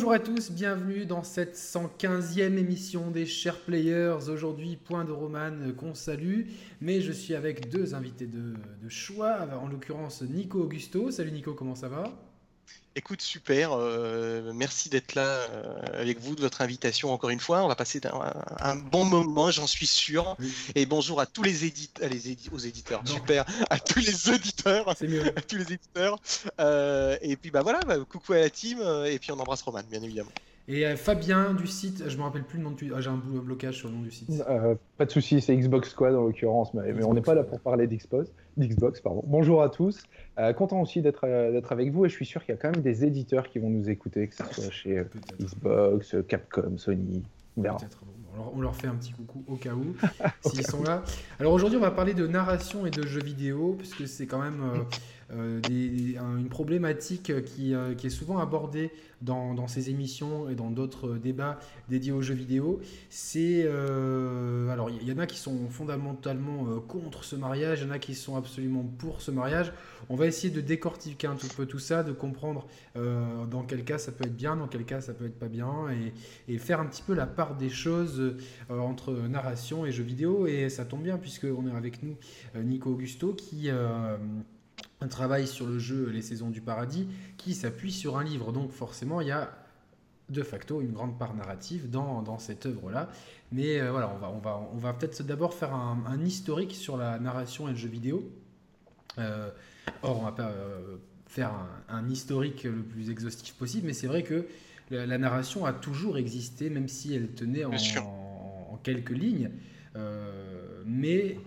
Bonjour à tous, bienvenue dans cette 115e émission des Chers Players. Aujourd'hui, point de romane qu'on salue, mais je suis avec deux invités de choix, en l'occurrence Nico Augusto. Salut Nico, comment ça va ? Écoute, super, merci d'être là avec vous, de votre invitation encore une fois. On va passer un bon moment, j'en suis sûr. Oui. Et bonjour à tous les aux éditeurs, Non. super, à tous les auditeurs, C'est mieux. à tous les éditeurs. Et puis voilà, coucou à la team, et puis on embrasse Roman, bien évidemment. Et Fabien du site, je me rappelle plus le nom de j'ai un blocage sur le nom du site. Pas de souci, c'est Xbox Squad en l'occurrence, mais on n'est pas là pour parler d'Xbox, pardon. Bonjour à tous, content aussi d'être avec vous et je suis sûr qu'il y a quand même des éditeurs qui vont nous écouter, que ce soit chez Xbox, Capcom, Sony, on verra. Peut-être. Bon, alors on leur fait un petit coucou au cas où, s'ils sont là. Alors aujourd'hui, on va parler de narration et de jeux vidéo, puisque c'est quand même une problématique qui est souvent abordée dans ces émissions et dans d'autres débats dédiés aux jeux vidéo. Alors, il y en a qui sont fondamentalement contre ce mariage, il y en a qui sont absolument pour ce mariage. On va essayer de décortiquer un tout peu tout ça, de comprendre dans quel cas ça peut être bien, dans quel cas ça peut être pas bien, et faire un petit peu la part des choses entre narration et jeux vidéo. Et ça tombe bien puisqu'on est avec nous Nico Augusto qui travaille sur le jeu Les Saisons du Paradis, qui s'appuie sur un livre. Donc forcément, il y a de facto une grande part narrative dans cette œuvre-là. Mais voilà, on va peut-être d'abord faire un historique sur la narration et le jeu vidéo. Or, on va pas faire un historique le plus exhaustif possible, mais c'est vrai que la narration a toujours existé, même si elle tenait en quelques lignes. Mais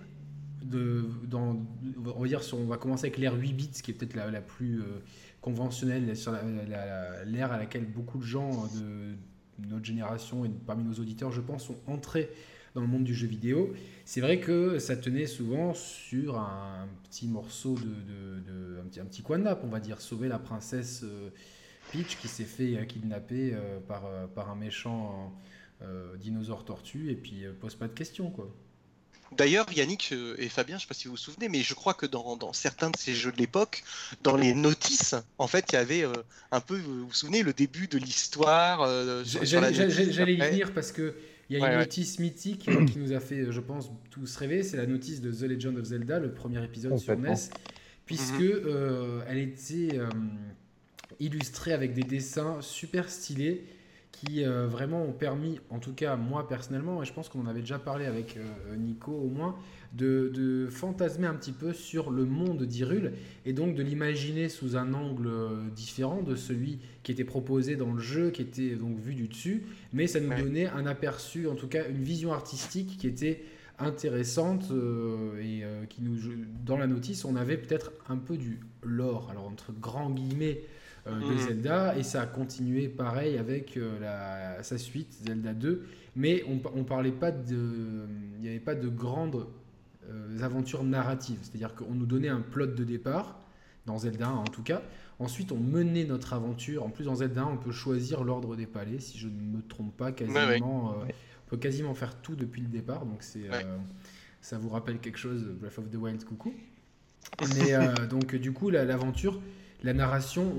on va commencer avec l'ère 8 bits, qui est peut-être la plus conventionnelle, sur l'ère à laquelle beaucoup de gens de notre génération et parmi nos auditeurs, je pense, sont entrés dans le monde du jeu vidéo. C'est vrai que ça tenait souvent sur un petit morceau un petit coin de nappe, on va dire, sauver la princesse Peach qui s'est fait kidnapper par un méchant dinosaure tortue, et puis pose pas de questions, quoi. D'ailleurs, Yannick et Fabien, je ne sais pas si vous vous souvenez, mais je crois que dans certains de ces jeux de l'époque, dans les notices, en fait, il y avait un peu, vous vous souvenez, le début de l'histoire. J'allais y venir parce que il y a une notice mythique qui nous a fait, je pense, tous rêver. C'est la notice de The Legend of Zelda, le premier épisode sur NES, puisque elle était illustrée avec des dessins super stylés qui vraiment ont permis, en tout cas moi personnellement, et je pense qu'on en avait déjà parlé avec Nico au moins, de fantasmer un petit peu sur le monde d'Hyrule et donc de l'imaginer sous un angle différent de celui qui était proposé dans le jeu, qui était donc vu du dessus, mais ça nous donnait un aperçu, en tout cas une vision artistique qui était intéressante et qui dans la notice on avait peut-être un peu du lore, alors entre grands guillemets, de Zelda, et ça a continué pareil avec sa suite Zelda 2, mais on parlait pas il n'y avait pas de grandes aventures narratives, c'est-à-dire qu'on nous donnait un plot de départ dans Zelda 1 en tout cas, ensuite on menait notre aventure. En plus dans Zelda 1 on peut choisir l'ordre des palais, si je ne me trompe pas, quasiment on peut quasiment faire tout depuis le départ, donc ça vous rappelle quelque chose, Breath of the Wild, coucou. Mais donc du coup l'aventure, la narration,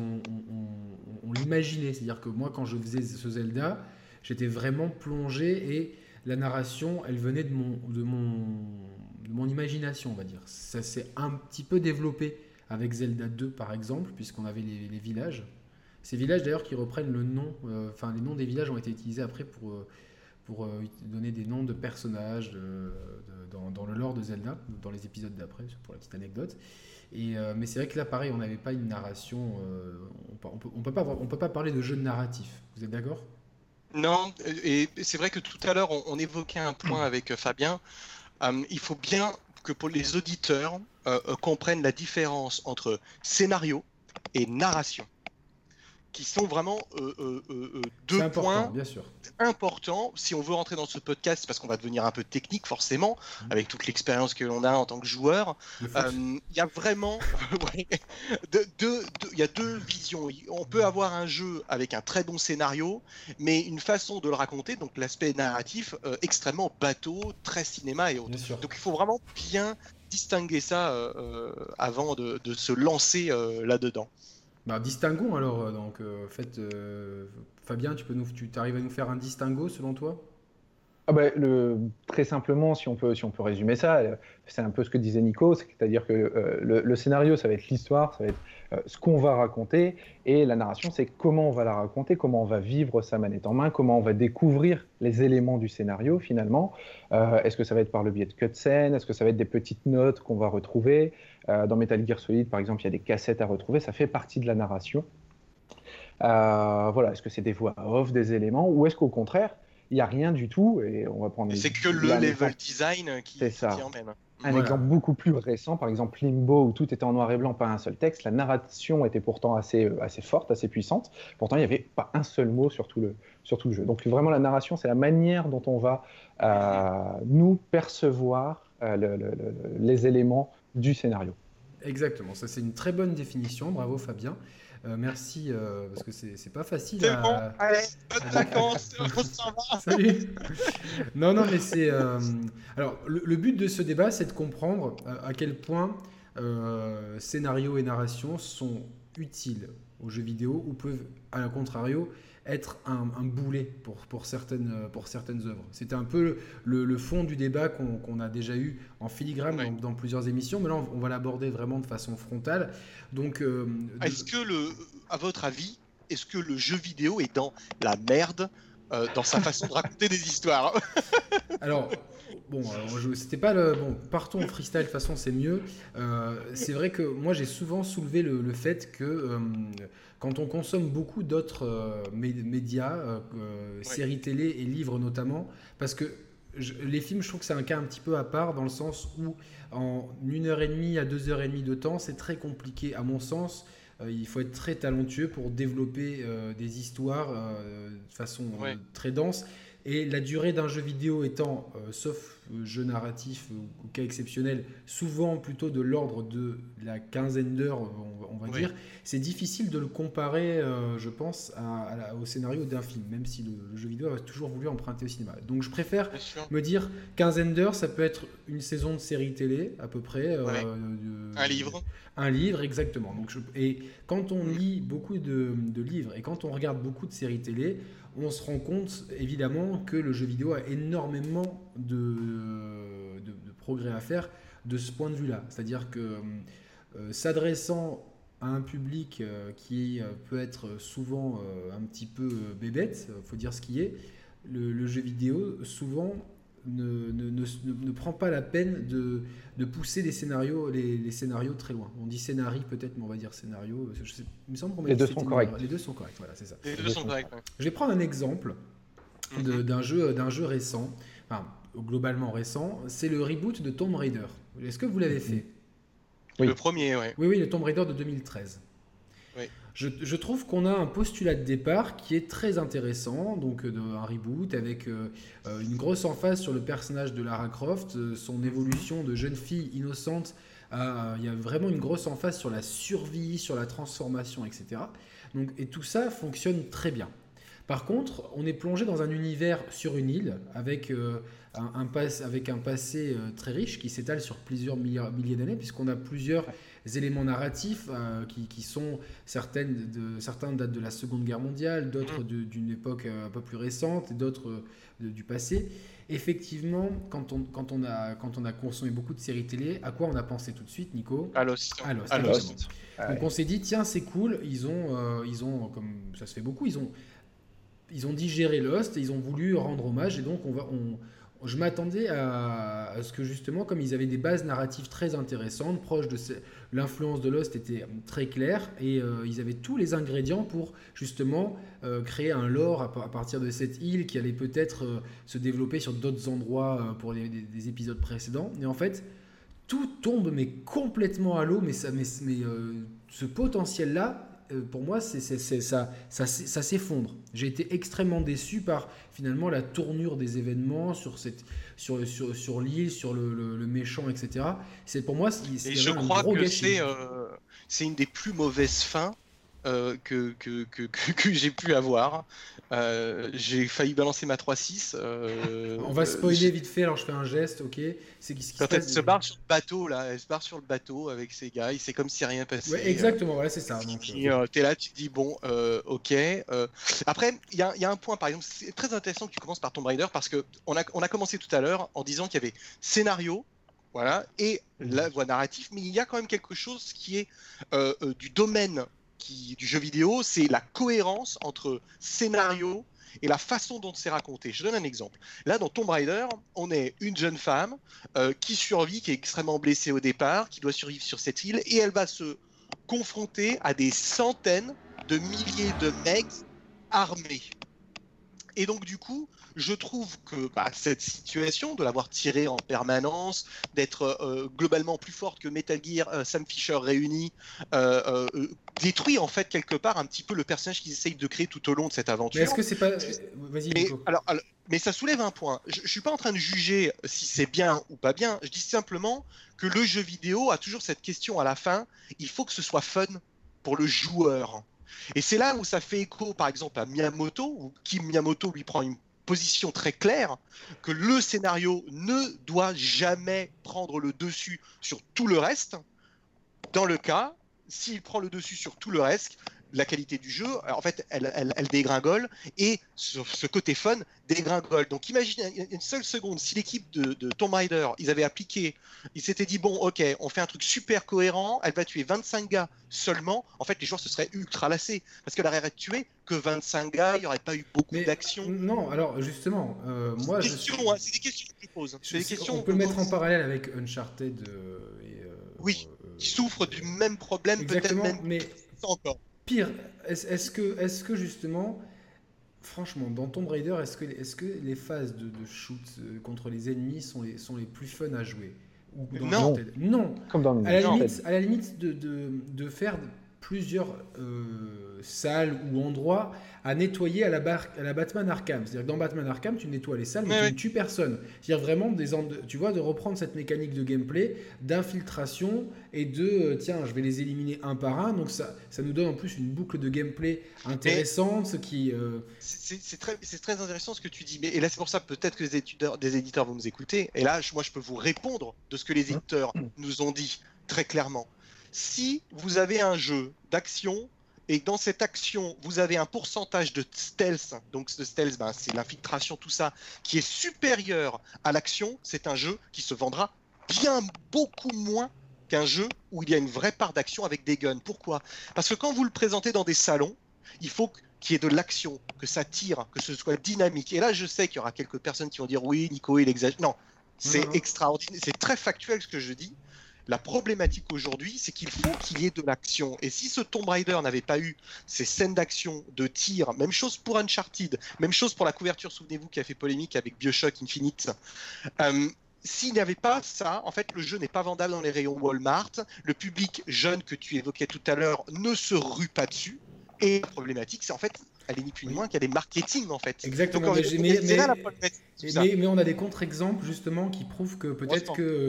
on l'imaginait. C'est-à-dire que moi, quand je faisais ce Zelda, j'étais vraiment plongé, et la narration, elle venait de mon imagination, on va dire. Ça s'est un petit peu développé avec Zelda 2, par exemple, puisqu'on avait les villages. Ces villages, d'ailleurs, qui reprennent le nom... les noms des villages ont été utilisés après pour donner des noms de personnages dans le lore de Zelda, dans les épisodes d'après, pour la petite anecdote. Mais c'est vrai que là, pareil, on n'avait pas une narration. On peut pas parler de jeu narratif. Vous êtes d'accord ? Non, et c'est vrai que tout à l'heure, on évoquait un point avec Fabien. Il faut bien que pour les auditeurs comprennent la différence entre scénario et narration, qui sont vraiment deux points bien sûr. importants. Si on veut rentrer dans ce podcast, c'est parce qu'on va devenir un peu technique forcément, avec toute l'expérience que l'on a en tant que joueur. Il y a vraiment il y a deux visions. On peut avoir un jeu avec un très bon scénario, mais une façon de le raconter, donc l'aspect narratif, extrêmement bateau, très cinéma et autres. Donc il faut vraiment bien distinguer ça avant de se lancer là-dedans. Bah, distinguons alors. Donc, Fabien, tu arrives à nous faire un distinguo selon toi? Ah bah, très simplement, si on peut résumer ça, c'est un peu ce que disait Nico, c'est-à-dire que le scénario, ça va être l'histoire, ça va être ce qu'on va raconter, et la narration, c'est comment on va la raconter, comment on va vivre sa manette en main, comment on va découvrir les éléments du scénario finalement. Est-ce que ça va être par le biais de cutscenes, est-ce que ça va être des petites notes qu'on va retrouver dans Metal Gear Solid, par exemple, il y a des cassettes à retrouver, ça fait partie de la narration. Voilà, est-ce que c'est des voix off, des éléments, ou est-ce qu'au contraire, il n'y a rien du tout, et on va prendre... Et c'est que le level design qui t'y emmène. Un exemple beaucoup plus récent, par exemple Limbo, où tout était en noir et blanc, pas un seul texte. La narration était pourtant assez forte, assez puissante. Pourtant, il n'y avait pas un seul mot sur tout le jeu. Donc vraiment, la narration, c'est la manière dont on va nous percevoir les éléments du scénario. Exactement, ça c'est une très bonne définition, bravo Fabien. Merci, parce que c'est pas facile c'est bon, allez, bonnes vacances, on s'en va. Salut. Non, mais c'est... Alors, le but de ce débat, c'est de comprendre à quel point scénario et narration sont utiles aux jeux vidéo ou peuvent, à contrario, être un boulet pour certaines œuvres. C'était un peu le fond du débat qu'on a déjà eu en filigrane dans plusieurs émissions, mais là on va l'aborder vraiment de façon frontale. Donc, est-ce que à votre avis, est-ce que le jeu vidéo est dans la merde dans sa façon de raconter des histoires? Alors, c'était pas le... Bon, partons en freestyle, de toute façon, c'est mieux. C'est vrai que moi, j'ai souvent soulevé le fait que quand on consomme beaucoup d'autres médias, séries télé et livres notamment, parce que les films, je trouve que c'est un cas un petit peu à part, dans le sens où en 1h30 à 2h30 de temps, c'est très compliqué, à mon sens. Il faut être très talentueux pour développer des histoires de façon très dense. Et la durée d'un jeu vidéo étant, sauf jeu narratif ou cas exceptionnel, souvent plutôt de l'ordre de la quinzaine d'heures, on va dire, c'est difficile de le comparer, je pense, au scénario d'un film, même si le jeu vidéo a toujours voulu emprunter au cinéma. Donc je préfère me dire quinzaine d'heures, ça peut être une saison de série télé, à peu près. Un livre. Un livre, exactement. Et quand on lit beaucoup de livres et quand on regarde beaucoup de séries télé, on se rend compte évidemment que le jeu vidéo a énormément de progrès à faire de ce point de vue-là. C'est-à-dire que s'adressant à un public qui peut être souvent un petit peu bébête, il faut dire ce qui est, le jeu vidéo souvent ne prend pas la peine de pousser les scénarios très loin. On dit scénarii peut-être, mais on va dire scénario. Il me semble qu'on les deux sont corrects. Les deux sont corrects, voilà, c'est ça. Les deux sont corrects. Je vais prendre un exemple d'un jeu récent, enfin globalement récent. C'est le reboot de Tomb Raider. Est-ce que vous l'avez fait? Oui. Le premier, oui. Oui, le Tomb Raider de 2013. Oui. Je trouve qu'on a un postulat de départ qui est très intéressant, donc un reboot avec une grosse emphase sur le personnage de Lara Croft, son évolution de jeune fille innocente. Il y a vraiment une grosse emphase sur la survie, sur la transformation, etc. Donc, et tout ça fonctionne très bien. Par contre, on est plongé dans un univers sur une île avec un passé très riche qui s'étale sur plusieurs milliers d'années, puisqu'on a plusieurs éléments narratifs qui sont certains datent de la Seconde Guerre mondiale, d'autres d'une époque un peu plus récente et d'autres du passé. Effectivement, quand on a consommé beaucoup de séries télé, à quoi on a pensé tout de suite, Nico? À Lost. Donc on s'est dit, tiens, c'est cool, ils ont, comme ça se fait beaucoup, ils ont digéré Lost et ils ont voulu rendre hommage, et donc je m'attendais à ce que justement, comme ils avaient des bases narratives très intéressantes, proches de l'influence de Lost était très claire, et ils avaient tous les ingrédients pour justement créer un lore à partir de cette île qui allait peut-être se développer sur d'autres endroits pour des épisodes précédents. Et en fait, tout tombe mais complètement à l'eau, mais ce potentiel-là, pour moi, ça s'effondre. J'ai été extrêmement déçu par finalement la tournure des événements sur l'île, sur le méchant, etc. Pour moi, et je crois que c'est une des plus mauvaises fins que j'ai pu avoir. J'ai failli balancer ma 3-6. On va spoiler vite fait, alors je fais un geste, ok. C'est ce qui se Quand passe. elle se barre sur le bateau, là, elle se barre sur le bateau avec ses gars, c'est comme si rien passait. Ouais, exactement, voilà, c'est ça. Donc, t'es là, tu te dis, bon, ok. Après, il y a un point, par exemple, c'est très intéressant que tu commences par Tomb Raider parce qu'on a commencé tout à l'heure en disant qu'il y avait scénario, voilà, et la voie narrative, mais il y a quand même quelque chose qui est du domaine du jeu vidéo, c'est la cohérence entre scénario et la façon dont c'est raconté. Je donne un exemple. Là, dans Tomb Raider, on est une jeune femme qui survit, qui est extrêmement blessée au départ, qui doit survivre sur cette île, et elle va se confronter à des centaines de milliers de mecs armés. Et donc, du coup, je trouve que cette situation de l'avoir tiré en permanence, d'être globalement plus forte que Metal Gear, Sam Fisher réunis, détruit en fait quelque part un petit peu le personnage qu'ils essayent de créer tout au long de cette aventure. Mais est-ce que c'est pas... Vas-y, Nico. Mais ça soulève un point. Je ne suis pas en train de juger si c'est bien ou pas bien. Je dis simplement que le jeu vidéo a toujours cette question à la fin. Il faut que ce soit fun pour le joueur. Et c'est là où ça fait écho, par exemple, à Miyamoto, où Kim Miyamoto lui prend une position très claire, que le scénario ne doit jamais prendre le dessus sur tout le reste. Dans le cas, s'il prend le dessus sur tout le reste, la qualité du jeu, en fait, elle dégringole, et ce côté fun dégringole. Donc imaginez une seule seconde, si l'équipe de Tomb Raider, ils s'étaient dit, bon, ok, on fait un truc super cohérent, elle va tuer 25 gars seulement, en fait, les joueurs se seraient ultra lassés, parce qu'elle aurait tué que 25 gars, il n'y aurait pas eu beaucoup d'action. Non, alors justement, moi... C'est des questions que je pose. On peut le mettre en parallèle avec Uncharted oui, qui souffre du même problème, exactement, peut-être même mais encore. Pire, est-ce que justement, franchement, dans Tomb Raider, est-ce que les phases de shoot contre les ennemis sont les plus fun à jouer Non. Comme dans à la limite de faire plusieurs salles ou endroits à nettoyer à la Batman Arkham. C'est-à-dire que dans Batman Arkham, tu nettoies les salles, mais tu ne tues personne. C'est-à-dire vraiment, tu vois, de reprendre cette mécanique de gameplay, d'infiltration et tiens, je vais les éliminer un par un. Donc ça nous donne en plus une boucle de gameplay intéressante, ce qui... C'est très intéressant ce que tu dis. Et là, c'est pour ça, peut-être que des éditeurs vont nous écouter. Et là, moi, je peux vous répondre de ce que les éditeurs nous ont dit très clairement. Si vous avez un jeu d'action et que dans cette action, vous avez un pourcentage de stealth, donc ce stealth, c'est l'infiltration, tout ça, qui est supérieur à l'action, c'est un jeu qui se vendra beaucoup moins qu'un jeu où il y a une vraie part d'action avec des guns. Pourquoi ? Parce que quand vous le présentez dans des salons, il faut qu'il y ait de l'action, que ça tire, que ce soit dynamique. Et là, je sais qu'il y aura quelques personnes qui vont dire « Oui, Nico, il exagère ». Non, c'est extraordinaire, c'est très factuel ce que je dis. La problématique aujourd'hui, c'est qu'il faut qu'il y ait de l'action. Et si ce Tomb Raider n'avait pas eu ces scènes d'action, de tir, même chose pour Uncharted, même chose pour la couverture, souvenez-vous, qui a fait polémique avec BioShock Infinite, s'il n'y avait pas ça, en fait, le jeu n'est pas vendable dans les rayons Walmart. Le public jeune que tu évoquais tout à l'heure ne se rue pas dessus. Et la problématique, c'est en fait, elle est ni plus ni moins qu'il y a des marketing, en fait. Exactement. Donc, mais on a des contre-exemples, justement, qui prouvent que peut-être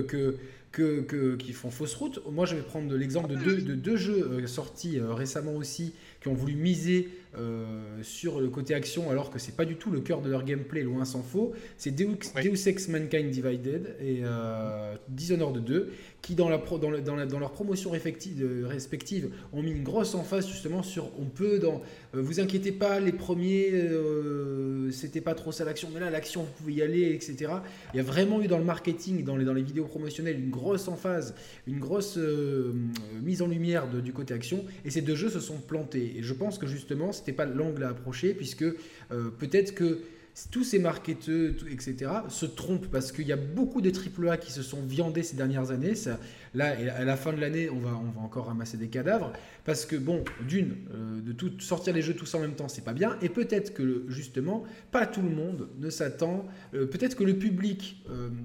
qui font fausse route. Moi, je vais prendre l'exemple de deux jeux sortis récemment aussi, qui ont voulu miser sur le côté action, alors que c'est pas du tout le cœur de leur gameplay, loin s'en faut. C'est Deus Ex Mankind Divided et Dishonored 2, qui dans leur promotion respective ont mis une grosse emphase justement sur vous inquiétez pas, les premiers c'était pas trop ça l'action, mais là l'action vous pouvez y aller, etc. Il y a vraiment eu dans le marketing, dans les vidéos promotionnelles, une grosse emphase, une grosse mise en lumière du côté action, et ces deux jeux se sont plantés. Et je pense que justement c'était pas l'angle à approcher, puisque peut-être que tous ces marketeurs, etc., se trompent, parce qu'il y a beaucoup de AAA qui se sont viandés ces dernières années. Là, à la fin de l'année, on va encore ramasser des cadavres, parce que, bon, de sortir les jeux tous en même temps, c'est pas bien, et peut-être que, justement, pas tout le monde ne s'attend, peut-être que le public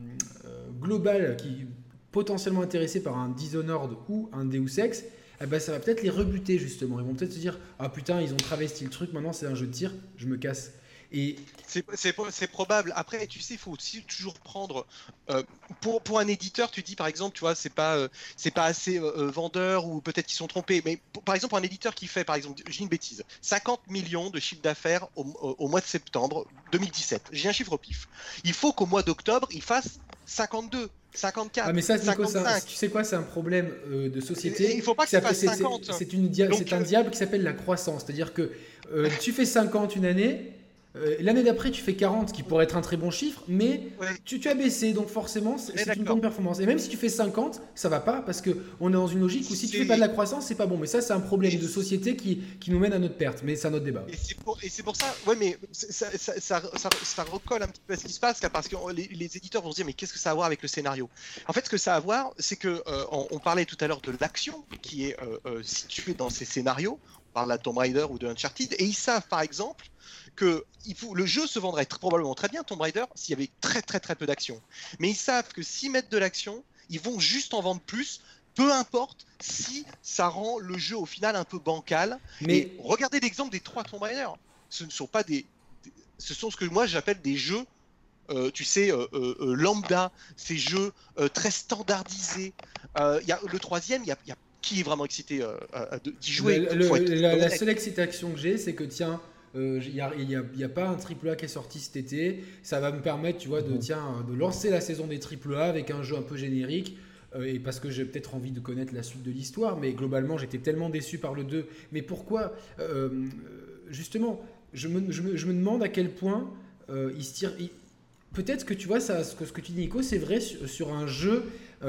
global qui est potentiellement intéressé par un Dishonored ou un Deus Ex, ça va peut-être les rebuter, justement. Ils vont peut-être se dire « Ah putain, ils ont travesti le truc, maintenant c'est un jeu de tir, je me casse ». Et c'est probable. Après, tu sais, il faut aussi toujours prendre pour un éditeur. Tu dis par exemple, tu vois, c'est pas assez vendeur ou peut-être qu'ils sont trompés. Mais par exemple, un éditeur qui fait, par exemple, j'ai une bêtise, 50 millions de chiffre d'affaires au mois de septembre 2017. J'ai un chiffre au pif. Il faut qu'au mois d'octobre, il fasse 52. 54, ah mais ça, Nico, 55. tu sais quoi, c'est un problème de société. Il faut pas que ça fasse 50. C'est un diable qui s'appelle la croissance. C'est-à-dire que tu fais 50 une année, l'année d'après tu fais 40, qui pourrait être un très bon chiffre, mais tu as baissé, donc forcément c'est une bonne performance. Et même si tu fais 50, ça va pas, parce qu'on est dans une logique où si tu fais pas de la croissance, c'est pas bon. Mais ça, c'est un problème de société qui nous mène à notre perte, mais c'est un autre débat. Et c'est pour ça, ouais, mais ça recolle un petit peu à ce qui se passe, parce que les éditeurs vont se dire, mais qu'est-ce que ça a à voir avec le scénario? En fait, ce que ça a à voir, c'est que on parlait tout à l'heure de l'action qui est située dans ces scénarios. On parle de Tomb Raider ou de Uncharted, et ils savent par exemple que le jeu se vendrait probablement très bien, Tomb Raider, s'il y avait très très très peu d'action. Mais ils savent que s'ils mettent de l'action, ils vont juste en vendre plus, peu importe si ça rend le jeu au final un peu bancal. Mais et regardez l'exemple des 3 Tomb Raider. Ce ne sont pas ce sont ce que moi j'appelle des jeux, tu sais, lambda, ces jeux très standardisés. Le troisième, il y a qui est vraiment excité d'y jouer. La seule excitation que j'ai, c'est que tiens, il n'y a pas un AAA qui est sorti cet été. Ça va me permettre, tu vois, de lancer la saison des AAA avec un jeu un peu générique. Et parce que j'ai peut-être envie de connaître la suite de l'histoire, mais globalement j'étais tellement déçu par le 2. Mais pourquoi justement, je me demande à quel point il se tire. Peut-être que tu vois, ce que tu dis, Nico, c'est vrai sur un jeu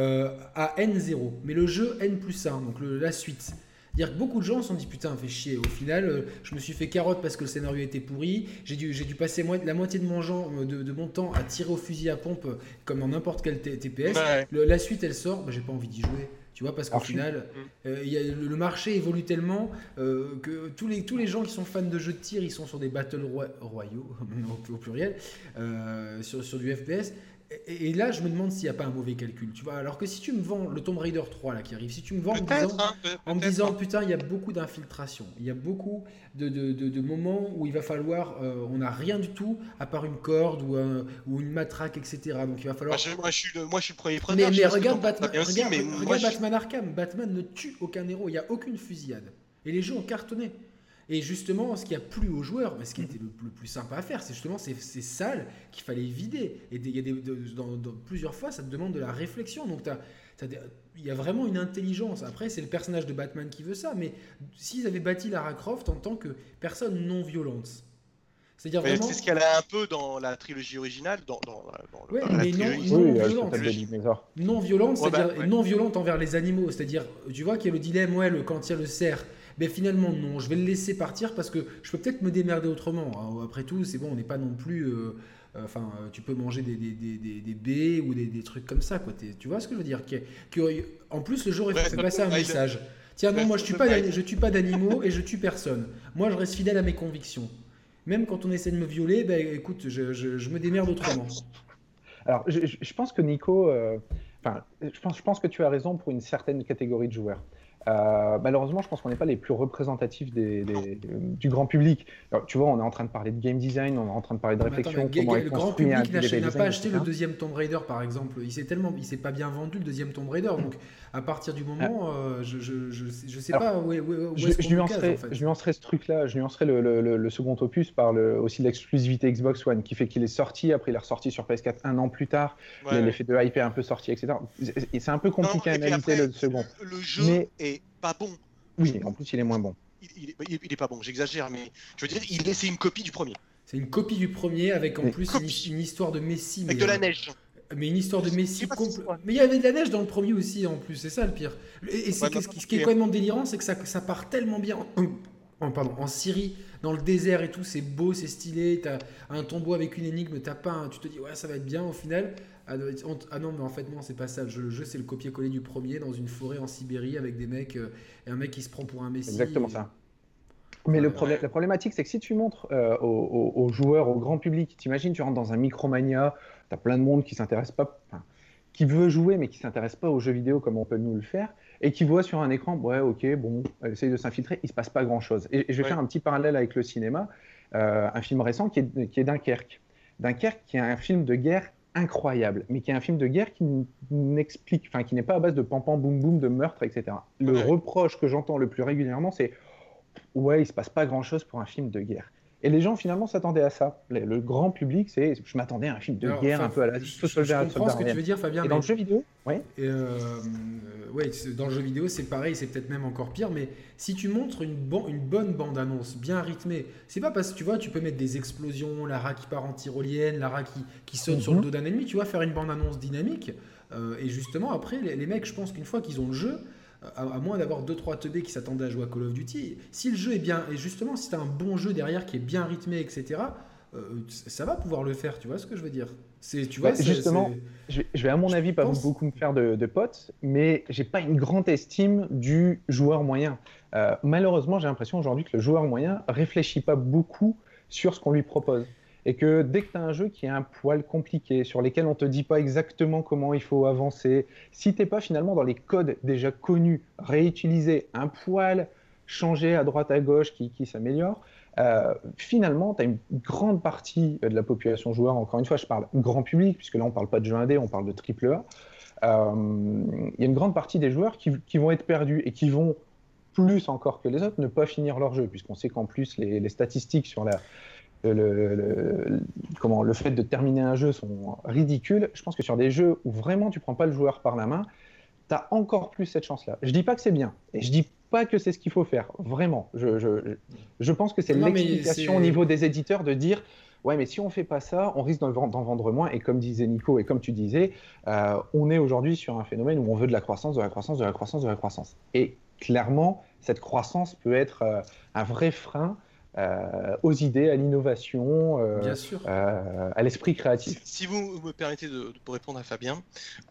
à N0, mais le jeu N+1, donc la suite. C'est-à-dire que beaucoup de gens se sont dit putain, fait chier. Au final, je me suis fait carotte parce que le scénario était pourri. J'ai dû passer la moitié de mon temps à tirer au fusil à pompe comme dans n'importe quel TPS. Ouais. La suite, elle sort, j'ai pas envie d'y jouer. Tu vois, parce qu'au final, le marché évolue tellement que tous les gens qui sont fans de jeux de tir, ils sont sur des battle royaux, au pluriel, sur du FPS. Et là, je me demande s'il n'y a pas un mauvais calcul, tu vois. Alors que si tu me vends le Tomb Raider 3 là qui arrive, si tu me vends en me disant putain, il y a beaucoup d'infiltration, il y a beaucoup de moments où il va falloir, on n'a rien du tout à part une corde ou une matraque, etc. Donc il va falloir. Moi, je suis le premier preneur. Mais regarde Batman Arkham. Batman ne tue aucun héros, il n'y a aucune fusillade. Et les jeux ont cartonné. Et justement, ce qui a plu aux joueurs, mais ce qui était le plus sympa à faire, c'est justement ces salles qu'il fallait vider. Et dans plusieurs fois, ça te demande de la réflexion. Donc, il y a vraiment une intelligence. Après, c'est le personnage de Batman qui veut ça. Mais s'ils avaient bâti Lara Croft en tant que personne non violente, c'est-à-dire vraiment... C'est ce qu'elle a un peu dans la trilogie originale, non violente, c'est-à-dire non violente envers les animaux. C'est-à-dire, tu vois qu'il y a le dilemme, quand il y a le cerf. Mais finalement non, je vais le laisser partir parce que je peux peut-être me démerder autrement. Après tout, c'est bon, on n'est pas non plus... tu peux manger des baies ou des trucs comme ça, quoi. Tu vois ce que je veux dire? En plus, le jeu fait passer un message. Tiens, non, moi je tue pas d'animaux et je tue personne. Moi, je reste fidèle à mes convictions. Même quand on essaie de me violer, écoute, je me démerde autrement. Alors, je pense que Nico... je pense que tu as raison pour une certaine catégorie de joueurs. Malheureusement, je pense qu'on n'est pas les plus représentatifs du grand public. Alors, tu vois, on est en train de parler de game design, on est en train de parler de réflexion. Le grand public n'a pas acheté le deuxième Tomb Raider, par exemple. Il s'est pas bien vendu le deuxième Tomb Raider. Donc, à partir du moment, je sais pas où est-ce qu'on case, en fait. Je nuancerai ce truc-là. Je nuancerai le second opus par aussi l'exclusivité Xbox One, qui fait qu'il est sorti. Après, il est ressorti sur PS4 un an plus tard. L'effet de hype est un peu sorti, etc. Et c'est un peu compliqué à analyser le second. Le jeu est pas bon. Oui, en plus il est moins bon. Il est pas bon, j'exagère, mais je veux dire, c'est une copie du premier. C'est une copie du premier avec en plus une histoire de Messi. Avec de la neige. Mais une histoire de Messi mais il y avait de la neige dans le premier aussi en plus, c'est ça le pire. Et ce qui est complètement délirant, c'est que ça part tellement bien en Syrie, dans le désert et tout, c'est beau, c'est stylé, t'as un tombeau avec une énigme, tu te dis ouais ça va être bien au final. Ah non, mais en fait, non, c'est pas ça. Le jeu, c'est le copier-coller du premier dans une forêt en Sibérie avec des mecs et un mec qui se prend pour un messie. Exactement ça. Mais la problématique, c'est que si tu montres aux joueurs, au grand public, t'imagines, tu rentres dans un Micromania, t'as plein de monde qui s'intéresse pas, qui veut jouer, mais qui s'intéresse pas aux jeux vidéo comme on peut nous le faire, et qui voit sur un écran, ouais, ok, bon, essaye de s'infiltrer, il se passe pas grand-chose. Et je vais faire un petit parallèle avec le cinéma. un film récent qui est Dunkerque. Dunkerque, qui est un film de guerre incroyable, mais qui est un film de guerre qui n'est pas à base de pam-pam, boum-boum, de meurtre, etc. Le reproche que j'entends le plus régulièrement, c'est « ouais, il se passe pas grand-chose pour un film de guerre ». Et les gens, finalement, s'attendaient à ça. Le grand public, je m'attendais à un film de guerre un peu à la... Je comprends ce que tu veux dire, Fabien. Et dans le jeu vidéo, ouais, dans le jeu vidéo, c'est pareil, c'est peut-être même encore pire, mais si tu montres une bonne bande-annonce, bien rythmée, c'est pas parce que, tu vois, tu peux mettre des explosions, Lara qui part en tyrolienne, Lara qui saute sur le dos d'un ennemi, tu vois, faire une bande-annonce dynamique, et justement, après, les mecs, je pense qu'une fois qu'ils ont le jeu, à moins d'avoir 2-3 teubés qui s'attendaient à jouer à Call of Duty, si le jeu est bien, et justement si tu as un bon jeu derrière qui est bien rythmé, etc., ça va pouvoir le faire, tu vois ce que je veux dire. Justement, je vais à mon avis pas beaucoup me faire de potes, mais j'ai pas une grande estime du joueur moyen. Malheureusement, j'ai l'impression aujourd'hui que le joueur moyen réfléchit pas beaucoup sur ce qu'on lui propose. Et que dès que tu as un jeu qui est un poil compliqué, sur lesquels on ne te dit pas exactement comment il faut avancer, si tu n'es pas finalement dans les codes déjà connus, réutiliser un poil, changer à droite à gauche qui s'améliore, finalement, tu as une grande partie de la population joueur, encore une fois, je parle grand public, puisque là, on ne parle pas de jeu indé, on parle de AAA. Il y a une grande partie des joueurs qui vont être perdus et qui vont, plus encore que les autres, ne pas finir leur jeu, puisqu'on sait qu'en plus, les statistiques sur le fait de terminer un jeu sont ridicules. Je pense que sur des jeux où vraiment tu prends pas le joueur par la main, tu as encore plus cette chance-là. Je dis pas que c'est bien, et je dis pas que c'est ce qu'il faut faire, vraiment. Je pense que c'est l'explication au niveau des éditeurs de dire ouais, mais si on fait pas ça, on risque d'en vendre moins. Et comme disait Nico, et comme tu disais, on est aujourd'hui sur un phénomène où on veut de la croissance, de la croissance, de la croissance, de la croissance. Et clairement, cette croissance peut être un vrai frein aux idées, à l'innovation, à l'esprit créatif. Si vous me permettez de répondre à Fabien,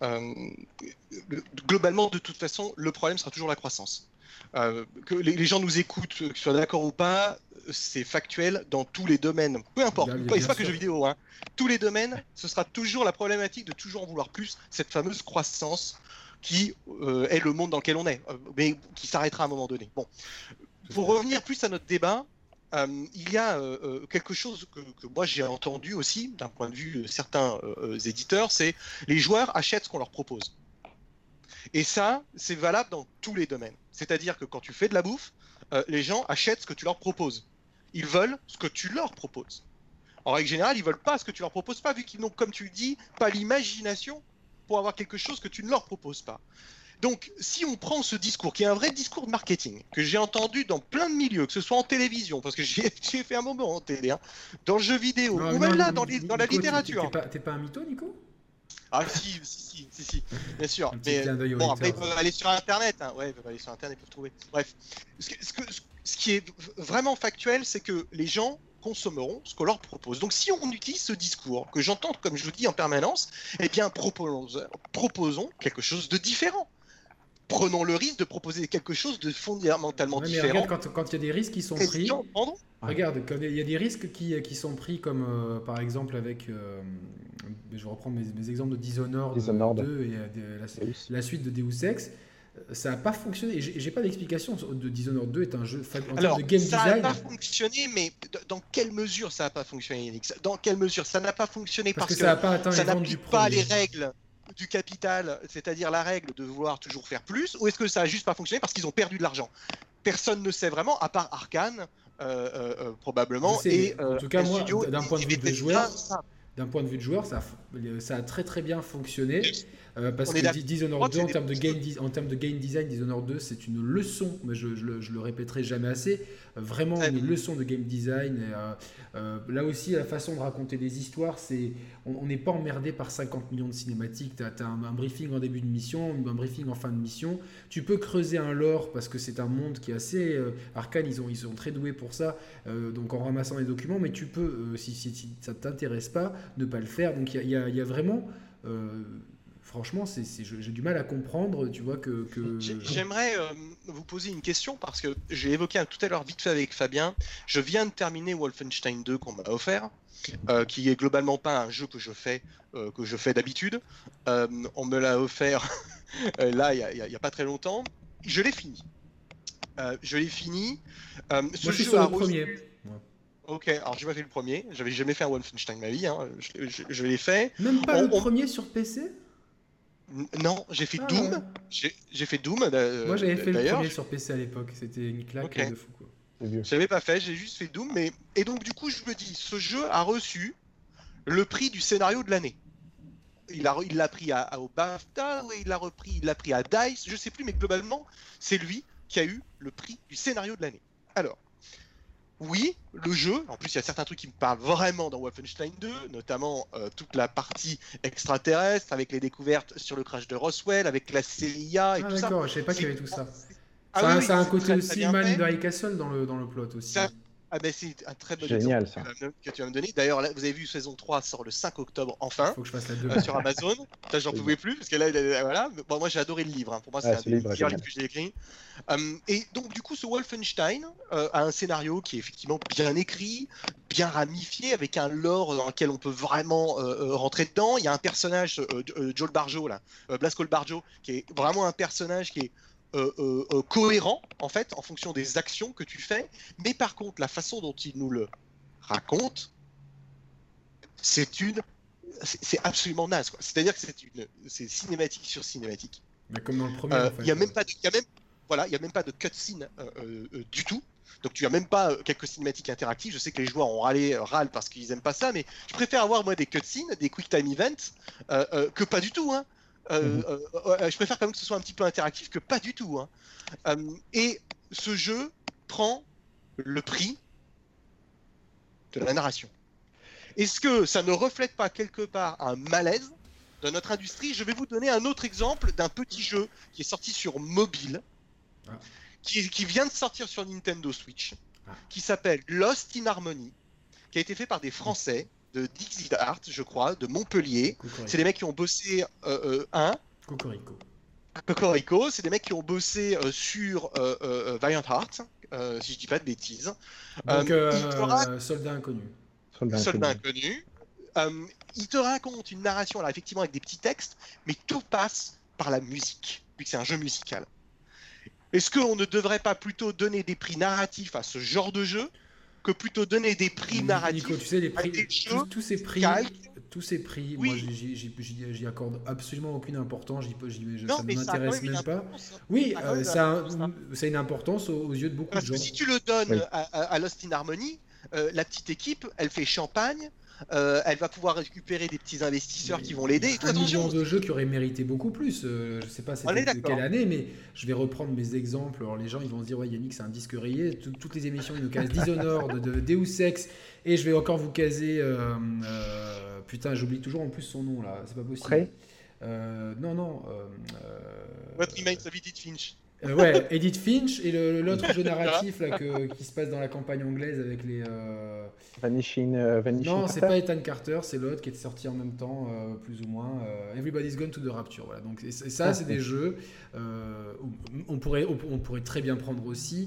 globalement, de toute façon, le problème sera toujours la croissance. Que les gens nous écoutent, qu'ils soient d'accord ou pas, c'est factuel dans tous les domaines. Peu importe, pas que jeux vidéo, hein. Tous les domaines, ce sera toujours la problématique de toujours en vouloir plus, cette fameuse croissance qui est le monde dans lequel on est, mais qui s'arrêtera à un moment donné. Bon, pour revenir plus à notre débat, il y a quelque chose que moi j'ai entendu aussi d'un point de vue de certains éditeurs, c'est les joueurs achètent ce qu'on leur propose. Et ça, c'est valable dans tous les domaines. C'est-à-dire que quand tu fais de la bouffe, les gens achètent ce que tu leur proposes. Ils veulent ce que tu leur proposes. En règle générale, ils veulent pas ce que tu leur proposes pas, vu qu'ils n'ont, comme tu le dis, pas l'imagination pour avoir quelque chose que tu ne leur proposes pas. Donc, si on prend ce discours, qui est un vrai discours de marketing, que j'ai entendu dans plein de milieux, que ce soit en télévision, parce que j'ai fait un moment en télé, hein, dans le jeu vidéo, ou même là, dans la littérature. T'es pas un mytho, Nico ? Ah si, bien sûr. Mais bon, après, ils peuvent aller sur Internet. Hein. Ouais, ils peuvent aller sur Internet, ils peuvent trouver. Bref, ce qui est vraiment factuel, c'est que les gens consommeront ce qu'on leur propose. Donc si on utilise ce discours, que j'entends, comme je vous dis, en permanence, eh bien, proposons quelque chose de différent. Prenons le risque de proposer quelque chose de fondamentalement différent. Regarde, quand il y a des risques qui sont pris... Regarde, quand il y a des risques qui sont pris, comme par exemple avec... je vais reprendre mes exemples de Dishonored 2 et la suite de Deus Ex. Ça n'a pas fonctionné. Et j'ai pas d'explication de Dishonored 2 est un jeu en termes de game design. Ça n'a pas fonctionné, mais dans quelle mesure ça n'a pas fonctionné, Yannick ? Dans quelle mesure ça n'a pas fonctionné parce que ça n'applique pas les règles du capital, c'est-à-dire la règle de vouloir toujours faire plus, ou est-ce que ça a juste pas fonctionné parce qu'ils ont perdu de l'argent ? Personne ne sait vraiment, à part Arkane, probablement. En tout cas, moi, d'un point de vue de joueur, ça a très très bien fonctionné. Parce que Dishonored 2, en termes de game design, Dishonored 2, c'est une leçon, mais je le répéterai jamais assez, vraiment une leçon de game design. Et, là aussi, la façon de raconter des histoires, on n'est pas emmerdé par 50 millions de cinématiques. Tu as un briefing en début de mission, un briefing en fin de mission. Tu peux creuser un lore, parce que c'est un monde qui est assez... Arkane, ils sont très doués pour ça, donc en ramassant les documents, mais tu peux, si ça ne t'intéresse pas, ne pas le faire. Donc il y a vraiment... franchement, j'ai du mal à comprendre, tu vois, que... J'aimerais vous poser une question, parce que j'ai évoqué tout à l'heure vite fait avec Fabien. Je viens de terminer Wolfenstein 2 qu'on m'a offert, qui est globalement pas un jeu que je fais d'habitude. On me l'a offert là, il y a pas très longtemps. Je l'ai fini. Moi, je suis sur le premier. Ok, alors j'ai pas fait le premier, j'avais jamais fait un Wolfenstein de ma vie, hein. Je l'ai fait. Même pas le premier sur PC? Non, j'ai fait Doom. J'ai fait Doom. Moi j'avais fait le d'ailleurs. premier sur PC à l'époque, c'était une claque de fou quoi. Je l'avais pas fait, j'ai juste fait Doom, et donc du coup je me dis, ce jeu a reçu le prix du scénario de l'année. Il l'a pris au BAFTA, il l'a pris à DICE, je sais plus, mais globalement c'est lui qui a eu le prix du scénario de l'année. Alors. Oui, le jeu, en plus il y a certains trucs qui me parlent vraiment dans Wolfenstein 2, notamment toute la partie extraterrestre, avec les découvertes sur le crash de Roswell, avec la CIA et tout ça. Ah d'accord, je savais pas qu'il y avait tout ça. Oui, ça a un côté très, aussi très bien Man in fait. the Castle dans le plot aussi. C'est un très bon Génial, exemple que tu vas me donner. D'ailleurs, vous avez vu, saison 3 sort le 5 octobre, enfin. Faut que je fasse la 2. Sur Amazon. Ça, j'en pouvais plus, parce que là, voilà. Bon, moi, j'ai adoré le livre. Hein. Pour moi, c'est un des meilleurs livres que j'ai écrit. Et donc, du coup, ce Wolfenstein a un scénario qui est effectivement bien écrit, bien ramifié, avec un lore dans lequel on peut vraiment rentrer dedans. Il y a un personnage, Joel Barjo, là, Blasco Barjo, qui est vraiment un personnage qui est cohérent en fait en fonction des actions que tu fais, mais par contre la façon dont il nous le raconte, c'est absolument naze quoi. C'est-à-dire que c'est cinématique sur cinématique. Mais comme dans le premier. Il y a même pas de cutscene du tout. Donc tu as même pas quelques cinématiques interactives. Je sais que les joueurs râlent parce qu'ils aiment pas ça, mais je préfère avoir moi des cutscenes, des quick time events que pas du tout. Hein. Je préfère quand même que ce soit un petit peu interactif que pas du tout. Hein. Et ce jeu prend le prix de la narration. Est-ce que ça ne reflète pas quelque part un malaise de notre industrie? Je vais vous donner un autre exemple d'un petit jeu qui est sorti sur mobile, qui vient de sortir sur Nintendo Switch, qui s'appelle Lost in Harmony, qui a été fait par des Français de Dixit Art, je crois, de Montpellier. C'est des mecs qui ont bossé Cocorico, c'est des mecs qui ont bossé sur Valiant Hearts, si je dis pas de bêtises. Donc, Soldat Inconnu. Soldat Inconnu. Il te raconte une narration, alors effectivement avec des petits textes, mais tout passe par la musique, vu que c'est un jeu musical. Est-ce qu'on ne devrait pas plutôt donner des prix narratifs à ce genre de jeu que plutôt donner des prix narratifs? Nico, tu sais, les prix, tous ces prix, oui. Moi j'y accorde absolument aucune importance, ça ne m'intéresse même pas. Oui, ça a une importance aux yeux de beaucoup de gens. Parce que si tu le donnes à Lost in Harmony, la petite équipe, elle fait champagne, elle va pouvoir récupérer des petits investisseurs qui vont l'aider. Un million de jeux qui auraient mérité beaucoup plus. Je sais pas c'était quelle année, mais je vais reprendre mes exemples. Alors les gens ils vont se dire ouais Yannick c'est un disque rayé. Toutes les émissions ils nous casent Dishonored, de Deus Ex, et je vais encore vous caser. Putain j'oublie toujours en plus son nom là, c'est pas possible. Non. What Remains of Edith Finch. Ouais, Edith Finch et l'autre jeu narratif là, qui se passe dans la campagne anglaise avec les. Vanishing non, c'est pas Ethan Carter, c'est l'autre qui est sorti en même temps, plus ou moins. Everybody's Gone to the Rapture. Voilà. Donc ça, c'est des jeux. On pourrait très bien prendre aussi.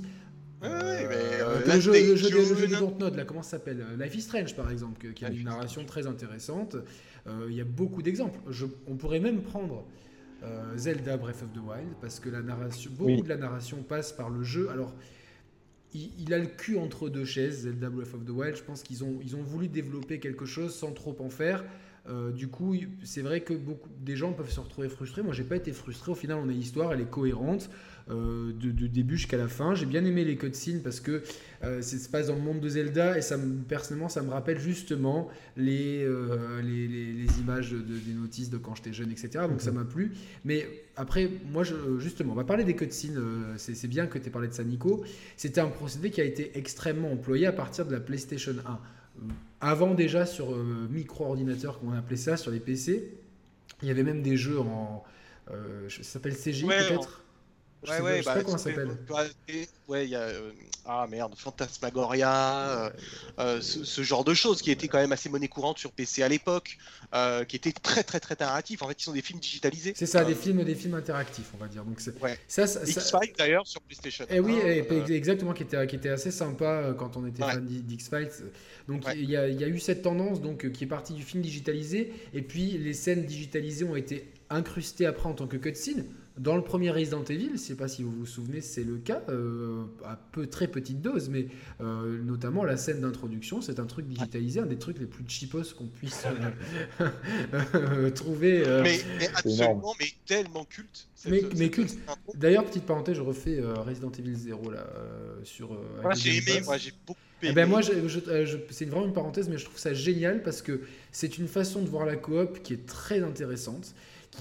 Le jeu de Dontnod, là, comment ça s'appelle? Life is Strange, par exemple, qui a une narration très intéressante. Il y a beaucoup d'exemples. On pourrait même prendre. Zelda Breath of the Wild, parce que beaucoup de la narration passe par le jeu. Alors, il a le cul entre deux chaises, Zelda Breath of the Wild. Je pense qu'ils ont voulu développer quelque chose sans trop en faire. Du coup, c'est vrai que beaucoup des gens peuvent se retrouver frustrés. Moi, j'ai pas été frustré. Au final, on a une histoire, elle est cohérente de début jusqu'à la fin. J'ai bien aimé les cutscenes parce que ça se passe dans le monde de Zelda et personnellement, ça me rappelle justement les images des notices de quand j'étais jeune, etc. Donc ça m'a plu. Mais après, moi, justement, on va parler des cutscenes. C'est bien que tu aies parlé de ça, Nico. C'était un procédé qui a été extrêmement employé à partir de la PlayStation 1. Avant déjà sur micro-ordinateur, comme on appelait ça, sur les PC, il y avait même des jeux ça s'appelle CGI peut-être. Je sais pas comment ça s'appelle. Il y a Phantasmagoria, ce genre de choses qui étaient quand même assez monnaie courante sur PC à l'époque, qui étaient très très très narratifs. En fait, ils sont des films digitalisés. C'est ça, des films interactifs, on va dire. Donc X-Files d'ailleurs sur PlayStation. Oui, exactement, qui était assez sympa quand on était fan d'X-Files. Donc il y a eu cette tendance qui est partie du film digitalisé, et puis les scènes digitalisées ont été incrustées après en tant que cutscene. Dans le premier Resident Evil, je ne sais pas si vous vous souvenez, c'est le cas, à très petite dose, mais notamment la scène d'introduction, c'est un truc digitalisé, un des trucs les plus cheapos qu'on puisse trouver. Mais absolument, mais tellement culte. Mais culte. D'ailleurs, petite parenthèse, je refais Resident Evil 0 là, sur. Moi j'ai aimé, moi j'ai beaucoup aimé. Ben moi, c'est vraiment une parenthèse, mais je trouve ça génial parce que c'est une façon de voir la coop qui est très intéressante.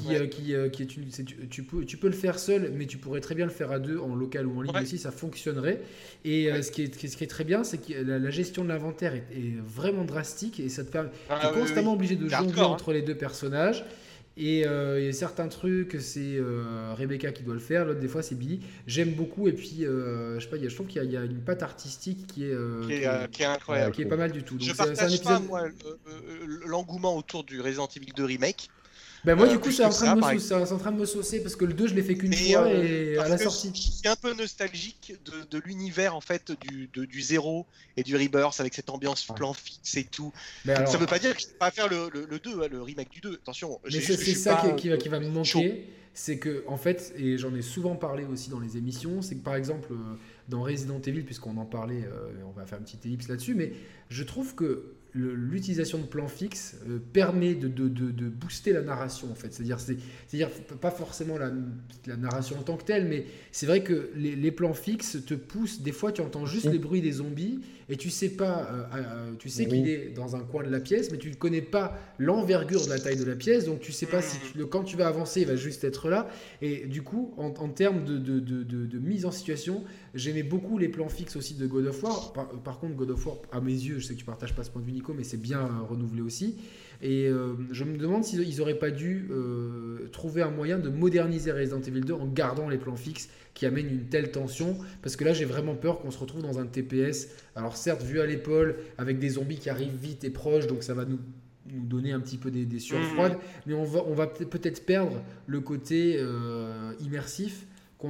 Tu peux le faire seul, mais tu pourrais très bien le faire à deux, en local ou en ligne aussi, ça fonctionnerait. Et ce qui est très bien, c'est que la gestion de l'inventaire est vraiment drastique et ça te permet. Tu es constamment obligé de jongler entre les deux personnages. Et il y a certains trucs, c'est Rebecca qui doit le faire, l'autre des fois c'est Billy. J'aime beaucoup, et puis je sais pas, je trouve qu'il y a une patte artistique qui est incroyable, qui est pas mal du tout. Donc je partage pas moi l'engouement autour du Resident Evil 2 remake. Ben moi du coup c'est en train de me saucer parce que le 2 je l'ai fait qu'une fois et à la sortie. Je suis un peu nostalgique de l'univers en fait du 0 et du Rebirth avec cette ambiance plan fixe et tout. Alors, ça veut pas dire que je ne vais pas faire le 2, le remake du 2. Attention. Mais c'est ça qui va me manquer. C'est que en fait, et j'en ai souvent parlé aussi dans les émissions, c'est que par exemple dans Resident Evil, puisqu'on en parlait, on va faire une petite ellipse là-dessus, mais je trouve que l'utilisation de plans fixes permet de booster la narration en fait. C'est-à-dire pas forcément la narration en tant que telle, mais c'est vrai que les plans fixes te poussent. Des fois, tu entends juste les bruits des zombies et tu sais pas, tu sais qu'il est dans un coin de la pièce, mais tu ne connais pas l'envergure de la taille de la pièce, donc tu sais pas si quand tu vas avancer, il va juste être là. Et du coup, en termes de mise en situation, j'aimais beaucoup les plans fixes aussi de God of War. Par contre, God of War, à mes yeux, je sais que tu partages pas ce point de vue, Nico, mais c'est bien renouvelé aussi. Et je me demande s'ils n'auraient pas dû trouver un moyen de moderniser Resident Evil 2 en gardant les plans fixes qui amènent une telle tension. Parce que là, j'ai vraiment peur qu'on se retrouve dans un TPS. Alors certes, vu à l'épaule, avec des zombies qui arrivent vite et proches, donc ça va nous donner un petit peu des sueurs froides. Mais on va peut-être perdre le côté immersif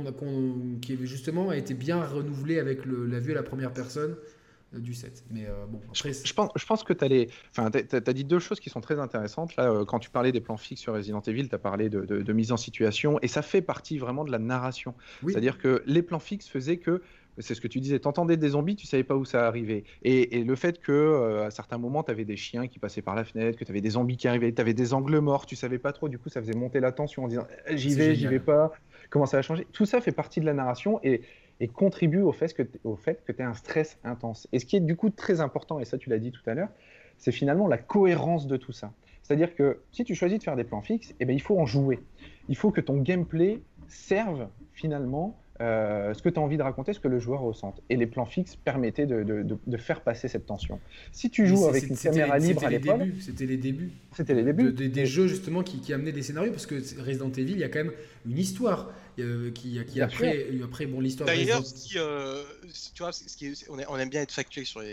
qui justement a été bien renouvelé avec la vue à la première personne du 7. Mais bon, après, je pense que tu as dit deux choses qui sont très intéressantes. Là, quand tu parlais des plans fixes sur Resident Evil, tu as parlé de mise en situation, et ça fait partie vraiment de la narration. Oui. C'est-à-dire que les plans fixes faisaient que, c'est ce que tu disais, tu entendais des zombies, tu savais pas où ça arrivait. Et le fait que à certains moments, tu avais des chiens qui passaient par la fenêtre, que tu avais des zombies qui arrivaient, tu avais des angles morts, tu savais pas trop, du coup ça faisait monter la tension en disant j'y vais pas, comment ça va changer. Tout ça fait partie de la narration et contribue au fait que tu aies un stress intense. Et ce qui est du coup très important, et ça tu l'as dit tout à l'heure, c'est finalement la cohérence de tout ça. C'est-à-dire que si tu choisis de faire des plans fixes, il faut en jouer. Il faut que ton gameplay serve finalement ce que tu as envie de raconter, ce que le joueur ressente. Et les plans fixes permettaient de faire passer cette tension. Si tu joues avec une caméra libre à l'épaule... C'était les débuts. C'était les débuts. Des jeux justement qui amenaient des scénarios, parce que Resident Evil, il y a quand même une histoire qui après bon, l'histoire... D'ailleurs, tu vois, on aime bien être factuel sur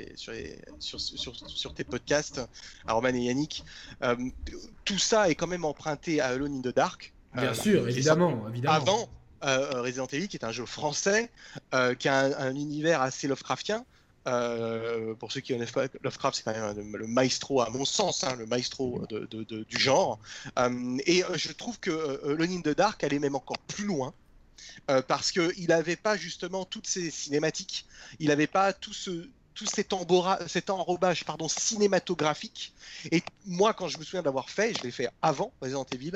tes podcasts, à Roman et Yannick. Tout ça est quand même emprunté à Alone in the Dark. Bien sûr, évidemment. Avant Resident Evil, qui est un jeu français, qui a un univers assez Lovecraftien. Pour ceux qui connaissent pas Lovecraft, c'est quand même le maestro, à mon sens, le maestro du genre. Et je trouve que Alone in the Dark allait même encore plus loin. Parce qu'il n'avait pas justement toutes ces cinématiques, il n'avait pas tout cet enrobage cinématographique. Et moi, quand je me souviens d'avoir fait, je l'ai fait avant Resident Evil,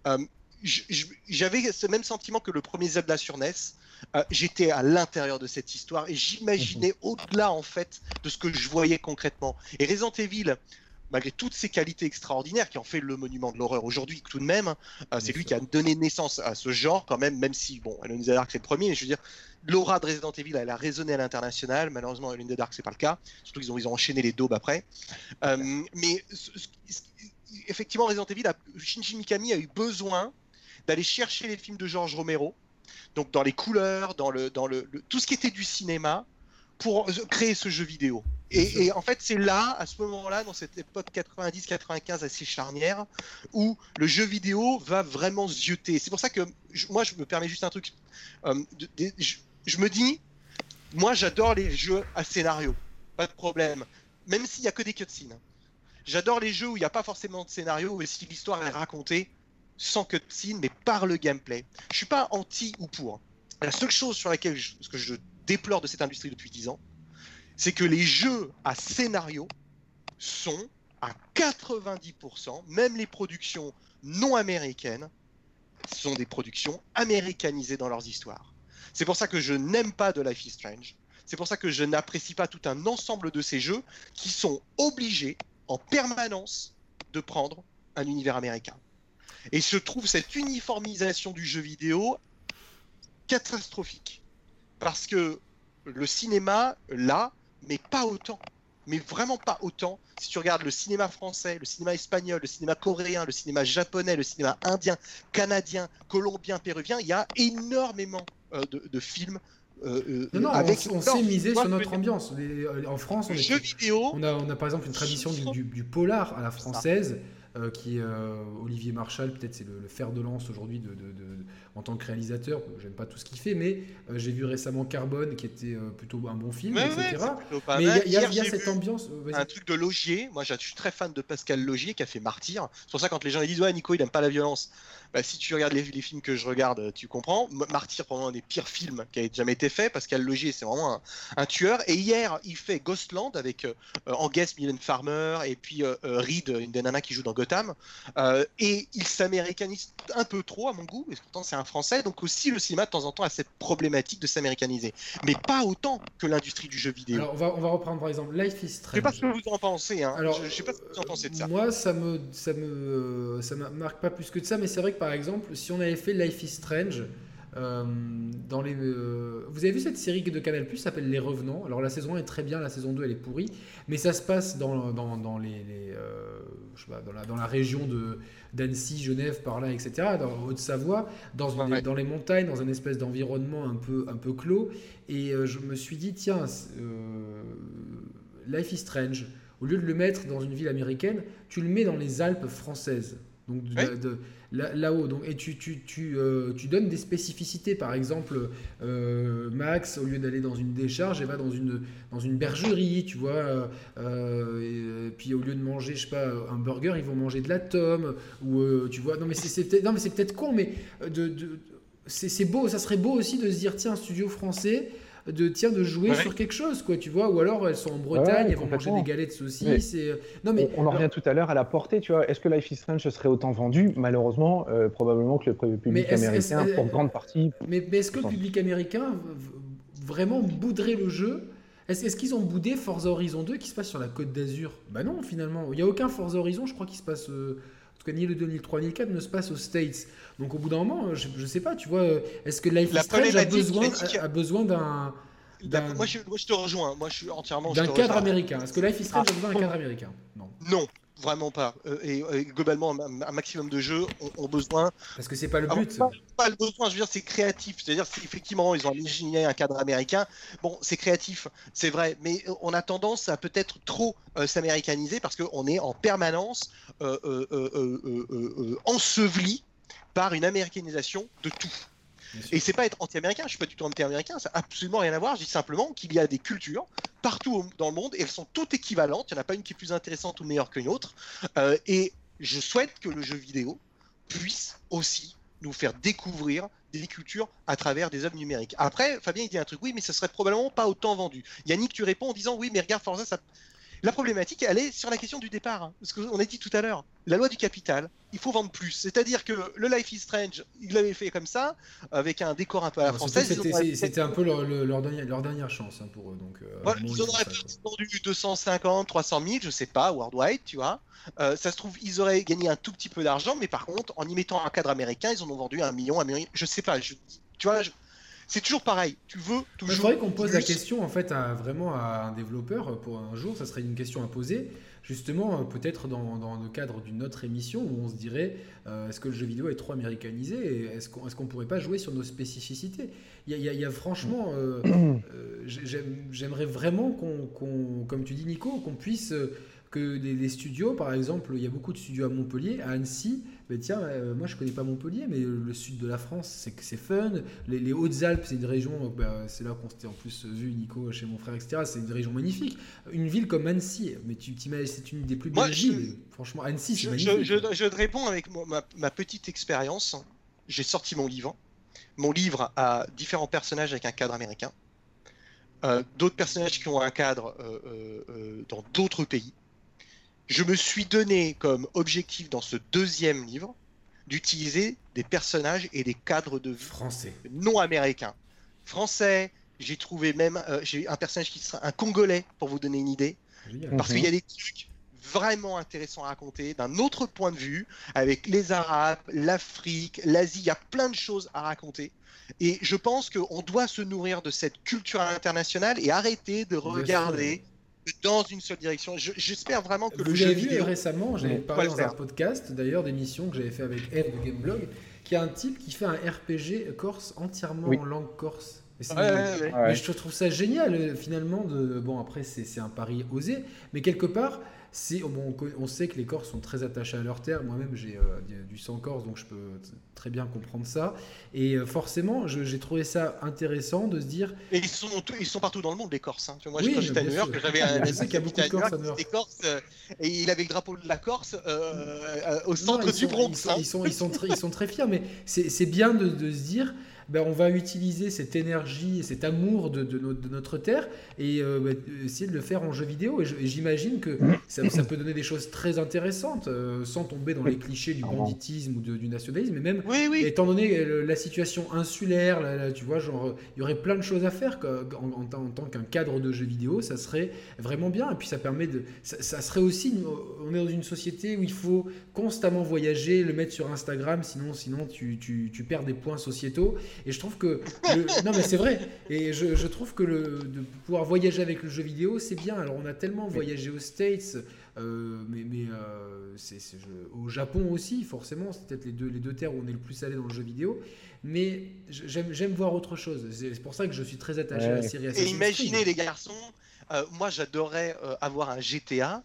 j'avais ce même sentiment que le premier Zelda sur NES. J'étais à l'intérieur de cette histoire et j'imaginais au-delà en fait de ce que je voyais concrètement. Et Resident Evil, malgré toutes ses qualités extraordinaires, qui en fait le monument de l'horreur aujourd'hui tout de même, c'est lui qui a donné naissance à ce genre quand même si bon, Alone in the Dark c'est le premier, mais je veux dire, l'aura de Resident Evil elle a résonné à l'international. Malheureusement Alone in the Dark c'est pas le cas, surtout qu'ils ont enchaîné les daubes après. Mais effectivement Resident Evil, Shinji Mikami a eu besoin d'aller chercher les films de George Romero, donc dans les couleurs, dans tout ce qui était du cinéma, pour créer ce jeu vidéo. Et en fait, c'est là, à ce moment-là, dans cette époque 90-95 assez charnière, où le jeu vidéo va vraiment zioter. C'est pour ça que moi, je me permets juste un truc. Je me dis, moi, j'adore les jeux à scénario, pas de problème, même s'il n'y a que des cutscenes. J'adore les jeux où il n'y a pas forcément de scénario, mais si l'histoire est racontée, sans cutscene, mais par le gameplay. Je suis pas anti ou pour. La seule chose sur laquelle ce que je déplore de cette industrie depuis 10 ans, c'est que les jeux à scénario sont à 90%, même les productions non américaines, sont des productions américanisées dans leurs histoires. C'est pour ça que je n'aime pas de Life is Strange. C'est pour ça que je n'apprécie pas tout un ensemble de ces jeux qui sont obligés en permanence de prendre un univers américain. Et je trouve cette uniformisation du jeu vidéo catastrophique. Parce que le cinéma, là, mais pas autant. Mais vraiment pas autant. Si tu regardes le cinéma français, le cinéma espagnol, le cinéma coréen, le cinéma japonais, le cinéma indien, canadien, colombien, péruvien, il y a énormément de films. On s'est misé sur notre ambiance. En France, on a par exemple une tradition du polar à la française. Qui est Olivier Marchal, peut-être c'est le fer de lance aujourd'hui en tant que réalisateur. J'aime pas tout ce qu'il fait, mais j'ai vu récemment Carbone, qui était plutôt un bon film, etc. Mais il y a cette ambiance. Un truc de Logier. Moi, je suis très fan de Pascal Logier, qui a fait Martyr. C'est pour ça quand les gens disent ouais, Nico, il aime pas la violence. Bah, si tu regardes les films que je regarde, tu comprends. Martyr, probablement un des pires films qui a jamais été fait. Pascal Logier, c'est vraiment un tueur. Et hier, il fait Ghostland avec en guest Mylène Farmer et puis Reed, une des nanas qui joue dans Gotham. Et il s'américanise un peu trop à mon goût. Et pourtant, c'est un Français. Donc aussi, le cinéma de temps en temps a cette problématique de s'américaniser, mais pas autant que l'industrie du jeu vidéo. Alors, on va reprendre par exemple Life is Strange. Je sais pas ce que vous en pensez. Hein. Alors, je sais pas ce que vous en pensez de ça. Moi, ça me marque pas plus que de ça, mais c'est vrai que par exemple, si on avait fait Life is Strange, vous avez vu cette série de Canal+, s'appelle Les Revenants. Alors la saison 1 est très bien, la saison 2 elle est pourrie, mais ça se passe dans la région d'Annecy, Genève, par là, etc., dans Haute-Savoie, dans les montagnes, dans un espèce d'environnement un peu clos. Et je me suis dit, tiens, Life is Strange, au lieu de le mettre dans une ville américaine, tu le mets dans les Alpes françaises. Donc là-haut, et tu donnes des spécificités. Par exemple, Max, au lieu d'aller dans une décharge, elle va dans une bergerie, tu vois. Et puis au lieu de manger, je sais pas, un burger, ils vont manger de la tome, ou tu vois. Non mais c'est peut-être con, mais c'est beau. Ça serait beau aussi de se dire, tiens, un studio français. De jouer sur quelque chose, quoi, tu vois, ou alors elles sont en Bretagne, elles vont manger des galettes saucisses. On en revient tout à l'heure à la portée, tu vois. Est-ce que Life is Strange serait autant vendu? Malheureusement, probablement que le public américain, pour grande partie. Mais est-ce que le public américain vraiment bouderait le jeu? Est-ce qu'ils ont boudé Forza Horizon 2 qui se passe sur la Côte d'Azur? Bah non, finalement. Il n'y a aucun Forza Horizon, je crois, qui se passe. En tout cas, ni le 2, ni le 3, ni le 4 ne se passe aux States. Donc au bout d'un moment, je sais pas, tu vois, est-ce que Life is Strange a besoin d'un... Moi je te rejoins, moi je suis entièrement... D'un cadre américain. Est-ce que Life is Strange a besoin d'un cadre américain? Non, vraiment pas. Et globalement, un maximum de jeux ont besoin... Parce que c'est pas le but. Pas le besoin, je veux dire, c'est créatif. C'est-à-dire, effectivement, ils ont imaginé un cadre américain. Bon, c'est créatif, c'est vrai, mais on a tendance à peut-être trop s'américaniser parce qu'on est en permanence enseveli par une américanisation de tout. Et c'est pas être anti-américain, je suis pas du tout anti-américain, ça n'a absolument rien à voir. Je dis simplement qu'il y a des cultures partout dans le monde et elles sont toutes équivalentes. Il n'y en a pas une qui est plus intéressante ou meilleure qu'une autre. Et je souhaite que le jeu vidéo puisse aussi nous faire découvrir des cultures à travers des œuvres numériques. Après, Fabien il dit un truc, oui, mais ça serait probablement pas autant vendu. Yannick, tu réponds en disant, oui, mais regarde Forza, ça... La problématique, elle est sur la question du départ. Hein. Ce qu'on a dit tout à l'heure, la loi du capital, il faut vendre plus. C'est-à-dire que le Life is Strange, ils l'avaient fait comme ça, avec un décor un peu à la française. C'était un peu leur dernière chance pour eux. Donc, ils auraient peut-être vendu 250, 300 000, je sais pas, worldwide, tu vois. Ça se trouve, ils auraient gagné un tout petit peu d'argent, mais par contre, en y mettant un cadre américain, ils en ont vendu 1 million, je sais pas. Tu vois, c'est toujours pareil. Tu veux toujours. Il faudrait qu'on pose la question en fait à un développeur pour un jour. Ça serait une question à poser, justement, peut-être dans le cadre d'une autre émission où on se dirait est-ce que le jeu vidéo est trop américanisé et est-ce qu'on pourrait pas jouer sur nos spécificités? Il y a franchement, j'aimerais vraiment qu'on, comme tu dis Nico, qu'on puisse que les studios, par exemple, il y a beaucoup de studios à Montpellier, à Annecy. Tiens, moi je connais pas Montpellier, mais le sud de la France, c'est fun. Les Hautes-Alpes, c'est une région, c'est là qu'on s'était en plus vu, Nico, chez mon frère, etc. C'est une région magnifique. Une ville comme Annecy, mais tu t'imagines, c'est une des plus belles villes. Franchement, Annecy, c'est magnifique. Je te réponds avec ma petite expérience. J'ai sorti mon livre. Mon livre a différents personnages avec un cadre américain. D'autres personnages qui ont un cadre dans d'autres pays. Je me suis donné comme objectif dans ce deuxième livre d'utiliser des personnages et des cadres de vie français, non américains. Français, j'ai trouvé même j'ai un personnage qui sera un Congolais pour vous donner une idée, parce qu'il y a des trucs vraiment intéressants à raconter d'un autre point de vue avec les Arabes, l'Afrique, l'Asie. Il y a plein de choses à raconter. Et je pense qu'on doit se nourrir de cette culture internationale et arrêter de regarder dans une seule direction. J'espère vraiment que le jeu vidéo... Récemment, j'avais parlé dans un podcast d'ailleurs d'émission que j'avais fait avec Eve de Gameblog, qui a un type qui fait un RPG corse entièrement en langue corse. Mais je trouve ça génial finalement. Bon, après c'est un pari osé, mais quelque part on sait que les Corses sont très attachés à leur terre. Moi-même j'ai du sang corse, donc je peux très bien comprendre ça. Et forcément j'ai trouvé ça intéressant de se dire... Et ils sont partout dans le monde, les Corses, hein. Moi quand j'étais à New York, j'avais un ami qui habitait à New York, qui était corse, et il avait le drapeau de la Corse au centre du Bronx. Ils sont très fiers, mais c'est bien de se dire... on va utiliser cette énergie et cet amour de notre terre et essayer de le faire en jeu vidéo. Et j'imagine que ça peut donner des choses très intéressantes sans tomber dans les clichés du banditisme ou du nationalisme. Mais même, étant donné la situation insulaire, tu vois, genre, il y aurait plein de choses à faire en tant qu'un cadre de jeu vidéo. Ça serait vraiment bien. Et puis ça permet de... Ça serait aussi... On est dans une société où il faut constamment voyager, le mettre sur Instagram, sinon tu perds des points sociétaux. Et je trouve que... non mais c'est vrai. Et je trouve que de pouvoir voyager avec le jeu vidéo, c'est bien. Alors on a tellement voyagé aux States, au Japon aussi, forcément. C'est peut-être les deux terres où on est le plus allé dans le jeu vidéo. Mais j'aime voir autre chose. C'est pour ça que je suis très attaché à la série Assassin's Creed. Et imaginez les garçons, moi j'adorais avoir un GTA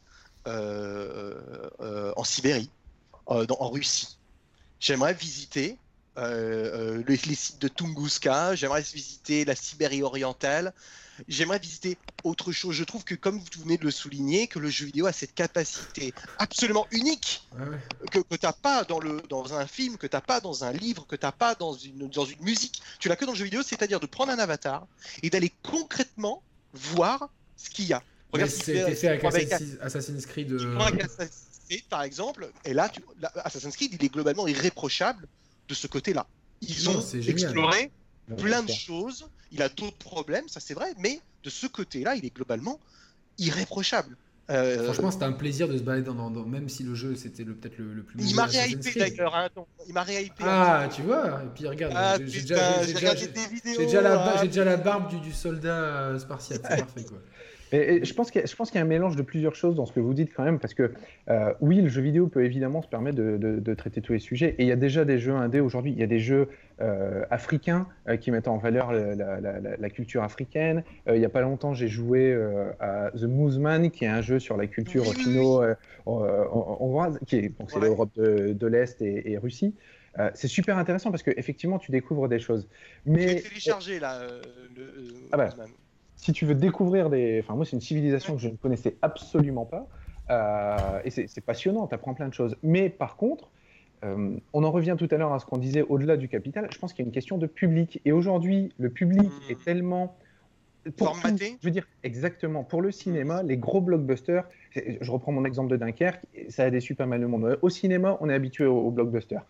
en Sibérie, en Russie. J'aimerais visiter... les sites de Tunguska, j'aimerais visiter la Sibérie orientale, j'aimerais visiter autre chose. Je trouve que, comme vous venez de le souligner, que le jeu vidéo a cette capacité absolument unique que tu n'as pas dans un film, que tu n'as pas dans un livre, que tu n'as pas dans une musique. Tu l'as que dans le jeu vidéo, c'est-à-dire de prendre un avatar et d'aller concrètement voir ce qu'il y a. Regarde ce qui fait avec Assassin's Creed. Assassin's Creed, par exemple, et là, Assassin's Creed, il est globalement irréprochable de ce côté-là. Ils ont exploré plein de choses. Il a d'autres problèmes, ça c'est vrai, mais de ce côté-là, il est globalement irréprochable. Franchement, c'était un plaisir de se balader même si le jeu c'était peut-être le plus... Il m'a réhypé d'ailleurs, hein, il m'a réhypé. Ah, tu vois, et puis regarde, j'ai déjà la barbe du soldat spartiate, c'est parfait quoi. Et je pense qu'il y a un mélange de plusieurs choses dans ce que vous dites quand même, parce que oui, le jeu vidéo peut évidemment se permettre de traiter tous les sujets, et il y a déjà des jeux indés aujourd'hui, il y a des jeux africains qui mettent en valeur la culture africaine. Il n'y a pas longtemps, j'ai joué à The Mooseman, qui est un jeu sur la culture hongroise, donc c'est l'Europe de l'Est et Russie. C'est super intéressant parce qu'effectivement, tu découvres des choses. Mais... J'ai téléchargé là, Mooseman. Si tu veux découvrir moi, c'est une civilisation que je ne connaissais absolument pas. Et c'est passionnant, tu apprends plein de choses. Mais par contre, on en revient tout à l'heure à ce qu'on disait au-delà du capital. Je pense qu'il y a une question de public. Et aujourd'hui, le public est tellement... formaté. Je veux dire, exactement. Pour le cinéma, les gros blockbusters, je reprends mon exemple de Dunkerque, ça a déçu pas mal de monde. Au cinéma, on est habitué aux blockbusters.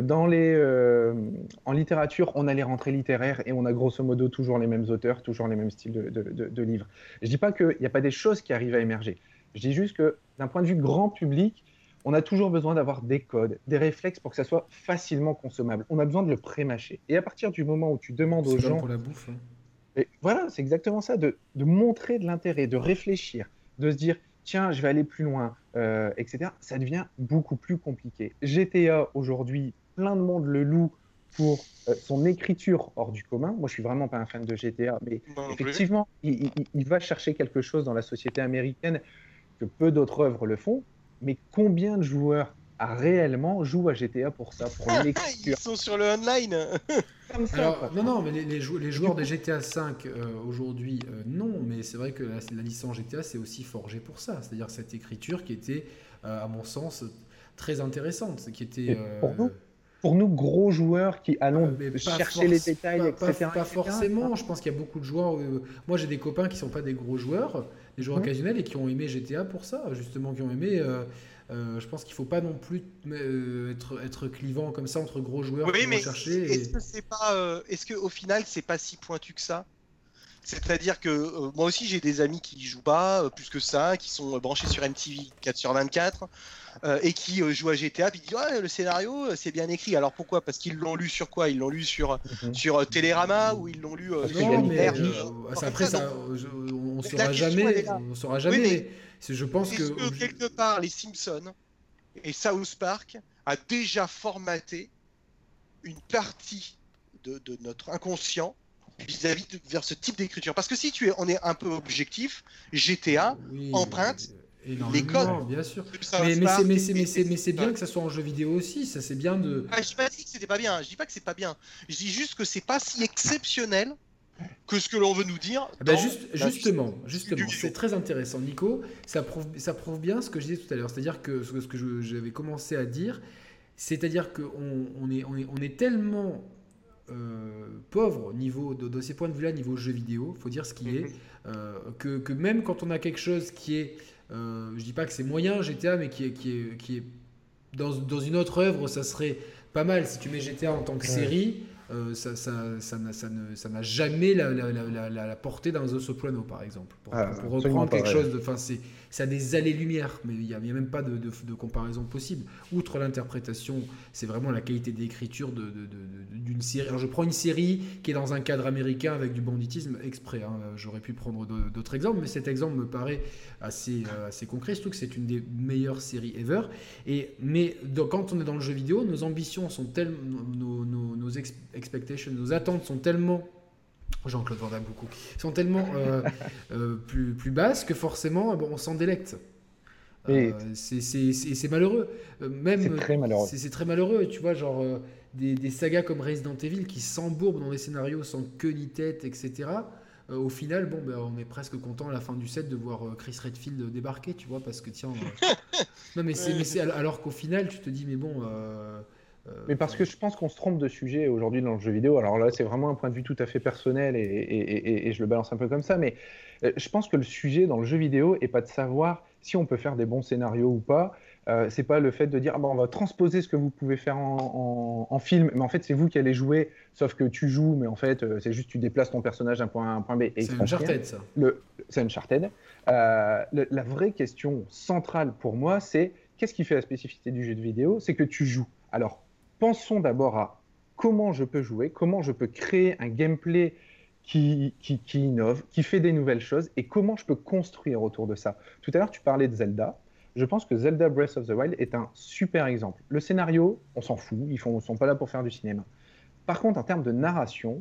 En littérature, on a les rentrées littéraires et on a grosso modo toujours les mêmes auteurs, toujours les mêmes styles de livres. Je ne dis pas qu'il n'y a pas des choses qui arrivent à émerger. Je dis juste que d'un point de vue grand public, on a toujours besoin d'avoir des codes, des réflexes pour que ça soit facilement consommable. On a besoin de le pré-mâcher. Et à partir du moment où tu demandes aux gens... pour la bouffe, hein. Et voilà, c'est exactement ça, de montrer de l'intérêt, de réfléchir, de se dire tiens, je vais aller plus loin, etc. Ça devient beaucoup plus compliqué. GTA, aujourd'hui, plein de monde le loue pour son écriture hors du commun. Moi, je suis vraiment pas un fan de GTA, mais effectivement, il va chercher quelque chose dans la société américaine que peu d'autres œuvres le font, mais combien de joueurs réellement jouent à GTA pour ça, pour l'écriture? Ils sont sur le online. Comme ça, Alors, quoi. non, mais les joueurs de GTA V aujourd'hui, non, mais c'est vrai que la licence GTA, c'est aussi forgé pour ça. C'est-à-dire cette écriture qui était, à mon sens, très intéressante, qui était... Et pour nous, gros joueurs qui allons chercher les détails, etc. Pas forcément, je pense qu'il y a beaucoup de joueurs... moi, j'ai des copains qui ne sont pas des gros joueurs, des joueurs occasionnels, et qui ont aimé GTA pour ça, justement, qui ont aimé... je pense qu'il ne faut pas non plus être clivant comme ça entre gros joueurs Oui, qui vont mais chercher. est-ce qu'au final, c'est pas si pointu que ça? C'est-à-dire que moi aussi, j'ai des amis qui jouent pas plus que ça, qui sont branchés sur MTV 4/24 et qui jouent à GTA, puis ils disent ouais, le scénario, c'est bien écrit. Alors pourquoi? Parce qu'ils l'ont lu sur quoi? Ils l'ont lu sur Télérama ou ils l'ont lu sur Non, mais après, ça, on saura jamais. On saura jamais. Oui, mais je pense est-ce que quelque part, les Simpsons et South Park a déjà formaté une partie de notre inconscient vis-à-vis vers ce type d'écriture? Parce que si on est un peu objectif, GTA emprunte les codes. Bien sûr. Mais c'est bien que ça soit en jeu vidéo aussi. Ça, c'est bien de. Ah, je n'ai pas dit que c'était pas bien. Je dis pas que c'est pas bien. Je dis juste que c'est pas si exceptionnel que ce que l'on veut nous dire. Justement, c'est très intéressant, Nico. Ça prouve bien ce que je disais tout à l'heure. C'est-à-dire que ce que j'avais commencé à dire, c'est-à-dire qu'on est tellement pauvre de ces points de vue-là, niveau jeu vidéo, faut dire ce qui est, que même quand on a quelque chose qui est, je dis pas que c'est moyen GTA, mais qui est dans une autre œuvre, ça serait pas mal. Si tu mets GTA en tant que série, ça n'a jamais la portée d'un The Soprano, par exemple. Pour reprendre quelque chose de... Ça a des allées-lumière, mais il n'y a même pas de comparaison possible. Outre l'interprétation, c'est vraiment la qualité d'écriture d'une série. Alors je prends une série qui est dans un cadre américain avec du banditisme exprès. J'aurais pu prendre d'autres exemples, mais cet exemple me paraît assez concret, surtout que c'est une des meilleures séries ever. Mais quand on est dans le jeu vidéo, nos ambitions sont tellement... Nos expectations, nos attentes sont tellement... Jean-Claude Van Damme, coucou, sont tellement plus basses que forcément on s'en délecte. C'est malheureux. C'est très malheureux. C'est très malheureux. Et tu vois, genre des sagas comme Resident Evil qui s'embourbent dans des scénarios sans queue ni tête, etc. Au final, on est presque content à la fin du set de voir Chris Redfield débarquer, tu vois, parce que tiens... Non, mais c'est alors qu'au final, tu te dis, mais bon... Mais parce que je pense qu'on se trompe de sujet aujourd'hui dans le jeu vidéo. Alors là, c'est vraiment un point de vue tout à fait personnel et je le balance un peu comme ça. Mais je pense que le sujet dans le jeu vidéo n'est pas de savoir si on peut faire des bons scénarios ou pas. C'est pas le fait de dire on va transposer ce que vous pouvez faire en film, mais en fait c'est vous qui allez jouer, sauf que tu joues, mais en fait c'est juste tu déplaces ton personnage d'un point A à un point B. C'est Uncharted, ça. C'est Uncharted. La vraie question centrale pour moi, c'est qu'est-ce qui fait la spécificité du jeu de vidéo? C'est que tu joues. Alors, pensons d'abord à comment je peux jouer, comment je peux créer un gameplay qui innove, qui fait des nouvelles choses, et comment je peux construire autour de ça. Tout à l'heure, tu parlais de Zelda. Je pense que Zelda Breath of the Wild est un super exemple. Le scénario, on s'en fout, ils ne sont pas là pour faire du cinéma. Par contre, en termes de narration,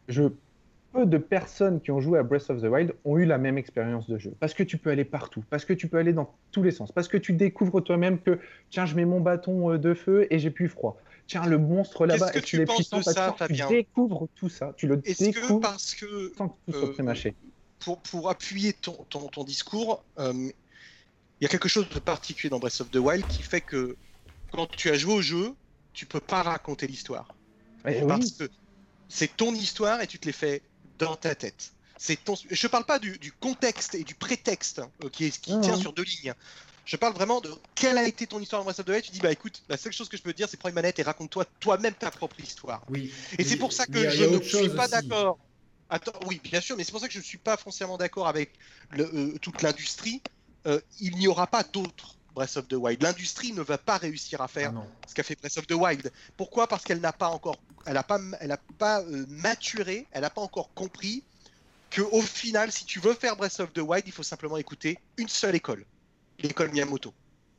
peu de personnes qui ont joué à Breath of the Wild ont eu la même expérience de jeu. Parce que tu peux aller partout, parce que tu peux aller dans tous les sens, parce que tu découvres toi-même que, tiens, je mets mon bâton de feu et j'ai plus froid. Tiens, le monstre là-bas, est-ce que tu penses de ça, Fabien? Tu découvres tout ça, tu le découvres parce que, sans que tout soit prémâché. Pour appuyer ton discours, il y a quelque chose de particulier dans Breath of the Wild qui fait que quand tu as joué au jeu, tu peux pas raconter l'histoire. Parce que c'est ton histoire et tu te l'es fait dans ta tête. Je parle pas du contexte et du prétexte qui tient sur deux lignes. Je parle vraiment de quelle a été ton histoire dans Breath of the Wild. Tu dis écoute, la seule chose que je peux te dire, c'est prends une manette et raconte-toi toi-même ta propre histoire. Oui. Et c'est pour ça que je ne suis pas d'accord. Attends, oui, bien sûr, mais c'est pour ça que je ne suis pas foncièrement d'accord avec toute l'industrie. Il n'y aura pas d'autres Breath of the Wild. L'industrie ne va pas réussir à faire ce qu'a fait Breath of the Wild. Pourquoi? Parce qu'elle n'a pas encore, elle n'a pas maturé, elle n'a pas encore compris que au final, si tu veux faire Breath of the Wild, il faut simplement écouter une seule école, l'école Miyamoto.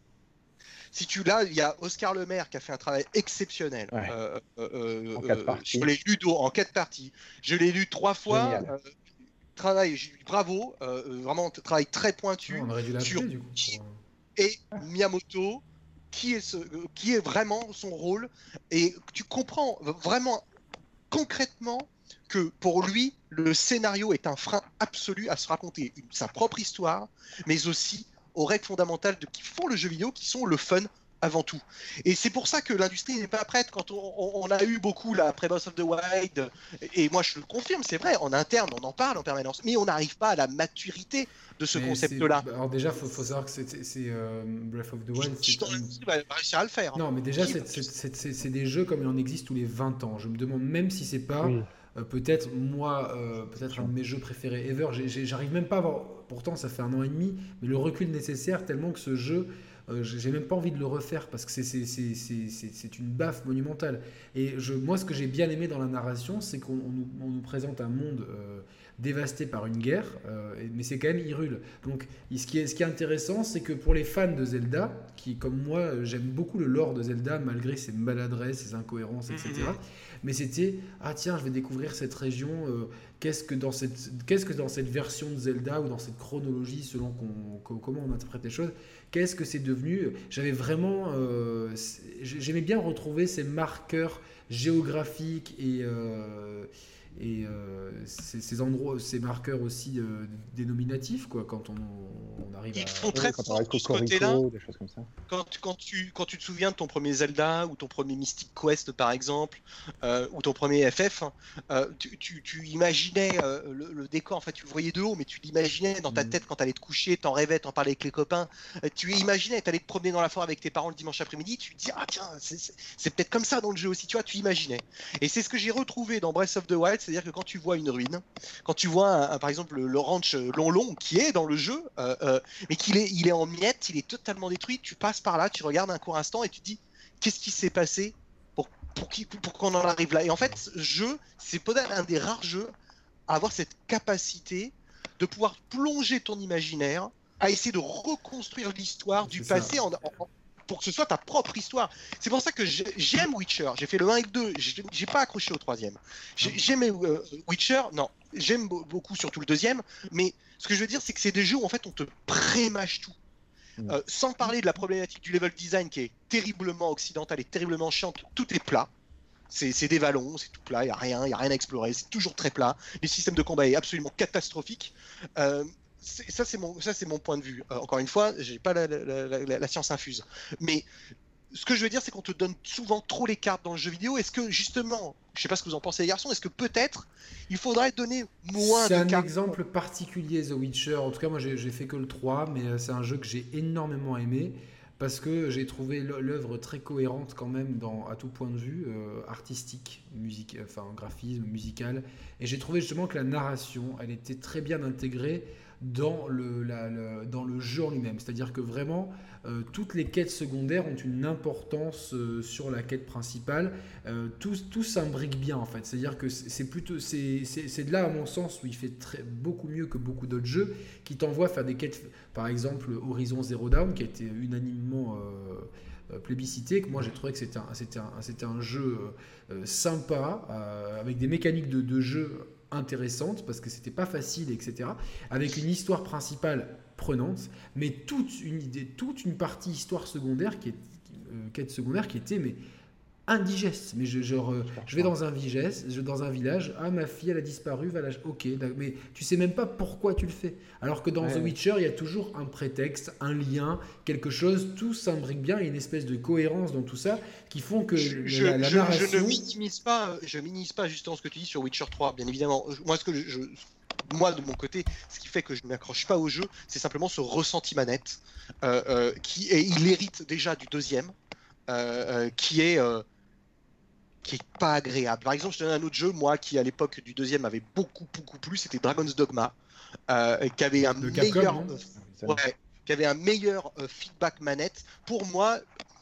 Il y a Oscar Lemaire qui a fait un travail exceptionnel en 4 parties. sur les Ludo en 4 parties. Je l'ai lu 3 fois. bravo, vraiment travail très pointu on aurait dû sur du coup, et Miyamoto, qui est vraiment son rôle, et tu comprends vraiment concrètement que pour lui, le scénario est un frein absolu à se raconter sa propre histoire, mais aussi aux règles fondamentales qui font le jeu vidéo, qui sont le fun avant tout. Et c'est pour ça que l'industrie n'est pas prête. Quand on a eu beaucoup là, après Breath of the Wild, et moi je le confirme, c'est vrai, en interne, on en parle en permanence, mais on n'arrive pas à la maturité de ce concept-là. Alors déjà, faut savoir que c'est Breath of the Wild. L'industrie va réussir à le faire. Non, mais déjà, c'est des jeux comme il en existe tous les 20 ans. Je me demande même si c'est pas... Oui. Peut-être un de mes jeux préférés ever. J'arrive même pas à avoir. Pourtant, ça fait 1 an et demi, mais le recul nécessaire tellement que ce jeu, j'ai même pas envie de le refaire parce que c'est une baffe monumentale. Et moi, ce que j'ai bien aimé dans la narration, c'est qu'on nous présente un monde dévasté par une guerre, mais c'est quand même Hyrule. Donc, ce qui est intéressant, c'est que pour les fans de Zelda, qui comme moi, j'aime beaucoup le lore de Zelda malgré ses maladresses, ses incohérences, etc. Mais c'était tiens, je vais découvrir cette région, qu'est-ce que dans cette version de Zelda ou dans cette chronologie selon comment on interprète les choses, qu'est-ce que c'est devenu. J'avais vraiment j'aimais bien retrouver ces marqueurs géographiques et ces endroits, ces marqueurs aussi dénominatifs, quoi, quand on arrive Ils font très fort de ce côté-là. Des choses comme ça. Quand tu te souviens de ton premier Zelda ou ton premier Mystic Quest par exemple, ou ton premier FF, tu imaginais le décor, en fait tu le voyais de haut, mais tu l'imaginais dans ta tête quand t'allais te coucher, t'en rêvais, t'en parlais avec les copains, tu imaginais, t'allais te promener dans la forêt avec tes parents le dimanche après-midi, tu te dis tiens, c'est peut-être comme ça dans le jeu aussi, tu vois, tu imaginais. Et c'est ce que j'ai retrouvé dans Breath of the Wild. C'est-à-dire que quand tu vois une ruine, quand tu vois par exemple le ranch Long qui est dans le jeu, mais il est en miettes, il est totalement détruit, tu passes par là, tu regardes un court instant et tu te dis qu'est-ce qui s'est passé pour qu'on en arrive là. Et en fait, ce jeu, c'est peut-être un des rares jeux à avoir cette capacité de pouvoir plonger ton imaginaire, à essayer de reconstruire l'histoire du passé pour que ce soit ta propre histoire. C'est pour ça que j'aime Witcher. J'ai fait le 1 et le 2. J'ai pas accroché au 3e. J'aime Witcher. Non, j'aime beaucoup surtout le 2e. Mais ce que je veux dire, c'est que c'est des jeux où en fait on te prémâche tout. Sans parler de la problématique du level design qui est terriblement occidentale et terriblement chiante. Tout est plat. C'est des vallons, c'est tout plat. Il y a rien à explorer. C'est toujours très plat. Le système de combat est absolument catastrophique. Ça c'est mon point de vue. Encore une fois, j'ai pas la science infuse. Mais ce que je veux dire, c'est qu'on te donne souvent trop les cartes dans le jeu vidéo. Est-ce que justement, je sais pas ce que vous en pensez les garçons, est-ce que peut-être il faudrait donner moins de cartes? C'est un exemple particulier, The Witcher. En tout cas, moi j'ai fait que le 3, mais c'est un jeu que j'ai énormément aimé parce que j'ai trouvé l'œuvre très cohérente quand même à tout point de vue, artistique, graphisme, musical. Et j'ai trouvé justement que la narration, elle était très bien intégrée dans le jeu en lui-même. C'est-à-dire que vraiment, toutes les quêtes secondaires ont une importance sur la quête principale. Tout s'imbrique bien, en fait. C'est-à-dire que c'est de là, à mon sens, où il fait beaucoup mieux que beaucoup d'autres jeux qui t'envoient faire des quêtes. Par exemple, Horizon Zero Dawn, qui a été unanimement plébiscité, que moi j'ai trouvé que c'était un jeu sympa, avec des mécaniques de jeu intéressante parce que c'était pas facile, etc. Avec une histoire principale prenante, mais toute une partie histoire secondaire quête secondaire qui était indigeste. Mais je vais dans un village, ma fille elle a disparu, ok, mais tu sais même pas pourquoi tu le fais. Alors que dans The Witcher, il y a toujours un prétexte, un lien, quelque chose, tout s'imbrique bien, il y a une espèce de cohérence dans tout ça qui font que la narration... Je ne minimise pas justement ce que tu dis sur Witcher 3, bien évidemment. Moi, de mon côté, ce qui fait que je ne m'accroche pas au jeu, c'est simplement ce ressenti manette, il hérite déjà du 2e, qui est pas agréable. Par exemple, je te donne un autre jeu, moi, qui à l'époque du 2e m'avait beaucoup plu, c'était Dragon's Dogma, qui avait un meilleur feedback manette. Pour moi,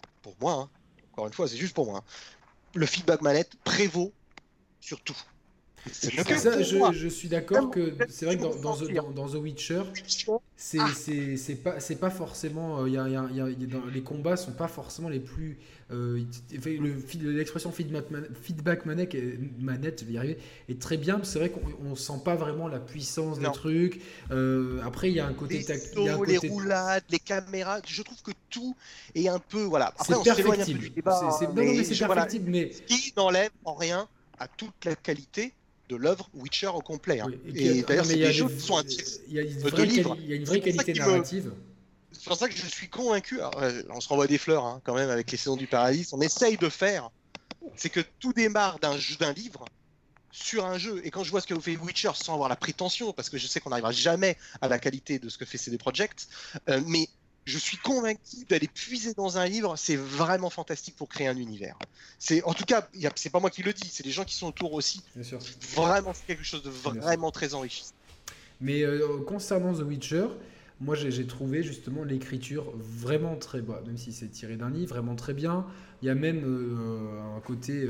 hein, encore une fois, c'est juste pour moi, hein, le feedback manette prévaut sur tout. Je suis d'accord que c'est vrai que dans The Witcher, c'est pas forcément. Les combats sont pas forcément les plus. L'expression feedback manette, je vais y arriver, est très bien. C'est vrai qu'on sent pas vraiment la puissance des trucs. Après, il y a un côté les roulades, les caméras. Je trouve que tout est un peu. Voilà. Après, c'est perfectible. C'est perfectible, mais ce qui n'enlève en rien à toute la qualité de l'œuvre Witcher au complet. Hein. Oui, et d'ailleurs, c'est des jeux qui sont il y a une vraie qualité narrative. C'est pour ça que je suis convaincu. Alors, on se renvoie des fleurs hein, quand même avec les Saisons du Paradis. On essaye de faire. C'est que tout démarre d'un livre sur un jeu. Et quand je vois ce que vous fait Witcher sans avoir la prétention, parce que je sais qu'on n'arrivera jamais à la qualité de ce que fait CD Projekt, mais je suis convaincu d'aller puiser dans un livre, c'est vraiment fantastique pour créer un univers. En tout cas, c'est pas moi qui le dis, c'est les gens qui sont autour aussi. Bien sûr. Vraiment, c'est quelque chose de vraiment très enrichissant. Mais concernant The Witcher, moi j'ai trouvé justement l'écriture vraiment très bonne, même si c'est tiré d'un livre, vraiment très bien. Il y a même un côté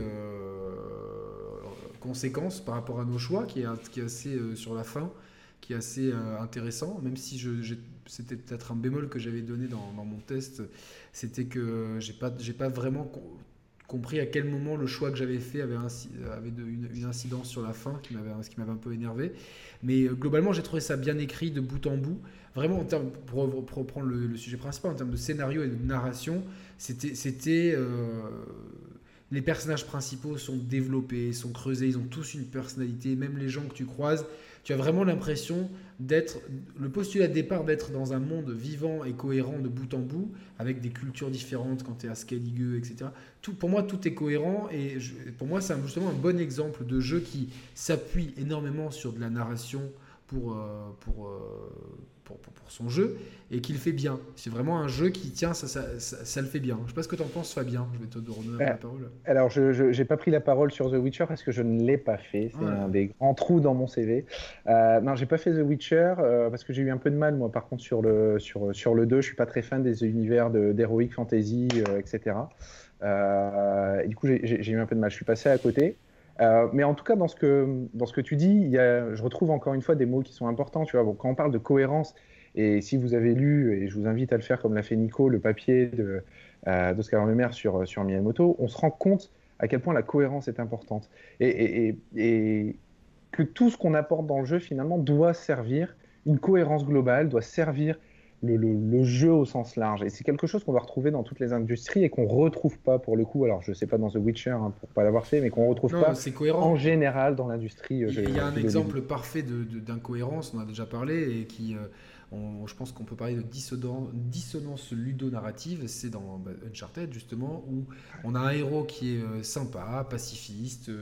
conséquence par rapport à nos choix qui est assez sur la fin, qui est assez intéressant, même si c'était peut-être un bémol que j'avais donné dans mon test, c'était que j'ai pas vraiment compris à quel moment le choix que j'avais fait avait une incidence sur la fin qui m'avait un peu énervé. Mais globalement, j'ai trouvé ça bien écrit de bout en bout. Vraiment, pour reprendre le sujet principal, en termes de scénario et de narration, les personnages principaux sont développés, sont creusés, ils ont tous une personnalité, même les gens que tu croises. Tu as vraiment l'impression le postulat de départ d'être dans un monde vivant et cohérent de bout en bout, avec des cultures différentes quand tu es à Skellige, etc. Pour moi, tout est cohérent et pour moi, c'est justement un bon exemple de jeu qui s'appuie énormément sur de la narration pour son jeu et qui le fait bien. C'est vraiment un jeu qui tient, ça le fait bien. Je ne sais pas ce que tu en penses, Fabien. Je vais te redonner la parole. Alors, je n'ai pas pris la parole sur The Witcher parce que je ne l'ai pas fait. C'est un des grands trous dans mon CV. Non, j'ai pas fait The Witcher parce que j'ai eu un peu de mal, moi, par contre, sur le 2. Je suis pas très fan des univers d'Heroic Fantasy, etc. Et du coup, j'ai eu un peu de mal. Je suis passé à côté. Mais en tout cas, dans ce que tu dis, je retrouve encore une fois des mots qui sont importants. Tu vois, bon, quand on parle de cohérence, et si vous avez lu, et je vous invite à le faire comme l'a fait Nico, le papier d'Oscar Lemaire sur Miyamoto, on se rend compte à quel point la cohérence est importante. Et que tout ce qu'on apporte dans le jeu, finalement, doit servir une cohérence globale, doit servir le jeu au sens large. Et c'est quelque chose qu'on va retrouver dans toutes les industries et qu'on ne retrouve pas pour le coup, alors je ne sais pas dans The Witcher pour ne pas l'avoir fait, mais qu'on ne retrouve pas en général dans l'industrie. Il y a un exemple parfait d'incohérence, on en a déjà parlé, et qui, je pense qu'on peut parler de dissonance ludonarrative, c'est dans Uncharted justement, où on a un héros qui est sympa, pacifiste,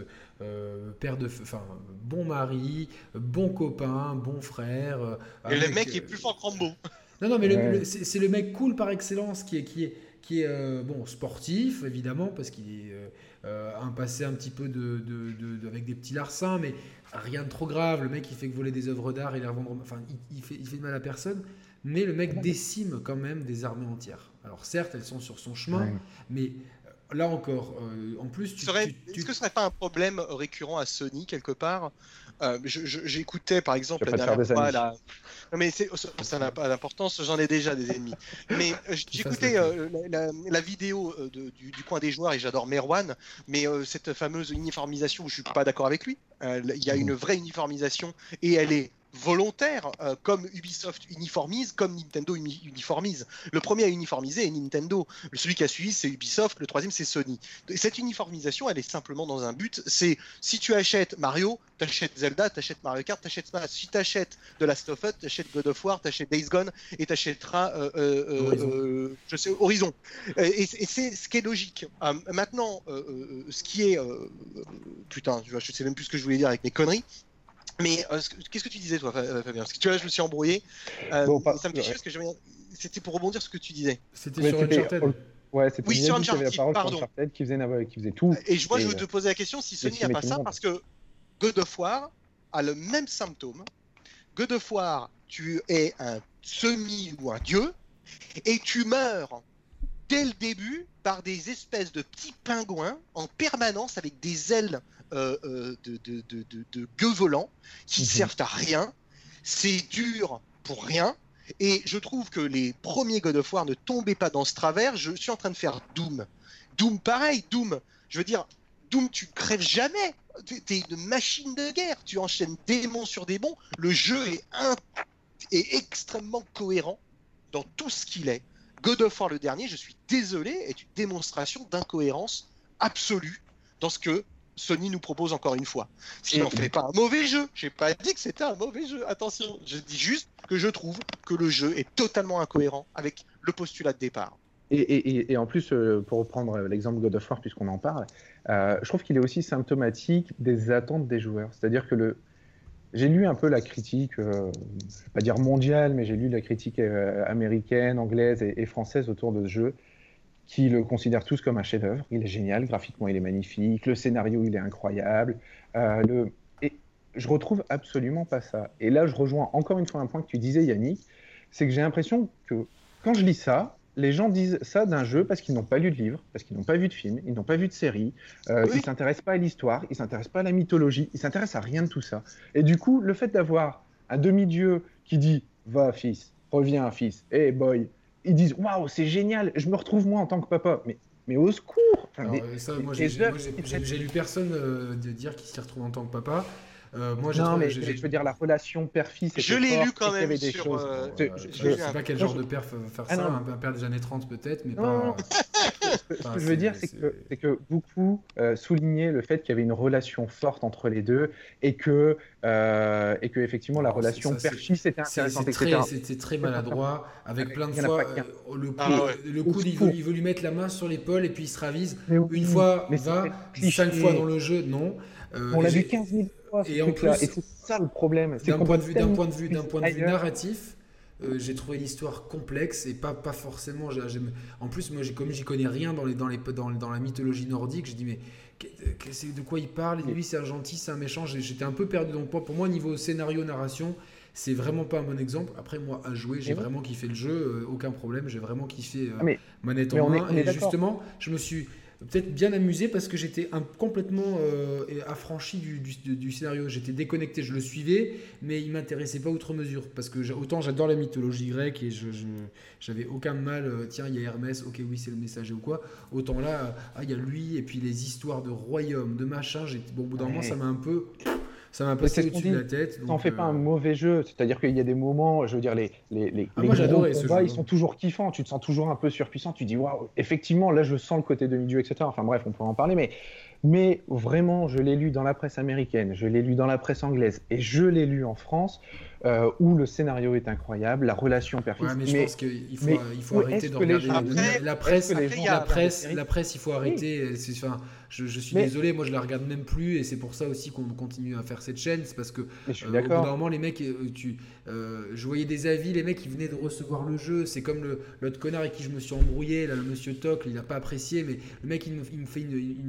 bon mari, bon copain, bon frère. Et le mec est plus fort que Rambo. Non, mais c'est le mec cool par excellence qui est bon, sportif, évidemment, parce qu'il est un passé un petit peu avec des petits larcins, mais rien de trop grave. Le mec, il fait que voler des œuvres d'art et les revendre. Enfin, il fait de mal à personne, mais le mec décime quand même des armées entières. Alors, certes, elles sont sur son chemin, mais là encore, en plus, est-ce que ce serait pas un problème récurrent à Sony quelque part? J'écoutais par exemple la dernière fois non mais ça n'a pas d'importance, j'en ai déjà des ennemis. Mais j'écoutais la vidéo du coin des joueurs et j'adore Merwan, mais cette fameuse uniformisation où je suis pas d'accord avec lui. Il y a une vraie uniformisation et elle est volontaire, comme Ubisoft uniformise, comme Nintendo uniformise. Le premier à uniformiser est Nintendo. Celui qui a suivi, c'est Ubisoft. Le troisième, c'est Sony. Cette uniformisation, elle est simplement dans un but. C'est si tu achètes Mario, t'achètes Zelda, t'achètes Mario Kart, t'achètes Smash. Si t'achètes The Last of Us, t'achètes God of War, t'achètes Days Gone et t'achèteras Horizon. Et c'est ce qui est logique. Maintenant, ce qui est putain, je sais même plus ce que je voulais dire avec mes conneries. Mais qu'est-ce que tu disais, toi, Fabien? Parce que tu vois, je me suis embrouillé. Ça me fait chier parce que c'était pour rebondir sur ce que tu disais. C'était sur Uncharted. Ouais, c'était sur Uncharted, pardon. Qui faisait tout. Et je veux te poser la question si Sony n'a pas ça, parce que God of War a le même symptôme. God of War, tu es un semi ou un dieu, et tu meurs dès le début par des espèces de petits pingouins en permanence avec des ailes de gueux volants qui servent à rien. C'est dur pour rien. Et je trouve que les premiers God of War ne tombaient pas dans ce travers. Je suis en train de faire Doom. Doom, pareil, Doom. Je veux dire, Doom, tu crèves jamais. T'es une machine de guerre. Tu enchaînes démons sur démons. Le jeu est extrêmement cohérent dans tout ce qu'il est. God of War, le dernier, je suis désolé, est une démonstration d'incohérence absolue dans ce que Sony nous propose encore une fois. Ce qui n'en fait pas un mauvais jeu. J'ai pas dit que c'était un mauvais jeu. Attention, je dis juste que je trouve que le jeu est totalement incohérent avec le postulat de départ. Et en plus, pour reprendre l'exemple God of War, puisqu'on en parle, je trouve qu'il est aussi symptomatique des attentes des joueurs. C'est-à-dire que j'ai lu un peu la critique, je ne vais pas dire mondiale, mais j'ai lu la critique américaine, anglaise et française autour de ce jeu, qui le considèrent tous comme un chef-d'œuvre. Il est génial, graphiquement il est magnifique, le scénario il est incroyable. Et je retrouve absolument pas ça. Et là, je rejoins encore une fois un point que tu disais, Yannick, c'est que j'ai l'impression que quand je lis ça, les gens disent ça d'un jeu parce qu'ils n'ont pas lu de livre, parce qu'ils n'ont pas vu de film, ils n'ont pas vu de série, ils ne s'intéressent pas à l'histoire, ils ne s'intéressent pas à la mythologie, ils ne s'intéressent à rien de tout ça. Et du coup, le fait d'avoir un demi-dieu qui dit « Va, fils, reviens, fils, hey, boy », ils disent « Waouh, c'est génial, je me retrouve moi en tant que papa ». Mais au secours. J'ai lu personne de dire qu'il s'y retrouve en tant que papa. Je veux dire, la relation père-fils. Je l'ai lu quand même sur. Je sais pas quel genre de père faire ça, un père des années 30 peut-être, mais pas. Ce que je veux dire, c'est que beaucoup soulignaient le fait qu'il y avait une relation forte entre les deux et que effectivement la relation père-fils était intéressante, etc. C'était très maladroit, avec plein de fois le coup il veut lui mettre la main sur l'épaule et puis il se ravise. Une fois, 5 fois dans le jeu, non. On l'a vu 15 000 fois. Et en plus, c'est ça le problème. D'un point de vue narratif, j'ai trouvé l'histoire complexe et pas forcément. En plus, moi, comme j'y connais rien dans la mythologie nordique, je dis mais de quoi il parle? Lui, c'est un gentil, c'est un méchant. J'étais un peu perdu. Donc pour moi, niveau scénario, narration, c'est vraiment pas un bon exemple. Après, moi, à jouer, j'ai vraiment kiffé le jeu, aucun problème. J'ai vraiment kiffé manette en main. Et justement, je me suis peut-être bien amusé parce que j'étais complètement affranchi du scénario. J'étais déconnecté, je le suivais, mais il m'intéressait pas outre mesure parce que autant j'adore la mythologie grecque et j'avais aucun mal. Tiens, il y a Hermès, ok, oui, c'est le messager ou quoi. Autant là, il y a lui et puis les histoires de royaumes, de machin. Au bout d'un moment, ça m'a un peu. Ça m'a passé au-dessus de la tête. Ça en fait pas un mauvais jeu. C'est-à-dire qu'il y a des moments, je veux dire, les gros combats, ils sont toujours kiffants. Tu te sens toujours un peu surpuissant. Tu dis, waouh, effectivement, là, je sens le côté demi-dieu, etc. Enfin bref, on pourra en parler. Mais vraiment, je l'ai lu dans la presse américaine, je l'ai lu dans la presse anglaise et je l'ai lu en France, où le scénario est incroyable, la relation père-fils. Je pense qu'il faut arrêter de regarder la presse. La presse, il faut arrêter. Je suis désolé, moi je la regarde même plus et c'est pour ça aussi qu'on continue à faire cette chaîne. C'est parce que au bout d'un moment, les mecs, je voyais des avis, les mecs ils venaient de recevoir le jeu. C'est comme l'autre connard avec qui je me suis embrouillé, là, le monsieur Tocle, il n'a pas apprécié, mais le mec il me fait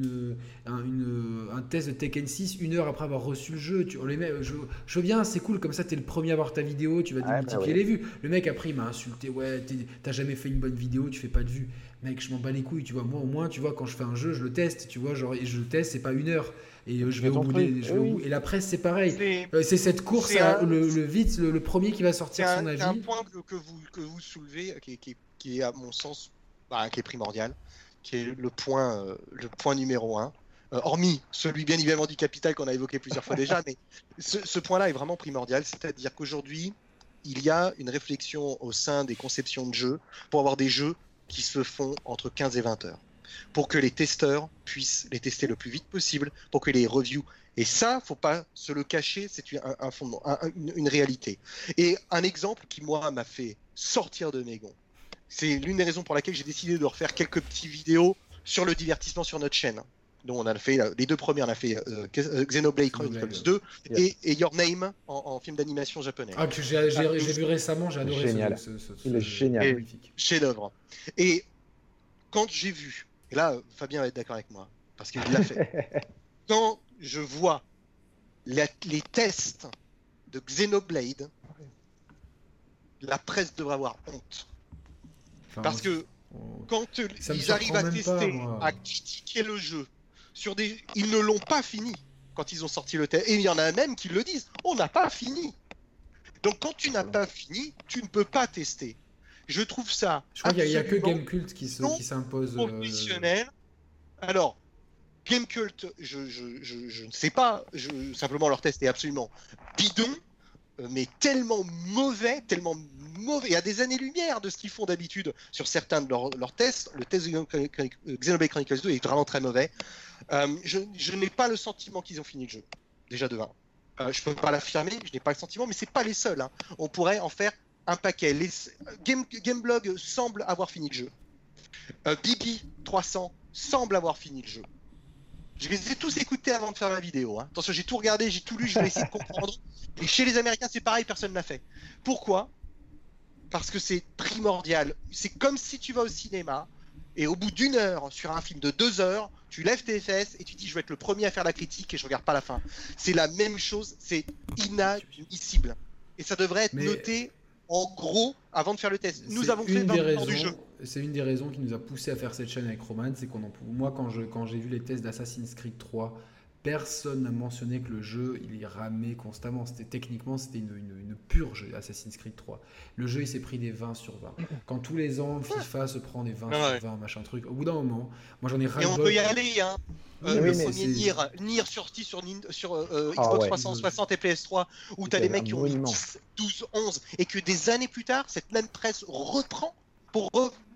un test de Tekken 6 1 heure après avoir reçu le jeu. Je veux bien, c'est cool, comme ça t'es le premier à voir ta vidéo, tu vas démultiplier les vues. Le mec après il m'a insulté, ouais, t'as jamais fait une bonne vidéo, tu fais pas de vues. Mec, je m'en bats les couilles, tu vois. Moi, au moins, tu vois, quand je fais un jeu, je le teste, tu vois. Genre, et je le teste, c'est pas 1 heure. Et je vais au bout. Et la presse, c'est pareil. C'est cette course, le premier qui va sortir son avis. C'est un point que vous soulevez, qui est à mon sens, qui est primordial, qui est le point numéro 1. Hormis celui bien évidemment du capital qu'on a évoqué plusieurs fois déjà, mais ce point-là est vraiment primordial. C'est-à-dire qu'aujourd'hui, il y a une réflexion au sein des conceptions de jeux pour avoir des jeux qui se font entre 15 et 20 heures, pour que les testeurs puissent les tester le plus vite possible, pour que les reviews... Et ça, faut pas se le cacher, c'est un fondement, une réalité. Et un exemple qui, moi, m'a fait sortir de mes gonds, c'est l'une des raisons pour laquelle j'ai décidé de refaire quelques petites vidéos sur le divertissement sur notre chaîne. Donc on a fait les 2 premières, on a fait Xenoblade Chronicles 2 et Your Name en film d'animation japonais. Que j'ai vu récemment, j'ai adoré. Il est génial, chef-d'œuvre. Et quand j'ai vu, et là Fabien va être d'accord avec moi parce qu'il l'a fait, quand je vois les tests de Xenoblade, la presse devrait avoir honte. Parce que Quand ils arrivent à tester, à critiquer le jeu, ils ne l'ont pas fini quand ils ont sorti le test. Et il y en a même qui le disent, on n'a pas fini. Donc quand tu n'as pas fini, tu ne peux pas tester. Je trouve ça. Je crois qu'il n'y a que Gamecult qui s'impose. Professionnel. Alors, Gamecult, je ne sais pas. Simplement, leur test est absolument bidon, mais tellement mauvais. Il y a des années-lumière de ce qu'ils font d'habitude sur certains de leurs tests. Le test de Xenoblade Chronicles 2 est vraiment très mauvais. Je n'ai pas le sentiment qu'ils ont fini le jeu. Déjà de 1. Je ne peux pas l'affirmer, je n'ai pas le sentiment, mais c'est pas les seuls. Hein. On pourrait en faire un paquet. Gameblog semble avoir fini le jeu. Bibi 300 semble avoir fini le jeu. Je les ai tous écoutés avant de faire ma vidéo. Hein. Attention, j'ai tout regardé, j'ai tout lu, je vais essayer de comprendre. Et chez les Américains, c'est pareil, personne ne l'a fait. Pourquoi ? Parce que c'est primordial. C'est comme si tu vas au cinéma et au bout d'1 heure sur un film de 2 heures, tu lèves tes fesses et tu dis je vais être le premier à faire la critique et je regarde pas la fin. C'est la même chose, c'est inadmissible. Et ça devrait être noté en gros avant de faire le test. Nous avons fait 20 ans du jeu. C'est une des raisons qui nous a poussé à faire cette chaîne avec Roman, c'est moi quand j'ai vu les tests d'Assassin's Creed 3, personne n'a mentionné que le jeu il ramait constamment. Techniquement c'était une purge Assassin's Creed 3. Le jeu il s'est pris des 20 sur 20. Quand tous les ans FIFA se prend des 20 sur 20 machin truc. Au bout d'un moment, moi j'en ai ras. Et on peut y aller hein. Le premier Nier sorti sur Xbox 360 et PS3 où t'as des mecs qui ont 10, 12, 11 et que des années plus tard cette même presse reprend pour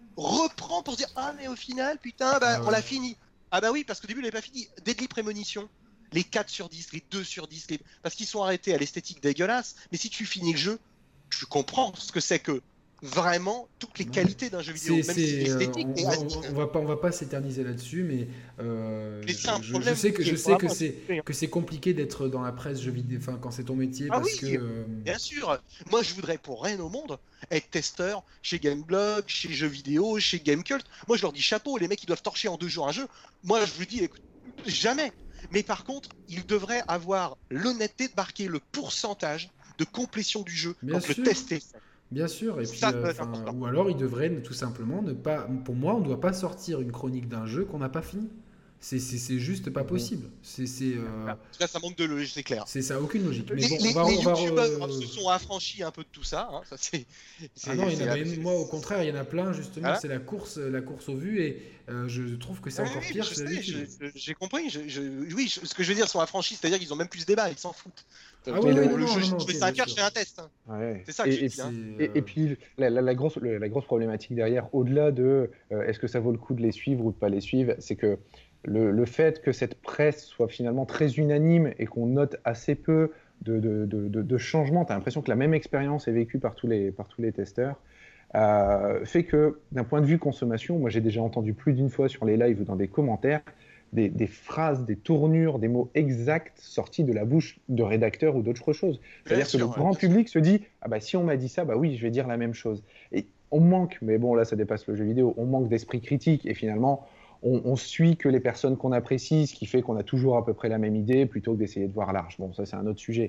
se dire ah mais au final putain on l'a fini. Ah bah oui parce qu'au début il l'avait pas fini. Deadly Premonition, les 4 sur 10, les 2 sur 10, parce qu'ils sont arrêtés à l'esthétique dégueulasse, mais si tu finis le jeu, tu comprends ce que c'est que vraiment toutes les qualités d'un jeu vidéo, même si l'esthétique est on va pas s'éterniser là-dessus, mais je sais que c'est compliqué d'être dans la presse jeu vidéo, enfin quand c'est ton métier, bien sûr. Moi, je voudrais pour rien au monde être testeur chez Gameblog, chez Jeux Vidéo, chez Gamecult. Moi, je leur dis chapeau, les mecs ils doivent torcher en 2 jours un jeu. Moi, je vous dis, écoute, jamais. Mais par contre, ils devraient avoir l'honnêteté de marquer le pourcentage de complétion du jeu quand le test est fait. Bien sûr, et puis, ou alors ils devraient tout simplement ne pas. Pour moi, on ne doit pas sortir une chronique d'un jeu qu'on n'a pas fini. C'est juste pas possible. Là, ça manque de logique, c'est clair. C'est ça, aucune logique. Mais les youtubeurs se sont affranchis un peu de tout ça. Hein. Moi, au contraire, il y en a plein justement. Voilà. C'est la course aux vues et je trouve que c'est encore pire. J'ai compris. Oui, ce que je veux dire, sont affranchis, c'est-à-dire qu'ils ont même plus de débat, ils s'en foutent. Je fais 5 heures, je fais un test. Hein. Ouais. C'est ça que je dis. Et puis la grosse problématique derrière, au-delà de est-ce que ça vaut le coup de les suivre ou de pas les suivre, c'est que le fait que cette presse soit finalement très unanime et qu'on note assez peu de changements, tu as l'impression que la même expérience est vécue par tous les testeurs, fait que d'un point de vue consommation, moi j'ai déjà entendu plus d'une fois sur les lives ou dans des commentaires des phrases, des tournures, des mots exacts sortis de la bouche de rédacteurs ou d'autres choses. C'est-à-dire que le grand public se dit « Ah bah si on m'a dit ça, bah oui, je vais dire la même chose ». Et on manque, mais bon là ça dépasse le jeu vidéo, on manque d'esprit critique et finalement on suit que les personnes qu'on apprécie, ce qui fait qu'on a toujours à peu près la même idée plutôt que d'essayer de voir large. Bon, ça c'est un autre sujet.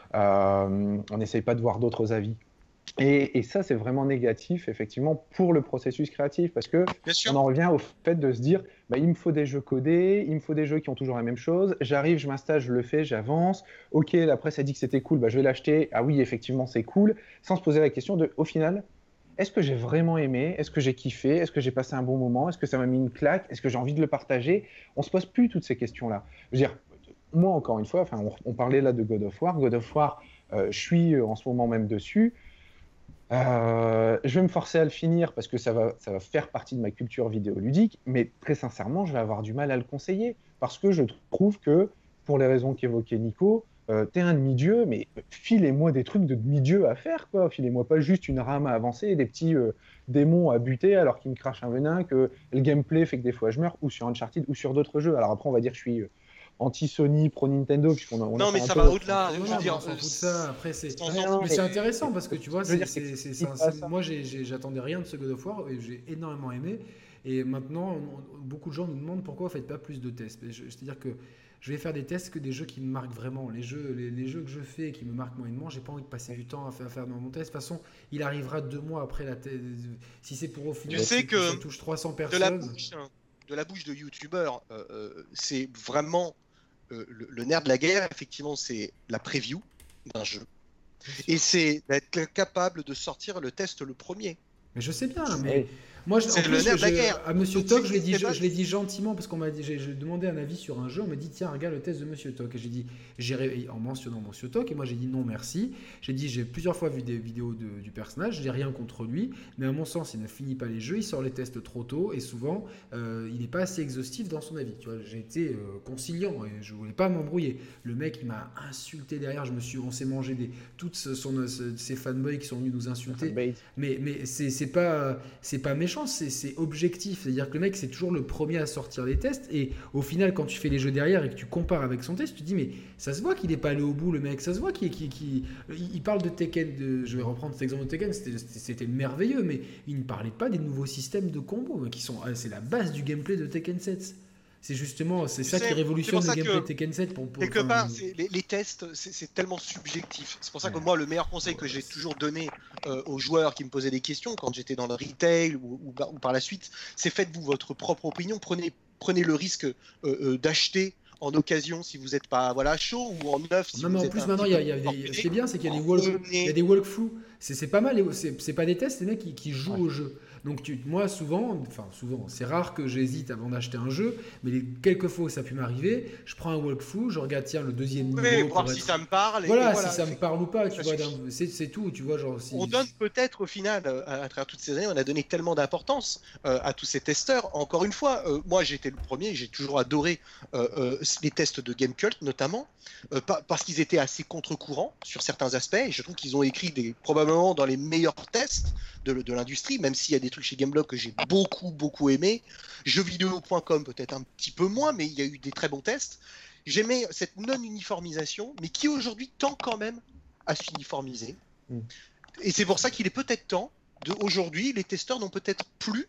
On n'essaye pas de voir d'autres avis. Et ça, c'est vraiment négatif, effectivement, pour le processus créatif, parce que on en revient au fait de se dire, bah, il me faut des jeux codés, il me faut des jeux qui ont toujours la même chose, j'arrive, je m'installe, je le fais, j'avance, ok, la presse a dit que c'était cool, bah, je vais l'acheter, ah oui, effectivement, c'est cool, sans se poser la question de, au final, est-ce que j'ai vraiment aimé, est-ce que j'ai kiffé, est-ce que j'ai passé un bon moment, est-ce que ça m'a mis une claque, est-ce que j'ai envie de le partager? On se pose plus toutes ces questions-là. Je veux dire, moi, encore une fois, on parlait là de God of War, je suis en ce moment même dessus. Je vais me forcer à le finir parce que ça va faire partie de ma culture vidéoludique, mais très sincèrement, je vais avoir du mal à le conseiller parce que je trouve que, pour les raisons qu'évoquait Nico, t'es un demi-dieu, mais filez-moi des trucs de demi-dieu à faire, quoi. Filez-moi pas juste une rame à avancer et des petits démons à buter alors qu'ils me crachent un venin, que le gameplay fait que des fois je meurs, ou sur Uncharted ou sur d'autres jeux. Alors après, on va dire que je suis anti-Sony, pro-Nintendo, puisqu'on non, mais ça va au-delà. Je veux dire, ça. Après, c'est intéressant parce que tu vois, moi, j'attendais rien de ce God of War et j'ai énormément aimé. Et maintenant, beaucoup de gens nous demandent pourquoi vous faites pas plus de tests. C'est-à-dire que je vais faire des tests que des jeux qui me marquent vraiment. Les jeux que je fais et qui me marquent moyennement, j'ai pas envie de passer du temps à faire mon test. De toute façon, il arrivera 2 mois après la thèse. Si c'est pour au final, tu sais que ça touche 300 personnes. De la bouche de youtubeurs, c'est vraiment le nerf de la guerre. Effectivement, c'est la preview d'un jeu. Et c'est d'être capable de sortir le test le premier. Mais je sais bien, mais moi, c'est le nerf de la guerre. À Monsieur Toc, je l'ai dit gentiment parce qu'on m'a dit, j'ai demandé un avis sur un jeu, on m'a dit tiens regarde le test de Monsieur Toc, et j'ai dit en mentionnant Monsieur Toc, et moi j'ai dit non merci. J'ai plusieurs fois vu des vidéos du personnage, j'ai rien contre lui, mais à mon sens il ne finit pas les jeux, il sort les tests trop tôt et souvent il n'est pas assez exhaustif dans son avis. Tu vois, j'ai été conciliant et je voulais pas m'embrouiller. Le mec il m'a insulté derrière, on s'est mangé toutes ces fanboys qui sont venus nous insulter. Mais c'est pas méchant. C'est objectif, c'est-à-dire que le mec c'est toujours le premier à sortir les tests et au final quand tu fais les jeux derrière et que tu compares avec son test, tu te dis mais ça se voit qu'il n'est pas allé au bout le mec, ça se voit il parle de Tekken, je vais reprendre cet exemple de Tekken, c'était merveilleux, mais il ne parlait pas des nouveaux systèmes de combos qui sont, c'est la base du gameplay de Tekken 7. C'est justement ça qui révolutionne le gameplay de Tekken 7. Quelque part, les tests, c'est tellement subjectif. C'est pour ça que moi, le meilleur conseil que j'ai toujours donné aux joueurs qui me posaient des questions quand j'étais dans le retail ou par la suite, c'est faites-vous votre propre opinion. Prenez le risque d'acheter en occasion si vous n'êtes pas chaud ou en neuf. Si non, mais en plus, maintenant, ce qui est bien, c'est qu'il y a des walkthroughs. C'est pas mal, c'est pas des tests, c'est des mecs qui jouent au jeu. Donc moi souvent, c'est rare que j'hésite avant d'acheter un jeu, mais quelques fois où ça a pu m'arriver, je prends un walkthrough, je regarde le deuxième niveau voir si ça me parle. Voilà, si ça me parle ou pas, tu vois, c'est tout, tu vois, genre. On donne peut-être au final, à travers toutes ces années, on a donné tellement d'importance à tous ces testeurs. Encore une fois, moi j'étais le premier, j'ai toujours adoré les tests de Gamecult notamment, parce qu'ils étaient assez contre-courant sur certains aspects, et je trouve qu'ils ont écrit probablement dans les meilleurs tests de l'industrie, même s'il y a des trucs chez Gameblog que j'ai beaucoup aimé. Jeuxvideo.com peut-être un petit peu moins, mais il y a eu des très bons tests. J'aimais cette non-uniformisation, mais qui aujourd'hui tend quand même à s'uniformiser. Et c'est pour ça qu'il est peut-être temps aujourd'hui, les testeurs n'ont peut-être plus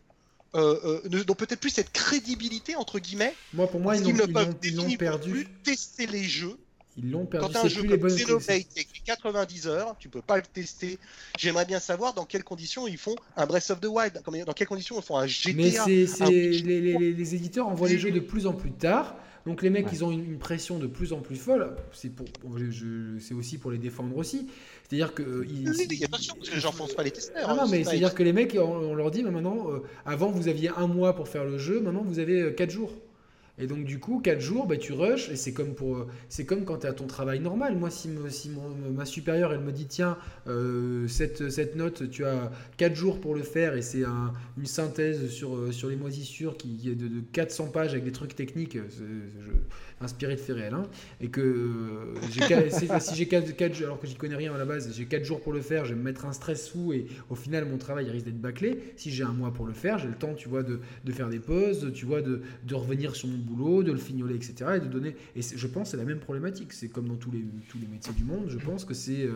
cette crédibilité entre guillemets. Moi, pour moi, ils l'ont perdu. Plus tester les jeux. Ils l'ont perdu. Quand un jeu comme Xenoblade qui écrit 90 heures, tu peux pas le tester. J'aimerais bien savoir dans quelles conditions ils font un Breath of the Wild, dans quelles conditions ils font un GTA. Mais les éditeurs envoient les jeux de plus en plus tard. Donc les mecs, ils ont une pression de plus en plus folle. C'est aussi pour les défendre aussi. C'est-à-dire que attention, parce que j'enfonce pas les testeurs. Non, mais c'est-à-dire que les mecs, on leur dit, maintenant, avant vous aviez 1 mois pour faire le jeu, maintenant vous avez 4 jours. Et donc du coup 4 jours tu rushes, et c'est comme quand tu es à ton travail normal. Moi si ma supérieure elle me dit tiens cette note tu as 4 jours pour le faire, et c'est une synthèse sur les moisissures qui est de 400 pages avec des trucs techniques inspiré de faits réels, et que si j'ai 4 jours alors que j'y connais rien à la base, j'ai 4 jours pour le faire, je vais me mettre un stress fou et au final mon travail risque d'être bâclé. Si j'ai 1 mois pour le faire, j'ai le temps, tu vois, de faire des pauses, tu vois, de revenir sur mon boulot, de le fignoler, etc. Et de donner. Et je pense que c'est la même problématique. C'est comme dans tous les métiers du monde. Je pense que c'est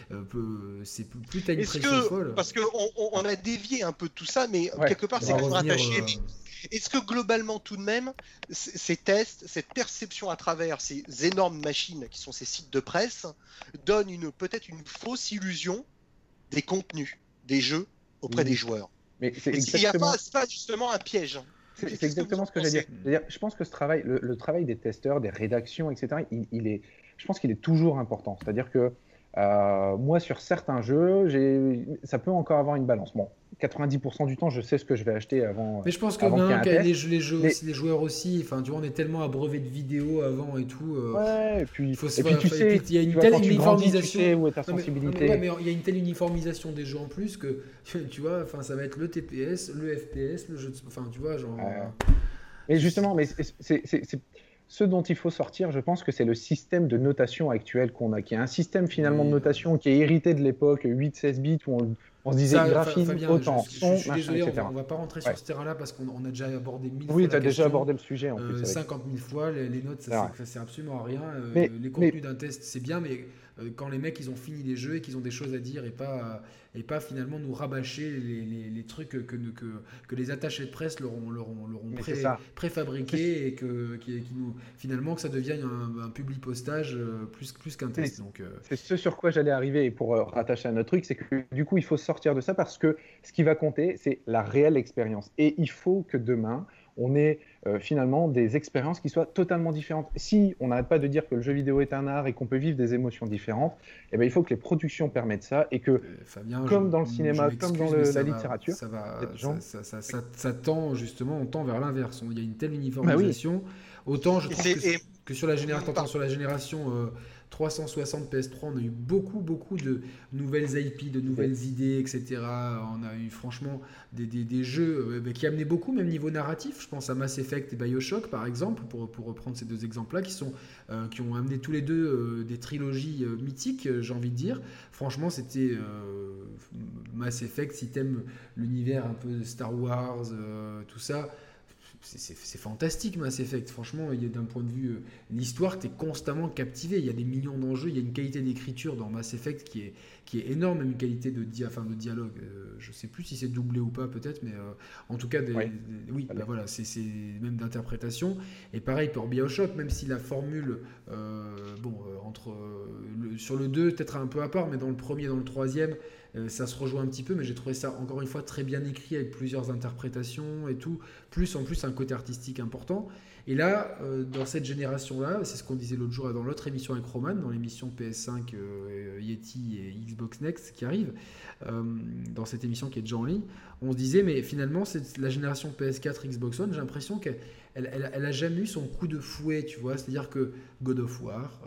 plus t'as une pression folle. Parce qu'on a dévié un peu de tout ça, mais quelque part c'est quand même rattaché. Est-ce que globalement tout de même, ces tests, cette perception à travers ces énormes machines qui sont ces sites de presse, donne peut-être une fausse illusion des contenus, des jeux auprès des joueurs? Mais il n'y a pas justement un piège? C'est exactement ce que j'allais dire. C'est-à-dire, je pense que ce travail, le travail des testeurs, des rédactions, etc., je pense qu'il est toujours important. C'est-à-dire que moi, sur certains jeux, ça peut encore avoir une balance. Bon, 90% du temps, je sais ce que je vais acheter avant. Mais je pense que maintenant, les joueurs aussi, enfin, tu vois, on est tellement abreuvé de vidéos avant et tout. Ouais, et puis, il y a une telle uniformisation. Tu sais où est ta sensibilité. Mais il y a une telle uniformisation des jeux en plus que, tu vois, enfin, ça va être le TPS, le FPS, le jeu de... Enfin, tu vois, genre... Mais justement, c'est ce dont il faut sortir, je pense que c'est le système de notation actuel qu'on a, qui est un système finalement de notation qui est hérité de l'époque 8-16 bits où On se disait graphisme, Fabien, autant, je suis son, désolé, etc. on va pas rentrer sur ce terrain-là parce qu'on a déjà abordé 1000 fois Oui, la tu as déjà question. abordé le sujet en plus. 50 000 fois, les notes, ça sert absolument à rien. Les contenus d'un test, c'est bien, mais quand les mecs, ils ont fini les jeux et qu'ils ont des choses à dire et pas finalement nous rabâcher les trucs que les attachés de presse leur ont préfabriqués et qui nous, finalement, que ça devienne un public postage plus qu'un test. C'est ce sur quoi j'allais arriver, et pour rattacher à notre truc, c'est que du coup, il faut sortir de ça parce que ce qui va compter, c'est la réelle expérience. Et il faut que demain, on ait finalement des expériences qui soient totalement différentes. Si on n'arrête pas de dire que le jeu vidéo est un art et qu'on peut vivre des émotions différentes, eh ben, il faut que les productions permettent ça et que, Fabien, comme dans le cinéma, comme dans la littérature, ça tend justement, on tend vers l'inverse. Il y a une telle uniformisation. Autant je trouve que sur la génération 360 PS3, on a eu beaucoup de nouvelles IP, de nouvelles idées, etc. On a eu franchement des jeux qui amenaient beaucoup, même niveau narratif. Je pense à Mass Effect et BioShock, par exemple, pour reprendre ces deux exemples-là, qui ont amené tous les deux des trilogies mythiques, j'ai envie de dire. Franchement, c'était Mass Effect, si t'aimes l'univers un peu Star Wars, tout ça. C'est fantastique Mass Effect, franchement, d'un point de vue l'histoire, tu es constamment captivé, il y a des millions d'enjeux, il y a une qualité d'écriture dans Mass Effect qui est énorme, même une qualité de dialogue, je sais plus si c'est doublé ou pas peut-être, mais en tout cas voilà, c'est même d'interprétation. Et pareil pour BioShock, même si la formule sur le 2 peut-être un peu à part, mais dans le premier, dans le troisième, ça se rejoint un petit peu, mais j'ai trouvé ça encore une fois très bien écrit avec plusieurs interprétations et tout, en plus un côté artistique important. Et là, dans cette génération-là, c'est ce qu'on disait l'autre jour dans l'autre émission avec Roman, dans l'émission PS5 Yeti et Xbox Next qui arrive, dans cette émission qui est déjà en ligne, on se disait, mais finalement, c'est la génération PS4 Xbox One, j'ai l'impression qu'elle a jamais eu son coup de fouet, tu vois, c'est-à-dire que God of War,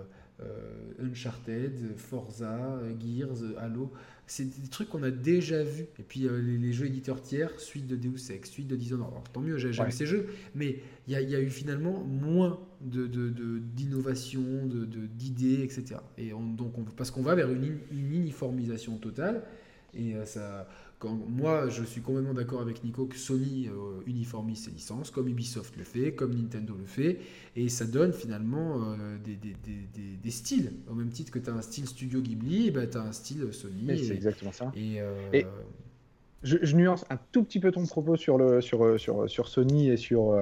Uncharted, Forza, Gears, Halo, c'est des trucs qu'on a déjà vus. Et puis les jeux éditeurs tiers, suite de Deus Ex, suite de Dishonored. Alors, tant mieux, j'aime ces jeux, mais il y a eu finalement moins d'innovation, d'idées, etc. Et parce qu'on va vers une uniformisation totale. Et moi, je suis complètement d'accord avec Nico que Sony uniformise ses licences, comme Ubisoft le fait, comme Nintendo le fait, et ça donne finalement des styles. Au même titre que tu as un style Studio Ghibli, tu as un style Sony. Mais c'est exactement ça. Et je nuance un tout petit peu ton propos sur Sony et sur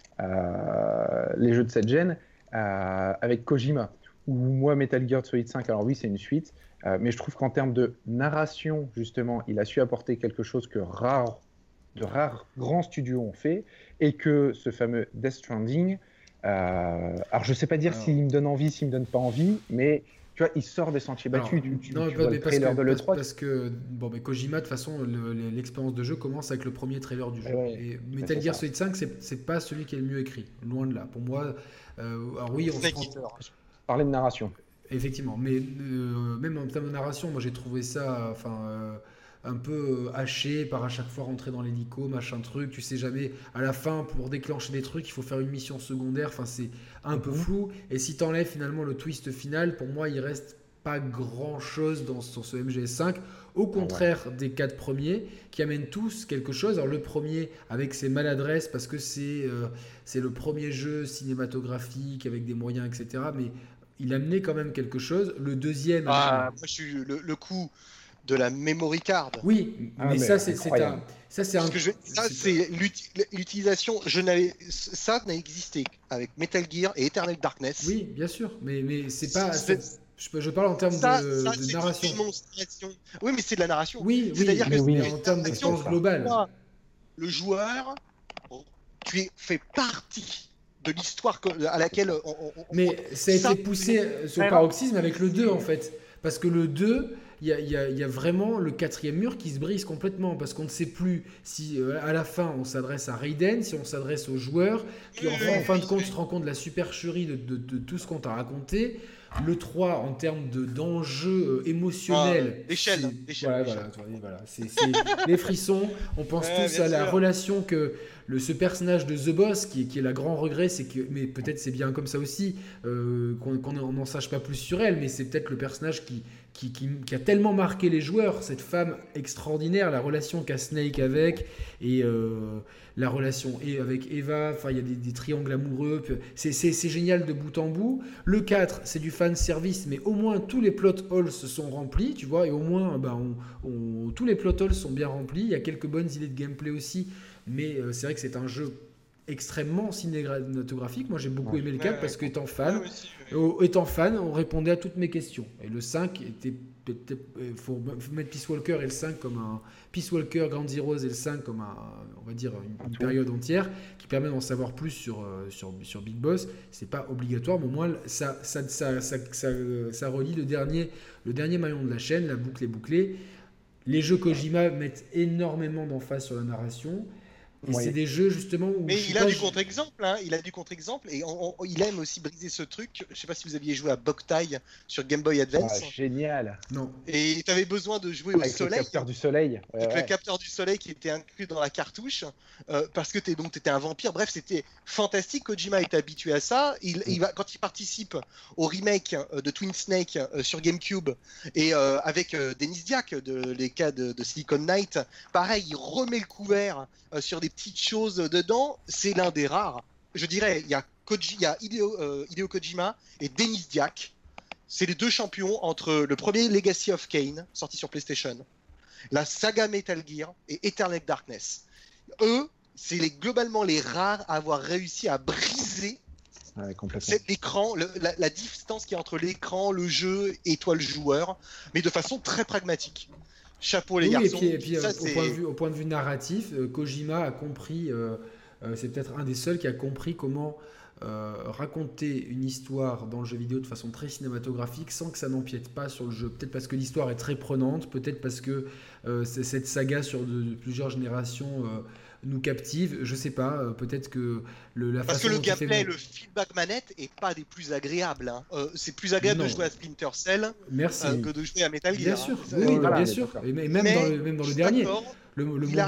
les jeux de cette gêne, avec Kojima, où moi, Metal Gear Solid 5, alors oui, c'est une suite, mais je trouve qu'en termes de narration, justement, il a su apporter quelque chose que de rares grands studios ont fait, et que ce fameux Death Stranding, alors je sais pas dire s'il me donne envie, s'il me donne pas envie, mais tu vois, il sort des sentiers battus. Parce que Kojima, de toute façon, l'expérience de jeu commence avec le premier trailer du jeu. Et Metal Gear Solid 5, c'est pas celui qui est le mieux écrit, loin de là. Pour moi, alors oui, on se parler de narration. Effectivement, mais même en termes de narration, moi j'ai trouvé ça un peu haché par à chaque fois rentrer dans l'hélico, machin truc, tu sais jamais, à la fin pour déclencher des trucs il faut faire une mission secondaire, c'est un peu flou, et si t'enlèves finalement le twist final, pour moi il reste pas grand chose sur ce MGS5, au contraire des 4 premiers qui amènent tous quelque chose. Alors le premier avec ses maladresses parce que c'est le premier jeu cinématographique avec des moyens, etc., mais il amenait quand même quelque chose. Le deuxième... moi je suis le coup de la memory card. Oui, mais ça c'est l'utilisation. Ça n'a existé avec Metal Gear et Eternal Darkness. Oui, bien sûr, mais c'est pas. Je parle en termes de narration. Oui, mais c'est de la narration. Oui, c'est-à-dire que en termes d'expérience globale. Le joueur, tu fais partie de l'histoire à laquelle mais ça a été poussé sur le paroxysme avec le 2 en fait, parce que le 2 il y a vraiment le quatrième mur qui se brise complètement, parce qu'on ne sait plus si à la fin on s'adresse à Raiden, si on s'adresse aux joueurs, puis en fin de compte tu te rends compte de la supercherie de tout ce qu'on t'a raconté. Le 3 en termes d'enjeux émotionnels, voilà, c'est les frissons. On pense tous à la relation que ce personnage de The Boss, qui est la grand regret, c'est que, mais peut-être c'est bien comme ça aussi, qu'on n'en sache pas plus sur elle, mais c'est peut-être le personnage qui a tellement marqué les joueurs, cette femme extraordinaire, la relation qu'a Snake avec, et la relation avec Eva, enfin il y a des triangles amoureux, c'est génial de bout en bout. Le 4, c'est du fan service, mais au moins tous les plot holes se sont remplis, tu vois, et au moins tous les plot holes sont bien remplis, il y a quelques bonnes idées de gameplay aussi, mais c'est vrai que c'est un jeu extrêmement cinématographique. Moi j'ai beaucoup aimé le 4 parce qu'étant fan, on répondait à toutes mes questions. Et le 5 était peut-être, faut mettre Peace Walker et le 5 comme un Peace Walker, Ground Zeroes et le 5 comme on va dire une période entière qui permet d'en savoir plus sur Big Boss. C'est pas obligatoire, mais au moins ça relie le dernier maillon de la chaîne, la boucle est bouclée. Les jeux Kojima mettent énormément d'emphase sur la narration. Et c'est des jeux justement où... Mais il a du contre-exemple, hein. Il a du contre-exemple et il aime aussi briser ce truc. Je sais pas si vous aviez joué à Boktai sur Game Boy Advance. Génial. Non. Et tu avais besoin de jouer au soleil. Le capteur du soleil. Avec le capteur du soleil qui était inclus dans la cartouche parce que t'étais un vampire. Bref, c'était fantastique. Kojima était habitué à ça. Quand il participe au remake de Twin Snake sur GameCube et avec Dennis Diac les cas de Silicon Knight, pareil, il remet le couvert sur des petites choses dedans. C'est l'un des rares. Je dirais, il y a Hideo Kojima et Dennis Diac. C'est les deux champions entre le premier Legacy of Kain, sorti sur PlayStation, la saga Metal Gear et Eternal Darkness. Eux, c'est globalement les rares à avoir réussi à briser l'écran, la distance qui est entre l'écran, le jeu et toi le joueur, mais de façon très pragmatique. Chapeau les garçons. Et puis ça, au point de vue narratif, Kojima a compris, c'est peut-être un des seuls qui a compris comment raconter une histoire dans le jeu vidéo de façon très cinématographique sans que ça n'empiète pas sur le jeu. Peut-être parce que l'histoire est très prenante, peut-être parce que cette saga sur plusieurs générations nous captive, je sais pas, peut-être que parce que le gameplay, le feedback manette est pas des plus agréables, hein. C'est plus agréable de jouer à Splinter Cell que de jouer à Metal Gear. Bien sûr, bien sûr. Et même dans le dernier, le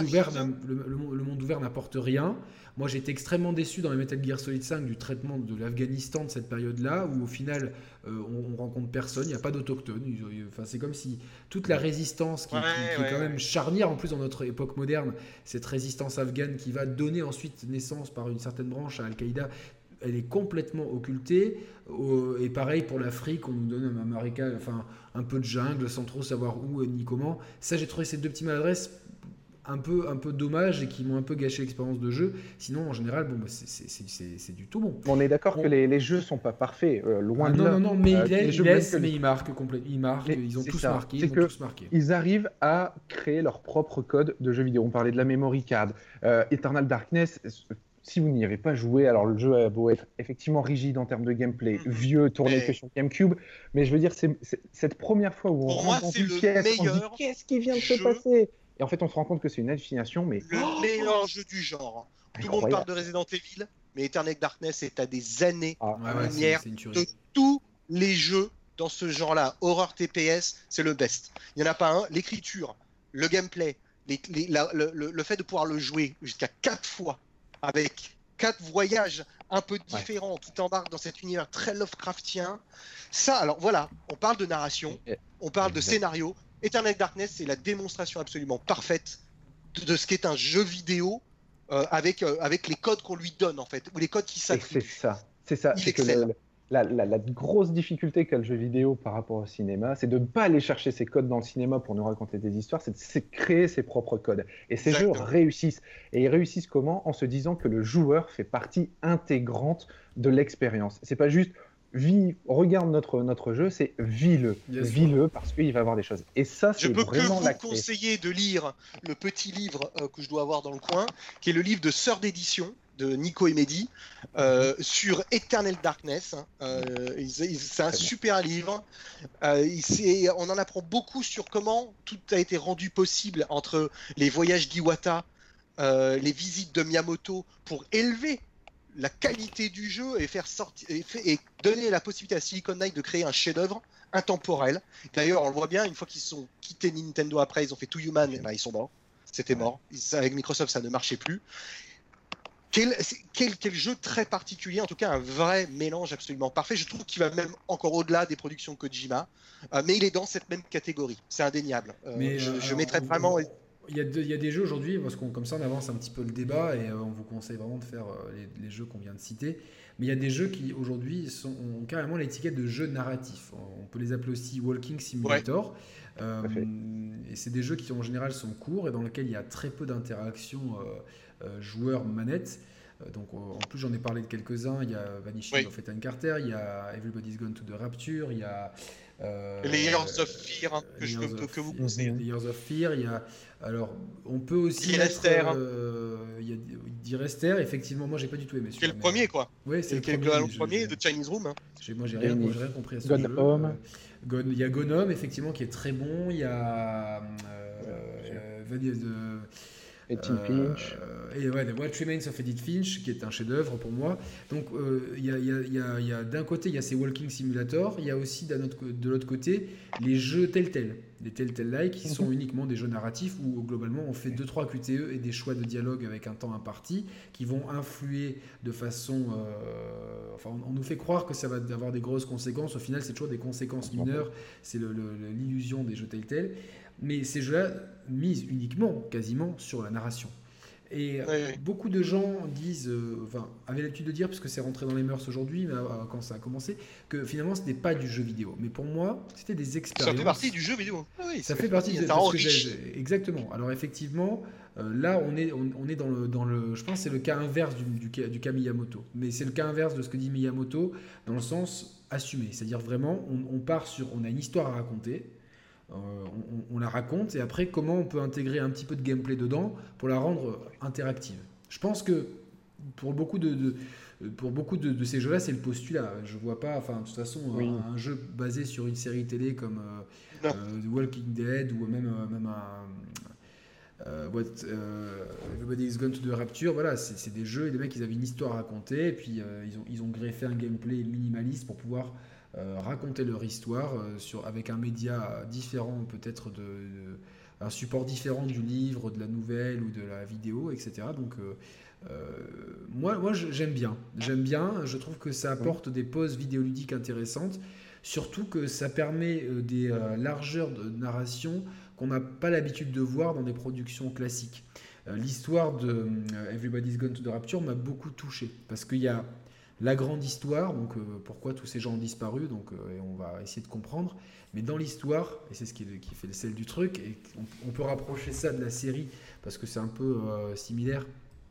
monde ouvert n'apporte rien. Moi, j'ai été extrêmement déçu dans les Metal Gear Solid 5 du traitement de l'Afghanistan de cette période-là, où au final, on rencontre personne, il n'y a pas d'autochtones. Enfin, c'est comme si toute la résistance qui est quand même charnière, en plus dans notre époque moderne, cette résistance afghane qui va donner ensuite naissance par une certaine branche à Al-Qaïda, elle est complètement occultée. Et pareil pour l'Afrique, on nous donne un peu de jungle sans trop savoir où ni comment. Ça, j'ai trouvé ces deux petits maladresses un peu dommage et qui m'ont un peu gâché l'expérience de jeu. Sinon, en général, c'est du tout bon. On est d'accord que les jeux sont pas parfaits, loin de là. Non, mais ils marquent complètement. Ils ont tous marqué. Ils arrivent à créer leur propre code de jeu vidéo. On parlait de la memory card. Eternal Darkness, si vous n'y avez pas joué, alors le jeu a beau être effectivement rigide en termes de gameplay, vieux, tourné que sur GameCube, mais je veux dire, c'est cette première fois où on rentre dans une pièce, on se dit qu'est-ce qui vient de se passer ? Et en fait, on se rend compte que c'est une hallucination, mais... Le meilleur jeu du genre. Tout le monde parle de Resident Evil, mais Eternal Darkness est à des années-lumière de tous les jeux dans ce genre-là. Horreur TPS, c'est le best. Il n'y en a pas un. L'écriture, le gameplay, le fait de pouvoir le jouer jusqu'à 4 fois, avec 4 voyages un peu différents, qui t'embarquent dans cet univers très Lovecraftien. Ça, alors voilà, on parle de narration, on parle de scénario. Eternal Darkness, c'est la démonstration absolument parfaite de ce qu'est un jeu vidéo avec les codes qu'on lui donne, en fait, ou les codes qui s'attribuent. C'est ça. C'est que la grosse difficulté qu'a le jeu vidéo par rapport au cinéma, c'est de ne pas aller chercher ces codes dans le cinéma pour nous raconter des histoires, c'est de créer ses propres codes. Et ces jeux réussissent. Et ils réussissent comment ? En se disant que le joueur fait partie intégrante de l'expérience. C'est pas juste... regarde notre jeu, c'est vis-le parce qu'il va avoir des choses. Et ça, c'est vraiment la clé. Je peux que vous conseiller de lire le petit livre que je dois avoir dans le coin, qui est le livre de Sœur d'édition de Nico et Mehdi sur Eternal Darkness. C'est un super livre. On en apprend beaucoup sur comment tout a été rendu possible entre les voyages d'Iwata, les visites de Miyamoto pour élever la qualité du jeu et faire sortir et donner la possibilité à Silicon Knight de créer un chef-d'œuvre intemporel. D'ailleurs, on le voit bien, une fois qu'ils sont quittés Nintendo après, ils ont fait Two Human, ils sont morts. C'était mort. Avec Microsoft, ça ne marchait plus. Quel jeu très particulier, en tout cas un vrai mélange absolument parfait. Je trouve qu'il va même encore au-delà des productions Kojima, mais il est dans cette même catégorie, c'est indéniable. Je mettrais vraiment... Il y a des jeux aujourd'hui, parce comme ça on avance un petit peu le débat et on vous conseille vraiment de faire les jeux qu'on vient de citer. Mais il y a des jeux qui aujourd'hui ont carrément l'étiquette de jeux narratifs. On peut les appeler aussi Walking Simulator. Et c'est des jeux qui en général sont courts et dans lesquels il y a très peu d'interaction joueur-manette. Donc en plus j'en ai parlé de quelques-uns. Il y a Vanishing of Ethan Carter, il y a Everybody's Gone to the Rapture, il y a Layers of Fear, hein, que vous conseillez. Layers of Fear, il y a... Alors, on peut aussi Direster, il y a Direster, effectivement, moi j'ai pas du tout aimé. C'est le premier, quoi. Oui, c'est le premier de Chinese Room. Hein. Moi j'ai rien compris à ce Gone jeu. Home. Il y a Gone Home, effectivement, qui est très bon. Il y a Edith Finch. Et ouais, The What Remains of Edith Finch, qui est un chef-d'œuvre pour moi. Donc, il y a d'un côté, il y a ces Walking Simulator, il y a aussi de l'autre côté les jeux Telltale, les Telltale-like, qui sont uniquement des jeux narratifs où globalement on fait 2-3 QTE et des choix de dialogue avec un temps imparti qui vont influer de façon. Enfin, on nous fait croire que ça va avoir des grosses conséquences. Au final, c'est toujours des conséquences mineures. C'est l'illusion des jeux Telltale. Mais ces jeux-là misent uniquement, quasiment, sur la narration. Et beaucoup de gens disent, avaient l'habitude de dire, parce que c'est rentré dans les mœurs aujourd'hui, quand ça a commencé, que finalement ce n'est pas du jeu vidéo. Mais pour moi, c'était des expériences. Ça fait partie du jeu vidéo. Oui, ça fait partie de exactement. Alors effectivement, là on est dans le. Je pense que c'est le cas inverse du cas Miyamoto. Mais c'est le cas inverse de ce que dit Miyamoto, dans le sens assumé. C'est-à-dire vraiment, on a une histoire à raconter. On la raconte et après comment on peut intégrer un petit peu de gameplay dedans pour la rendre interactive. Je pense que pour beaucoup de ces jeux-là, c'est le postulat. Je vois pas, de toute façon, un jeu basé sur une série télé comme The Walking Dead ou même Everybody's Gone to the Rapture, voilà, c'est des jeux et les mecs ils avaient une histoire à raconter et puis ils ont greffé un gameplay minimaliste pour pouvoir raconter leur histoire avec un média différent, peut-être un support différent du livre, de la nouvelle ou de la vidéo, etc. Donc moi j'aime bien, je trouve que ça apporte des pauses vidéoludiques intéressantes, surtout que ça permet des largeurs de narration qu'on n'a pas l'habitude de voir dans des productions classiques. L'histoire de Everybody's Gone to the Rapture m'a beaucoup touché, parce qu'il y a la grande histoire, donc pourquoi tous ces gens ont disparu, donc et on va essayer de comprendre. Mais dans l'histoire, et c'est ce qui fait le sel du truc, et on peut rapprocher ça de la série, parce que c'est un peu similaire.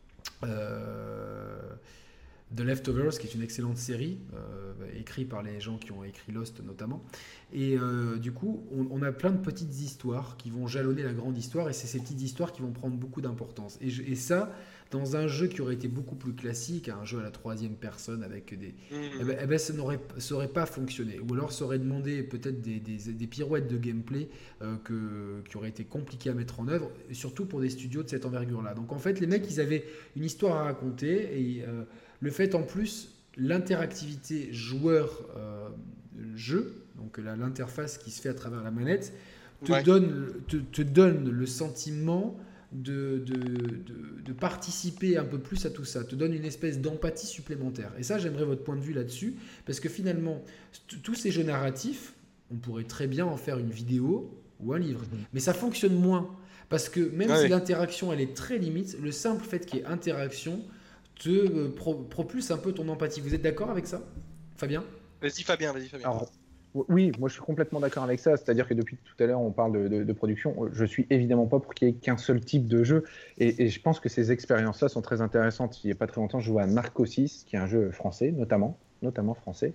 The Leftovers, qui est une excellente série, écrite par les gens qui ont écrit Lost notamment. Et du coup, on a plein de petites histoires qui vont jalonner la grande histoire, et c'est ces petites histoires qui vont prendre beaucoup d'importance. Et ça, dans un jeu qui aurait été beaucoup plus classique, un jeu à la troisième personne avec des... ça n'aurait pas fonctionné. Ou alors ça aurait demandé peut-être des pirouettes de gameplay qui auraient été compliquées à mettre en œuvre, surtout pour des studios de cette envergure-là. Donc en fait, les mecs, ils avaient une histoire à raconter, et le fait en plus, l'interactivité joueur-jeu, donc l'interface qui se fait à travers la manette, te donne le sentiment de participer un peu plus à tout ça, te donne une espèce d'empathie supplémentaire. Et ça, j'aimerais votre point de vue là-dessus, parce que finalement, tous ces jeux narratifs, on pourrait très bien en faire une vidéo ou un livre, mais ça fonctionne moins, parce que même si l'interaction, elle est très limite, le simple fait qu'il y ait interaction te propulse un peu ton empathie. Vous êtes d'accord avec ça, Fabien ? Vas-y Fabien. Alors, oui, moi je suis complètement d'accord avec ça, c'est-à-dire que depuis tout à l'heure on parle de production, je suis évidemment pas pour qu'il y ait qu'un seul type de jeu, et je pense que ces expériences-là sont très intéressantes. Il n'y a pas très longtemps, je jouais à Narcosis, qui est un jeu français, notamment français,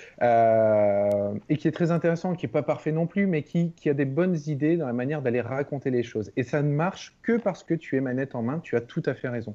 et qui est très intéressant, qui n'est pas parfait non plus, mais qui a des bonnes idées dans la manière d'aller raconter les choses. Et ça ne marche que parce que tu es manette en main, tu as tout à fait raison.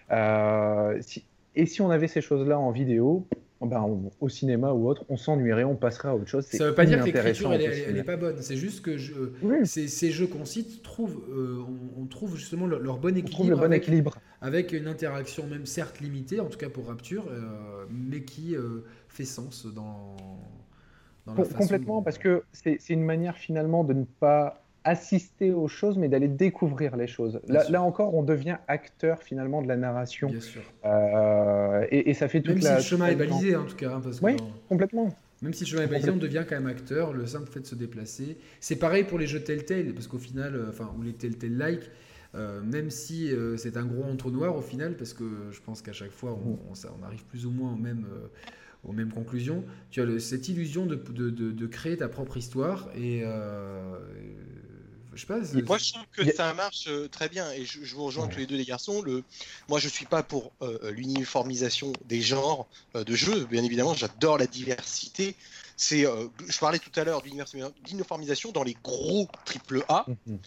Si on avait ces choses-là en vidéo, au cinéma ou autre, on s'ennuierait, on passerait à autre chose. Ça ne veut pas dire que l'écriture elle n'est pas bonne, c'est juste que ces jeux qu'on cite on trouve justement leur bon équilibre, avec une interaction même certes limitée, en tout cas pour Rapture, mais qui fait sens dans la façon complètement, parce que c'est une manière finalement de ne pas assister aux choses, mais d'aller découvrir les choses. Là encore, on devient acteur finalement de la narration. Bien sûr. Et ça fait toute même si le chemin est balisé, en tout cas. Hein, parce que complètement. Même si le chemin est balisé, on devient quand même acteur. Le simple fait de se déplacer. C'est pareil pour les jeux Telltale, parce qu'au final, ou les Telltale-like, même si c'est un gros entonnoir au final, parce que je pense qu'à chaque fois, on arrive plus ou moins aux mêmes conclusions. Tu as cette illusion de créer ta propre histoire et je sais pas. Moi, je trouve que ça marche très bien et je vous rejoins tous les deux, les garçons. Moi, je suis pas pour l'uniformisation des genres de jeux. Bien évidemment, j'adore la diversité. Je parlais tout à l'heure d'uniformisation dans les gros AAA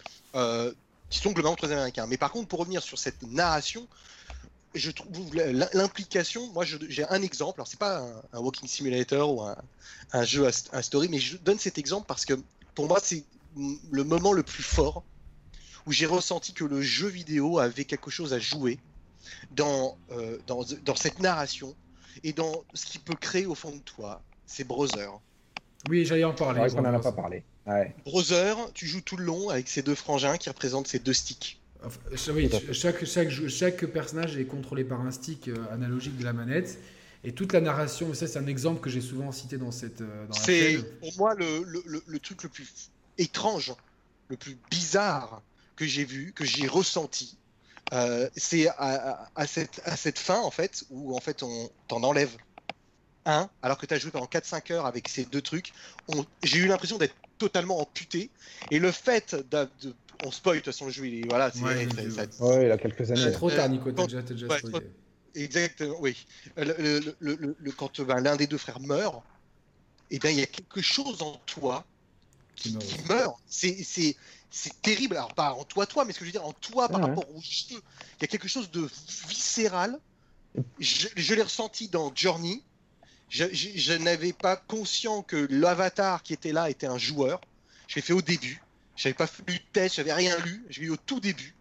qui sont globalement très américains. Mais par contre, pour revenir sur cette narration, je trouve l'implication. Moi, j'ai un exemple. Alors, c'est pas un walking simulator ou un jeu à story, mais je donne cet exemple parce que pour moi, c'est le moment le plus fort où j'ai ressenti que le jeu vidéo avait quelque chose à jouer dans cette narration et dans ce qu'il peut créer au fond de toi. C'est Brother. Oui, j'allais en parler. C'est vrai qu'on n'en a pas parlé. Ouais. Brother, tu joues tout le long avec ces deux frangins qui représentent ces deux sticks. Oui, chaque personnage est contrôlé par un stick analogique de la manette. Et toute la narration, ça c'est un exemple que j'ai souvent cité dans la chaîne. Pour moi le truc le plus étrange, le plus bizarre que j'ai vu, que j'ai ressenti, c'est à cette fin en fait, où en fait on t'en enlève un, alors que tu as joué pendant 4-5 heures avec ces deux trucs. J'ai eu l'impression d'être totalement amputé, et le fait on spoil de toute façon le jeu, il il a quelques années. C'est trop tard, Nico, t'as déjà spoilé. Exactement, oui. Quand l'un des deux frères meurt, et bien il y a quelque chose en toi qui meurt. C'est terrible. Alors pas en toi, mais ce que je veux dire en toi par rapport au jeu. Il y a quelque chose de viscéral. Je l'ai ressenti dans Journey. Je n'avais pas conscient que l'avatar qui était là était un joueur. Je l'ai fait au début. J'avais pas lu de test, j'avais rien lu. Je l'ai eu au tout début.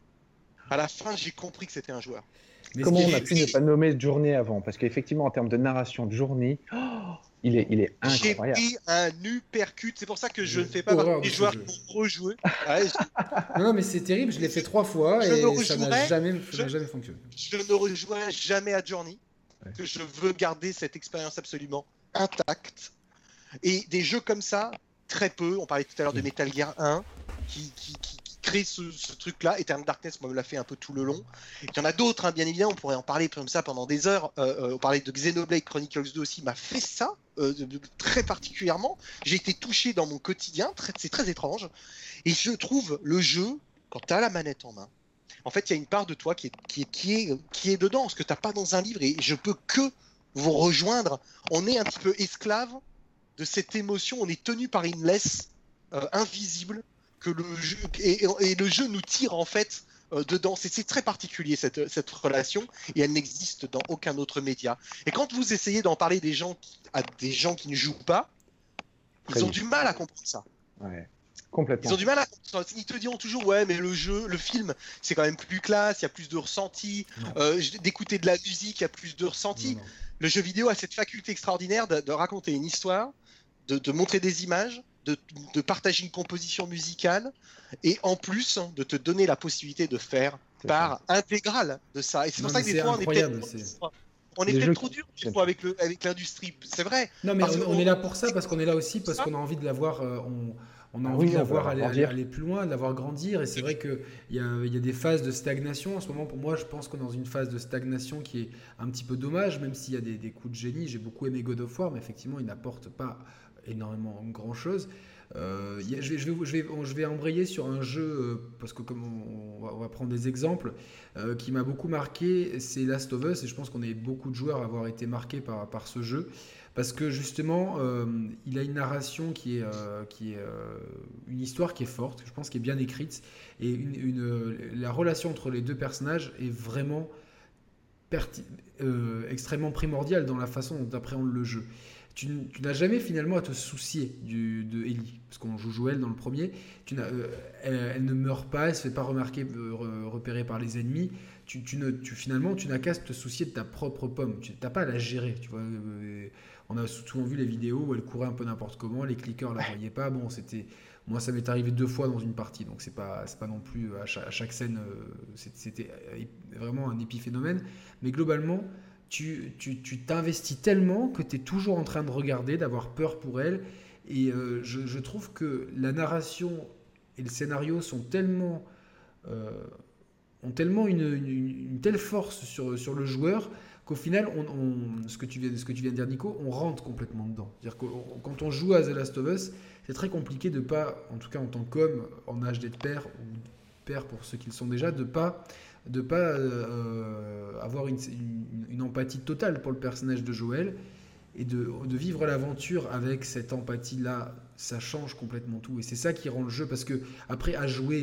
À la fin, j'ai compris que c'était un joueur. Mais comment on a pu ne pas nommer Journey avant? Parce qu'effectivement, en termes de narration de Journey, il est incroyable. J'ai pris un uppercut. C'est pour ça que je ne fais pas partie des joueurs qui vont rejouer. Non, mais c'est terrible. Je l'ai fait 3 fois et ça n'a jamais fonctionné. Je ne rejouerai jamais à Journey. Que je veux garder cette expérience absolument intacte. Et des jeux comme ça, très peu. On parlait tout à l'heure de Metal Gear 1 qui crée ce truc-là. Eternal Darkness, moi, me l'a fait un peu tout le long. Il y en a d'autres, hein, bien évidemment. On pourrait en parler comme ça pendant des heures. On parlait de Xenoblade Chronicles 2 aussi, m'a fait ça très particulièrement. J'ai été touché dans mon quotidien. C'est très étrange. Et je trouve le jeu, quand tu as la manette en main, en fait, il y a une part de toi qui est dedans, ce que tu n'as pas dans un livre, et je peux que vous rejoindre. On est un petit peu esclave de cette émotion, on est tenu par une laisse invisible que le jeu, et le jeu nous tire en fait dedans. C'est très particulier cette relation, et elle n'existe dans aucun autre média. Et quand vous essayez d'en parler à des gens qui ne jouent pas, ils ont du mal à comprendre ça. Ouais. Complètement. Ils ont du mal à. Ils te diront toujours, ouais, mais le film, c'est quand même plus classe, il y a plus de ressenti. D'écouter de la musique, il y a plus de ressenti. Non. Le jeu vidéo a cette faculté extraordinaire de raconter une histoire, de montrer des images, de partager une composition musicale, et en plus de te donner la possibilité de faire part intégrale de ça. Et c'est pour ça que des fois, on est peut-être trop dur des fois avec l'industrie. C'est vrai. Non, mais on est là pour ça, parce qu'on est là aussi, parce qu'on a envie de l'avoir. On a envie de la voir aller plus loin, de la voir grandir. Et c'est vrai qu'il y a des phases de stagnation. En ce moment, pour moi, je pense qu'on est dans une phase de stagnation qui est un petit peu dommage, même s'il y a des coups de génie. J'ai beaucoup aimé God of War, mais effectivement, il n'apporte pas énormément grand-chose. Je vais embrayer sur un jeu, parce que comme on va prendre des exemples, qui m'a beaucoup marqué, c'est Last of Us. Et je pense qu'on est beaucoup de joueurs à avoir été marqués par ce jeu. Parce que justement, il a une narration qui est une histoire qui est forte, je pense, qui est bien écrite, et la relation entre les deux personnages est vraiment extrêmement primordiale dans la façon dont tu appréhendes le jeu. Tu n'as jamais finalement à te soucier de Ellie, parce qu'on joue Joël dans le premier. Elle ne meurt pas, elle ne se fait pas repérer par les ennemis. Finalement, tu n'as qu'à te soucier de ta propre pomme. Tu n'as pas à la gérer. Tu vois, on a souvent vu les vidéos où elle courait un peu n'importe comment, les clickers ne la voyaient pas. Bon, Moi, ça m'est arrivé 2 fois dans une partie, donc c'est pas non plus à chaque scène, c'était vraiment un épiphénomène. Mais globalement, tu t'investis tellement que tu es toujours en train de regarder, d'avoir peur pour elle. Et je trouve que la narration et le scénario sont tellement, ont tellement une telle force sur le joueur qu'au final, ce que tu viens de dire, Nico, on rentre complètement dedans. C'est-à-dire que quand on joue à The Last of Us, c'est très compliqué de pas, en tout cas en tant qu'homme en âge d'être père, ou père pour ceux qui le sont déjà, de pas avoir une empathie totale pour le personnage de Joël, et de vivre l'aventure avec cette empathie-là, ça change complètement tout. Et c'est ça qui rend le jeu, parce que après, à jouer,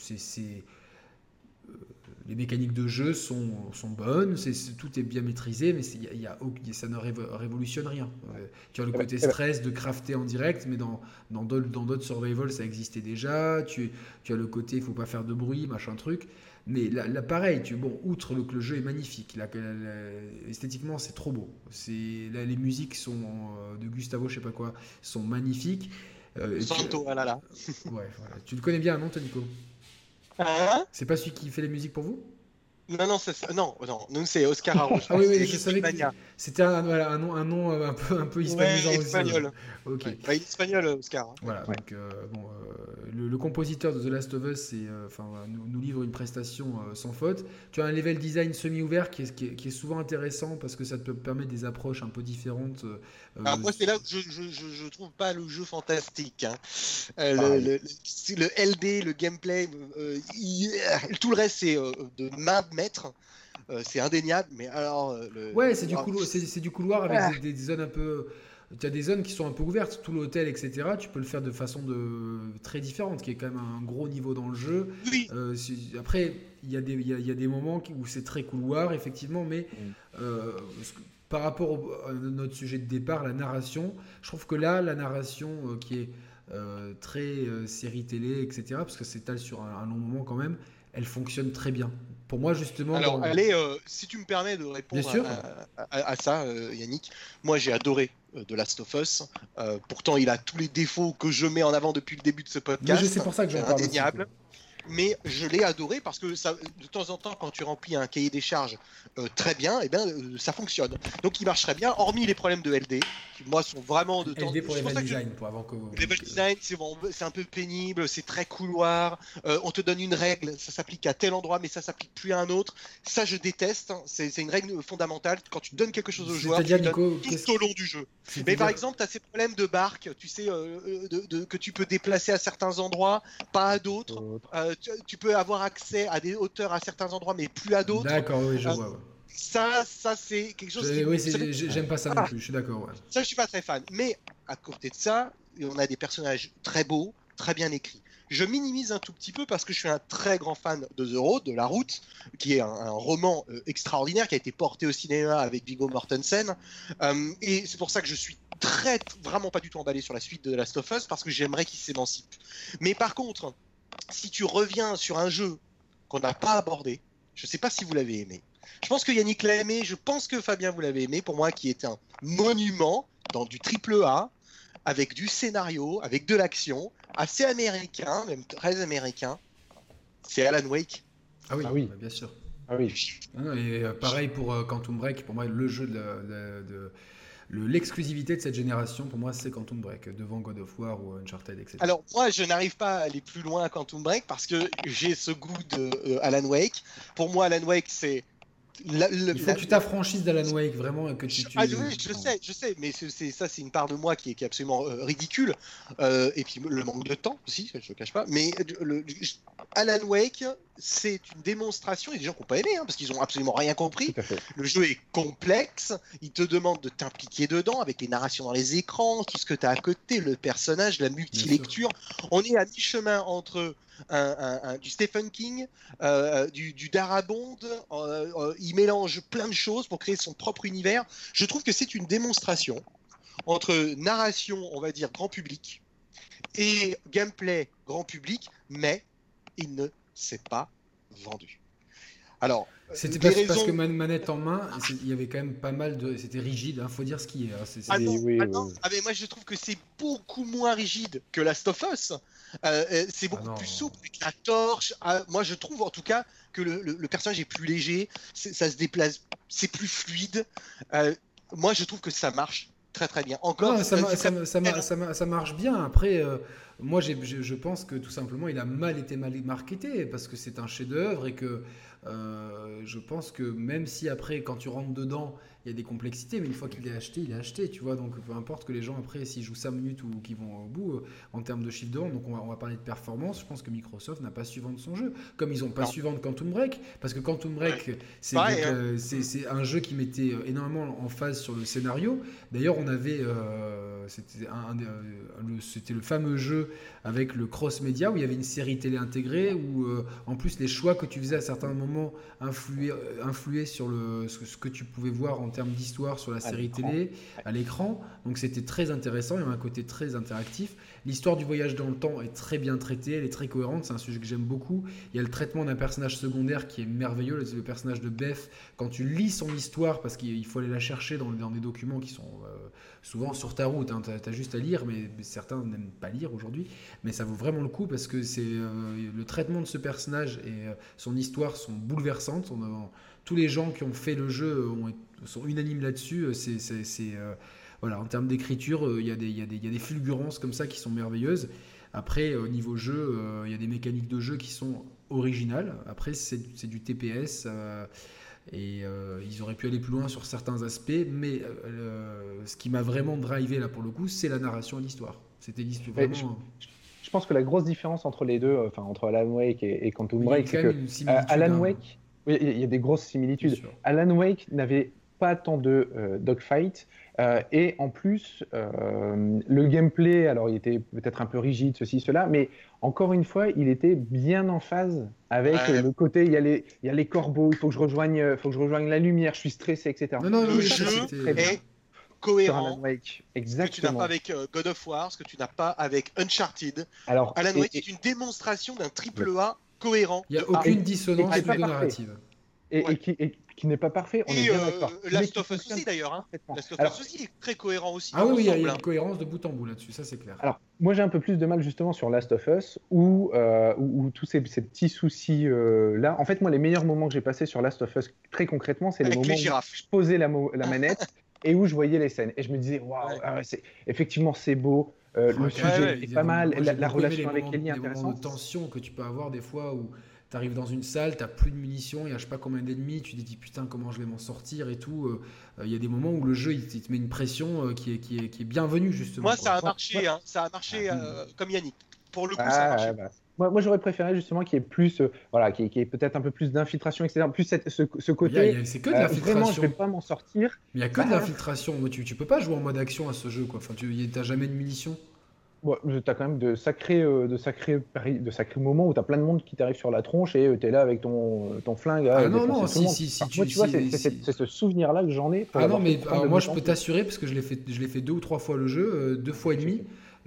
les mécaniques de jeu sont bonnes, tout est bien maîtrisé, mais ça ne révolutionne rien. Tu as le côté stress de crafter en direct, mais dans d'autres survival, ça existait déjà. Tu as le côté, il ne faut pas faire de bruit, machin truc. Mais là pareil, outre que le jeu est magnifique, esthétiquement, c'est trop beau. Les musiques sont de Gustavo, je sais pas quoi, sont magnifiques. Santo, ah là là. Ouais, voilà. Tu le connais bien, non, Nico? C'est pas celui qui fait les musiques pour vous? Non, nous c'est Oscar Arroche. Ah oui, je savais que c'était un nom un peu hispanisant aussi. Espagnol. Ok. Ouais, espagnol, Oscar. Voilà, donc le compositeur de The Last of Us nous livre une prestation sans faute. Tu as un level design semi-ouvert qui est souvent intéressant parce que ça te permet des approches un peu différentes. Moi, c'est là où je trouve pas le jeu fantastique. Hein. Le LD, le gameplay, tout le reste, c'est de main de maître. C'est indéniable, mais alors... c'est du couloir avec des zones un peu... Tu as des zones qui sont un peu ouvertes, tout l'hôtel, etc. Tu peux le faire de façon très différente, qui est quand même un gros niveau dans le jeu. Oui. Après, il y a des moments où c'est très couloir, effectivement, mais par rapport à notre sujet de départ, la narration, je trouve que là, la narration qui est très série télé, etc., parce que s'étale sur un long moment quand même, elle fonctionne très bien. Pour moi, justement... Alors, si tu me permets de répondre à ça, Yannick, moi j'ai adoré The Last of Us. Pourtant, il a tous les défauts que je mets en avant depuis le début de ce podcast. C'est pour ça que j'en parle indéniable. Aussi. Mais je l'ai adoré parce que ça, de temps en temps, quand tu remplis un cahier des charges très bien, ça fonctionne. Donc il marcherait bien, hormis les problèmes de LD, qui moi sont vraiment de temps. LD pour level design, avant que. Level design, c'est un peu pénible, c'est très couloir. On te donne une règle, ça s'applique à tel endroit, mais ça s'applique plus à un autre. Ça, je déteste. Hein. C'est une règle fondamentale. Quand tu donnes quelque chose au joueur, tu donnes tout au long du jeu. Mais par exemple, tu as ces problèmes de barque, tu sais, que tu peux déplacer à certains endroits, pas à d'autres. Tu peux avoir accès à des hauteurs à certains endroits, mais plus à d'autres. D'accord, oui, je vois. Ouais. Ça c'est quelque chose j'aime pas ça non plus, je suis d'accord. Ouais. Ça, je suis pas très fan. Mais à côté de ça, on a des personnages très beaux, très bien écrits. Je minimise un tout petit peu parce que je suis un très grand fan de The Road, de La Route, qui est un roman extraordinaire qui a été porté au cinéma avec Viggo Mortensen. Et c'est pour ça que je suis vraiment pas du tout emballé sur la suite de The Last of Us parce que j'aimerais qu'il s'émancipe. Mais par contre, si tu reviens sur un jeu qu'on n'a pas abordé, je ne sais pas si vous l'avez aimé. Je pense que Yannick l'a aimé, je pense que Fabien vous l'avez aimé, pour moi qui est un monument dans du AAA, avec du scénario, avec de l'action, assez américain, même très américain, c'est Alan Wake. Ah oui, bien sûr. Ah oui. Et pareil pour Quantum Break, pour moi le jeu l'exclusivité de cette génération, pour moi, c'est Quantum Break, devant God of War ou Uncharted, etc. Alors, moi, je n'arrive pas à aller plus loin à Quantum Break parce que j'ai ce goût de Alan Wake. Pour moi, Alan Wake, c'est... Il faut que tu t'affranchisses d'Alan Wake, vraiment. Que tu... Ah oui, je sais, mais c'est une part de moi qui est absolument ridicule. Et puis le manque de temps aussi, je ne le cache pas. Mais Alan Wake, c'est une démonstration, il y a des gens qui n'ont pas aimé, hein, parce qu'ils n'ont absolument rien compris. Le jeu est complexe, il te demande de t'impliquer dedans, avec les narrations dans les écrans, tout ce que tu as à côté, le personnage, la multilecture. On est à mi-chemin entre... du Stephen King, du Darabont, il mélange plein de choses pour créer son propre univers. Je trouve que c'est une démonstration entre narration, on va dire, grand public et gameplay grand public, mais il ne s'est pas vendu. Alors, c'était parce que manette en main, il y avait quand même pas mal de. C'était rigide, hein, faut dire ce qui est. Hein, mais moi je trouve que c'est beaucoup moins rigide que Last of Us. C'est beaucoup plus souple avec la torche. Moi je trouve en tout cas que le personnage est plus léger, ça se déplace, c'est plus fluide. Moi je trouve que ça marche très très bien. Encore, ça marche bien. Après, moi je pense que tout simplement il a été mal marketé parce que c'est un chef-d'œuvre et que je pense que même si après quand tu rentres dedans il y a des complexités, mais une fois qu'il est acheté, il est acheté, tu vois. Donc peu importe que les gens après s'ils jouent 5 minutes ou qu'ils vont au bout en termes de chiffre de vente, donc on va parler de performance. Je pense que Microsoft n'a pas su vendre son jeu, comme ils n'ont pas su vendre Quantum Break, parce que Quantum Break c'est un jeu qui mettait énormément en phase sur le scénario. D'ailleurs on avait c'était le fameux jeu avec le cross-média où il y avait une série télé intégrée où en plus les choix que tu faisais à certains moments influaient sur ce que tu pouvais voir en termes d'histoire sur la série télé à l'écran. Donc c'était très intéressant, il y avait un côté très interactif. L'histoire du voyage dans le temps est très bien traitée, elle est très cohérente, c'est un sujet que j'aime beaucoup. Il y a le traitement d'un personnage secondaire qui est merveilleux, le personnage de Beth. Quand tu lis son histoire, parce qu'il faut aller la chercher dans des documents qui sont souvent sur ta route, hein, tu as juste à lire, mais certains n'aiment pas lire aujourd'hui, mais ça vaut vraiment le coup parce que c'est le traitement de ce personnage et son histoire sont bouleversantes. Tous les gens qui ont fait le jeu sont unanimes là-dessus. Voilà, en termes d'écriture, il y a des fulgurances comme ça qui sont merveilleuses. Après, au niveau jeu, il y a des mécaniques de jeu qui sont originales. Après, c'est du TPS et ils auraient pu aller plus loin sur certains aspects, mais ce qui m'a vraiment drivé là pour le coup, c'est la narration et l'histoire. C'était vraiment. Je pense que la grosse différence entre les deux, entre Alan Wake et Quantum Break, c'est que Alan Wake, oui, il y a des grosses similitudes. Alan Wake n'avait pas tant de dogfight. Et en plus, le gameplay, alors il était peut-être un peu rigide, ceci, cela, mais encore une fois, il était bien en phase avec le côté, il y a les corbeaux, il faut que je rejoigne la lumière, je suis stressé, etc. Le jeu est cohérent. Exactement. Ce que tu n'as pas avec God of War, ce que tu n'as pas avec Uncharted. Alors, Alan Wake est une démonstration d'un AAA cohérent. Il n'y a aucune dissonance narrative. Et qui n'est pas parfait, on est bien d'accord. Last of Us aussi d'ailleurs. Hein. Last of Us aussi est très cohérent aussi. Ah oui, il y a une cohérence de bout en bout là-dessus, ça c'est clair. Alors, moi j'ai un peu plus de mal justement sur Last of Us, où tous ces petits soucis là. En fait, moi les meilleurs moments que j'ai passés sur Last of Us, très concrètement, c'est les moments où je posais la manette et où je voyais les scènes. Et je me disais, waouh, effectivement c'est beau. Le sujet est pas mal, la relation avec Ellie est intéressante. Des moments de tension que tu peux avoir des fois où tu arrives dans une salle, tu n'as plus de munitions, il y a je sais pas combien d'ennemis, tu te dis putain comment je vais m'en sortir et tout. Il y a des moments où le jeu il te met une pression qui est bienvenue justement. Moi ça a marché, hein. Ça a marché comme Yannick. Pour le coup ça a marché. Moi j'aurais préféré justement qu'il y ait plus, qu'il y ait peut-être un peu plus d'infiltration, etc. Plus ce côté. C'est que de l'infiltration. Vraiment je vais pas m'en sortir. Mais il y a que de l'infiltration. Tu peux pas jouer en mode action à ce jeu quoi. Enfin t'as jamais de munitions. Bon, tu as quand même de sacrés moments où tu as plein de monde qui t'arrive sur la tronche et tu es là avec ton flingue. Non, si moi, tu vois, c'est ce souvenir-là que j'en ai. Non, mais moi, je peux t'assurer, parce que je l'ai fait 2 ou 3 fois le jeu, 2 fois et demi.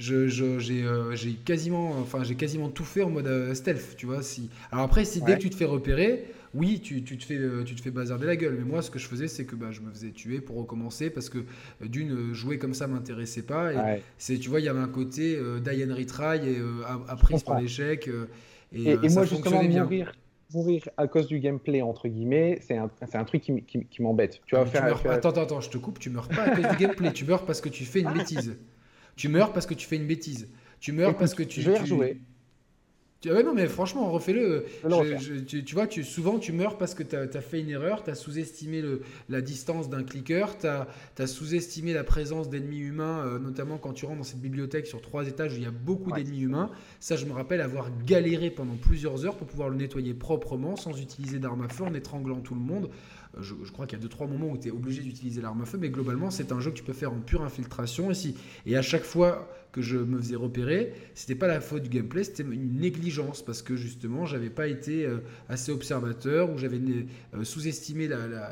J'ai quasiment tout fait en mode stealth, tu vois. Alors après, dès que tu te fais repérer, oui, tu te fais bazarder la gueule. Mais moi, ce que je faisais, c'est que je me faisais tuer pour recommencer parce que jouer comme ça m'intéressait pas. Et tu vois, il y avait un côté die and retry et apprise par l'échec. Et moi, justement, mourir à cause du gameplay, entre guillemets, c'est un truc qui m'embête. Attends, je te coupe, tu meurs pas à cause du gameplay, tu meurs parce que tu fais une bêtise. Tu meurs parce que tu fais une bêtise. Tu meurs parce que tu... Je vais rejouer. Ouais, non, mais franchement, refais-le. Tu vois, souvent, tu meurs parce que tu as fait une erreur, tu as sous-estimé la distance d'un clicker, tu as sous-estimé la présence d'ennemis humains, notamment quand tu rentres dans cette bibliothèque sur 3 étages où il y a beaucoup d'ennemis humains. Ça, je me rappelle avoir galéré pendant plusieurs heures pour pouvoir le nettoyer proprement, sans utiliser d'arme à feu, en étranglant tout le monde. Je crois qu'il y a 2-3 moments où tu es obligé d'utiliser l'arme à feu, mais globalement, c'est un jeu que tu peux faire en pure infiltration. Et à chaque fois que je me faisais repérer, c'était pas la faute du gameplay, c'était une négligence négligence parce que justement j'avais pas été assez observateur ou j'avais sous-estimé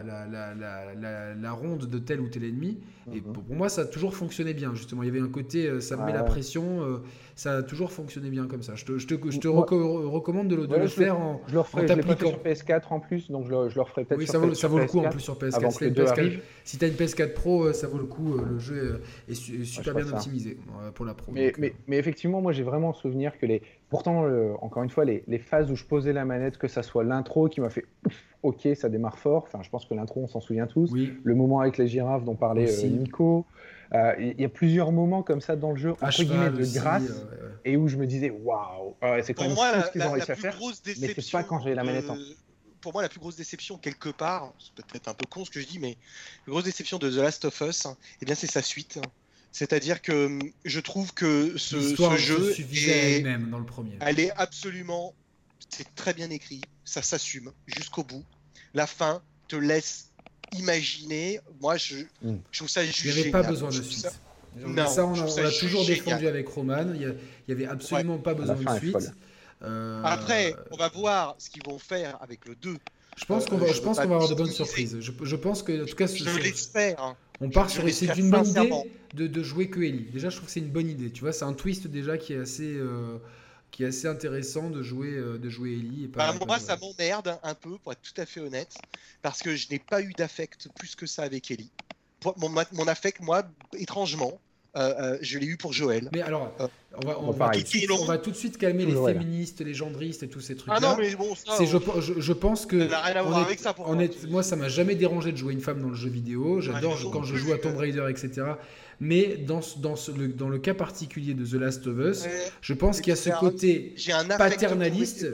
la ronde de tel ou tel ennemi. Et pour moi ça a toujours fonctionné bien justement. Il y avait un côté ça me met la pression, ça a toujours fonctionné bien comme ça. Je te recommande de le faire en t'appliquant. Je l'ai sur PS4 en plus, donc je le referai peut-être sur PS4. Ça vaut le coup en plus sur PS4. Si tu as une PS4 Pro, ça vaut le coup. Le jeu est super bien optimisé pour la Pro. Mais effectivement, moi j'ai vraiment souvenir que pourtant, encore une fois, les phases où je posais la manette, que ça soit l'intro qui m'a fait ok, ça démarre fort. Enfin, je pense que l'intro, on s'en souvient tous. Oui. Le moment avec les girafes dont parlait Nico. Il y a plusieurs moments comme ça dans le jeu, entre guillemets, de grâce, et où je me disais waouh, c'est quand même fou ce qu'ils ont réussi à faire. Mais c'est pas quand j'ai la manette en. Pour moi, la plus grosse déception, quelque part, c'est peut-être un peu con ce que je dis, mais la plus grosse déception de The Last of Us, eh bien, c'est sa suite. C'est-à-dire que je trouve que ce jeu suffisait elle-même dans le premier. Elle est absolument, c'est très bien écrit, ça s'assume jusqu'au bout. La fin te laisse imaginer. Moi, je trouve ça juste génial. Il n'y avait pas besoin de suite. Non, ça, on l'a toujours défendu avec Roman. Il n'y avait absolument pas besoin de suite. Après, on va voir ce qu'ils vont faire avec le 2. Je pense qu'on va avoir de bonnes surprises. Je pense que, en tout cas, je l'espère. On part sur c'est une bonne idée de jouer que Ellie. Déjà, je trouve que c'est une bonne idée. Tu vois, c'est un twist déjà qui est assez intéressant de jouer Ellie. Moi, ça m'emmerde un peu, pour être tout à fait honnête, parce que je n'ai pas eu d'affect plus que ça avec Ellie. Mon affect, moi, étrangement, je l'ai eu pour Joël. Mais alors, on va tout de suite calmer les féministes, les gendristes et tous ces trucs-là. Ah non, mais bon, ça, je pense que ça n'a rien à voir avec ça. Moi, ça m'a jamais dérangé de jouer une femme dans le jeu vidéo. J'adore quand je joue à Tomb Raider, etc. Mais dans le cas particulier de The Last of Us, je pense qu'il y a ce côté paternaliste,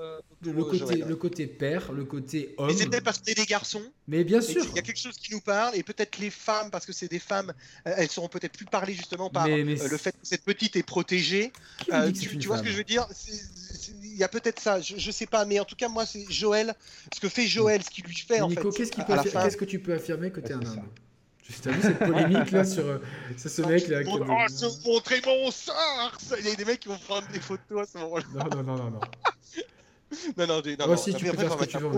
le côté père, le côté homme. Mais c'est peut-être parce que c'est des garçons. Mais bien sûr. Il y a quelque chose qui nous parle, et peut-être les femmes, parce que c'est des femmes, elles seront peut-être plus parlées justement par le fait que cette petite est protégée. Tu vois ce que je veux dire? Il y a peut-être ça, je sais pas, mais en tout cas, moi, c'est Joël. Ce que fait Joël, ce qu'il lui fait, Nico, en fait. Qu'est-ce que tu peux affirmer que tu es un homme? T'as vu cette polémique là sur ce mec là se montrer mon sein. Il y a des mecs qui vont prendre des photos à ce moment-là. Non. Si tu peux faire ce que tu veux,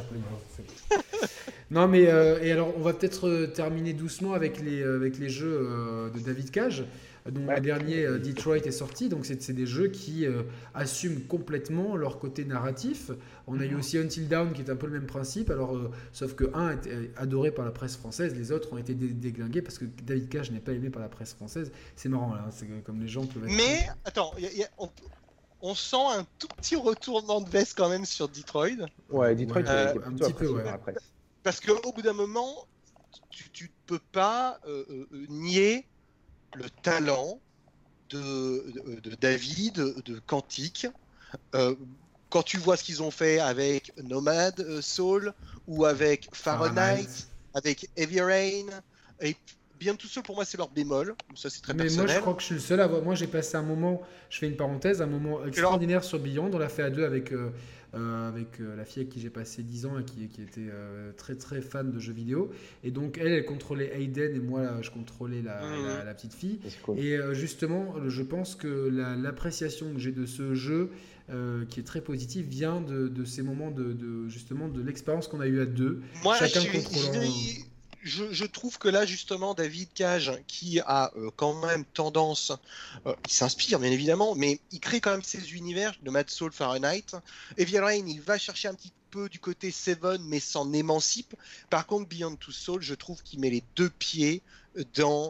Non mais et alors on va peut-être terminer doucement avec les jeux de David Cage, dont le dernier Detroit est sorti. Donc c'est des jeux qui assument complètement leur côté narratif. On a eu aussi Until Dawn qui est un peu le même principe. Alors sauf que un est adoré par la presse française, les autres ont été déglingués parce que David Cage n'est pas aimé par la presse française. C'est marrant là, c'est comme les gens peuvent être. Mais attends, on sent un tout petit retournement de veste quand même sur Detroit. Ouais, Detroit, un petit peu, ouais. Parce qu'au bout d'un moment, tu ne peux pas nier le talent de David, de Quantic. Quand tu vois ce qu'ils ont fait avec Nomad Soul ou avec Fahrenheit, avec Heavy Rain, et bien tout seul, pour moi, c'est leur bémol. Ça, c'est très personnel. Mais moi, je crois que je suis le seul à avoir. Moi, j'ai passé un moment, je fais une parenthèse, un moment extraordinaire sur Beyond. On l'a fait à deux avec la fille avec qui j'ai passé 10 ans et qui était très très fan de jeux vidéo. Et donc, elle contrôlait Aiden et moi, là, je contrôlais la petite fille. Cool. Et justement, je pense que l'appréciation que j'ai de ce jeu, qui est très positive, vient de ces moments justement de l'expérience qu'on a eue à deux. Moi, chacun contrôlant. Je trouve que là, justement, David Cage, qui a quand même tendance, il s'inspire bien évidemment, mais il crée quand même ses univers, de Mad Soul, Fahrenheit. Heavy Rain, il va chercher un petit peu du côté Seven, mais s'en émancipe. Par contre, Beyond Two Souls, je trouve qu'il met les deux pieds dans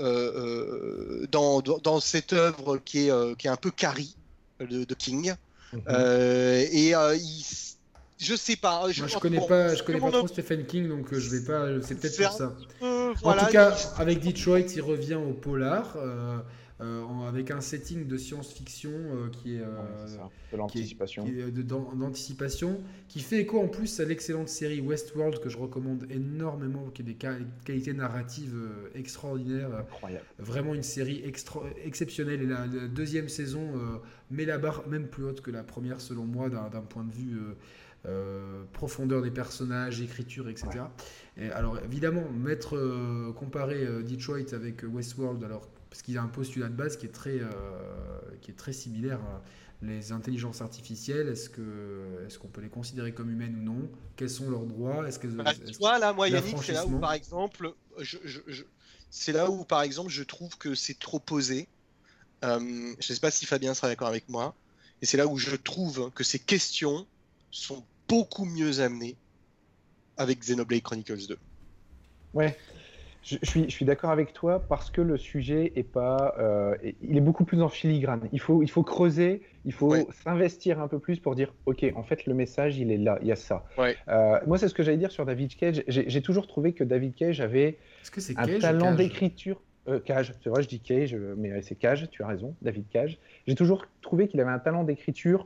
cette œuvre qui est un peu Carrie de King. Je sais pas. Moi, je connais pas trop Stephen King, donc je vais pas. C'est peut-être pour ça. En tout cas, avec Detroit, il revient au polar, avec un setting de science-fiction qui est de l'anticipation, d'anticipation, qui fait écho en plus à l'excellente série Westworld que je recommande énormément, qui a des qualités narratives extraordinaires. Incroyable. Vraiment une série exceptionnelle. Et la deuxième saison met la barre même plus haute que la première, selon moi, d'un point de vue. Profondeur des personnages, écriture, etc. Ouais. Et alors évidemment, comparer Detroit avec Westworld, alors parce qu'il a un postulat de base qui est très similaire les intelligences artificielles, est-ce qu'on peut les considérer comme humaines ou non? Quels sont leurs droits? Tu vois, là, moi, Yannick, c'est là où, par exemple, c'est là où, par exemple, je trouve que c'est trop posé. Je ne sais pas si Fabien sera d'accord avec moi. Et c'est là où je trouve que ces questions sont beaucoup mieux amenées avec Xenoblade Chronicles 2. Ouais. Je suis d'accord avec toi parce que le sujet est pas, il est beaucoup plus en filigrane. Il faut creuser, il faut s'investir un peu plus pour dire, ok, en fait le message il est là, il y a ça. Ouais. Moi c'est ce que j'allais dire sur David Cage. J'ai toujours trouvé que David Cage avait un talent d'écriture. Cage, c'est vrai, je dis Cage, mais c'est Cage. Tu as raison, David Cage. J'ai toujours trouvé qu'il avait un talent d'écriture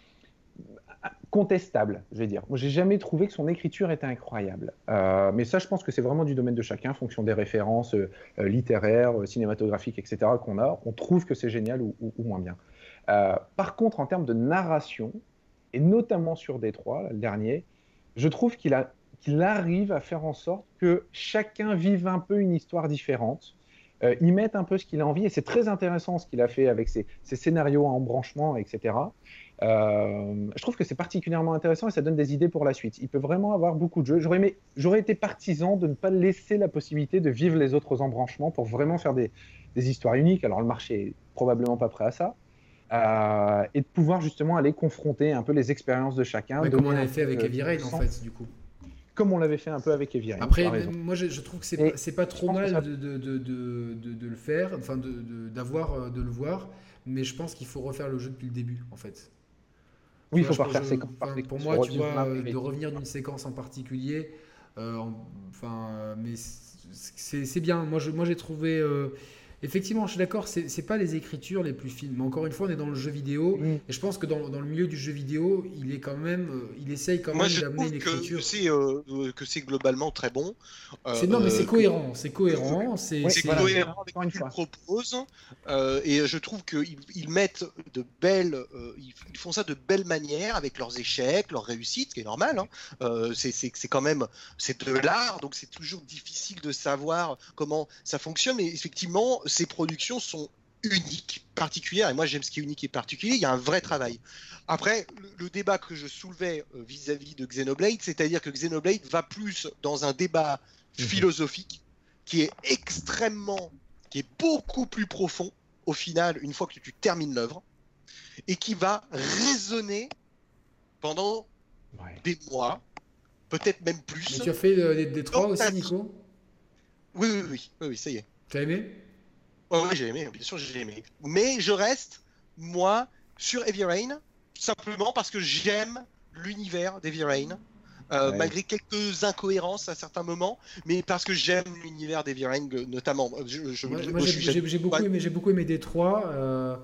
contestable, je vais dire. Moi, j'ai jamais trouvé que son écriture était incroyable. Mais ça, je pense que c'est vraiment du domaine de chacun, en fonction des références littéraires, cinématographiques, etc. qu'on a. On trouve que c'est génial ou moins bien. Par contre, en termes de narration, et notamment sur Détroit, le dernier, je trouve qu'il arrive à faire en sorte que chacun vive un peu une histoire différente. Il met un peu ce qu'il a envie, et c'est très intéressant ce qu'il a fait avec ses scénarios à embranchement, etc. Je trouve que c'est particulièrement intéressant et ça donne des idées pour la suite. Il peut vraiment avoir beaucoup de jeux. J'aurais été partisan de ne pas laisser la possibilité de vivre les autres embranchements pour vraiment faire des histoires uniques. Alors le marché est probablement pas prêt à ça. Et de pouvoir justement aller confronter un peu les expériences de chacun. Comme on avait fait avec Heavy Rain en fait, du coup. Comme on l'avait fait un peu avec Heavy Rain. Après, moi je trouve que c'est pas trop mal de le faire, enfin de le voir, mais je pense qu'il faut refaire le jeu depuis le début en fait. Oui, il faut pas refaire séquence par séquence. Pour moi, tu vois, de revenir d'une séquence en particulier, mais c'est bien. Moi j'ai trouvé. Effectivement, je suis d'accord, c'est pas les écritures les plus fines, mais encore une fois, on est dans le jeu vidéo, et je pense que dans le milieu du jeu vidéo, il est quand même, il essaye quand même d'amener une écriture. Que c'est globalement très bon. Non, mais c'est cohérent, c'est cohérent avec ce qu'ils proposent, et je trouve qu'ils mettent ils font ça de belle manière avec leurs échecs, leurs réussites, ce qui est normal. Hein. C'est quand même, c'est de l'art, donc c'est toujours difficile de savoir comment ça fonctionne, mais effectivement, ces productions sont uniques, particulières, et moi j'aime ce qui est unique et particulier, il y a un vrai travail. Après, le débat que je soulevais vis-à-vis de Xenoblade, c'est-à-dire que Xenoblade va plus dans un débat philosophique qui est beaucoup plus profond, au final, une fois que tu termines l'œuvre, et qui va résonner pendant des mois, peut-être même plus. Mais tu as fait des 3 aussi, Nico? Oui, ça y est. T'as aimé? Oui, j'ai aimé, bien sûr j'ai aimé. Mais je reste, moi, sur Heavy Rain, simplement parce que j'aime l'univers d'Heavy Rain, malgré quelques incohérences à certains moments, mais parce que j'aime l'univers d'Heavy Rain, notamment. J'ai beaucoup aimé Détroit,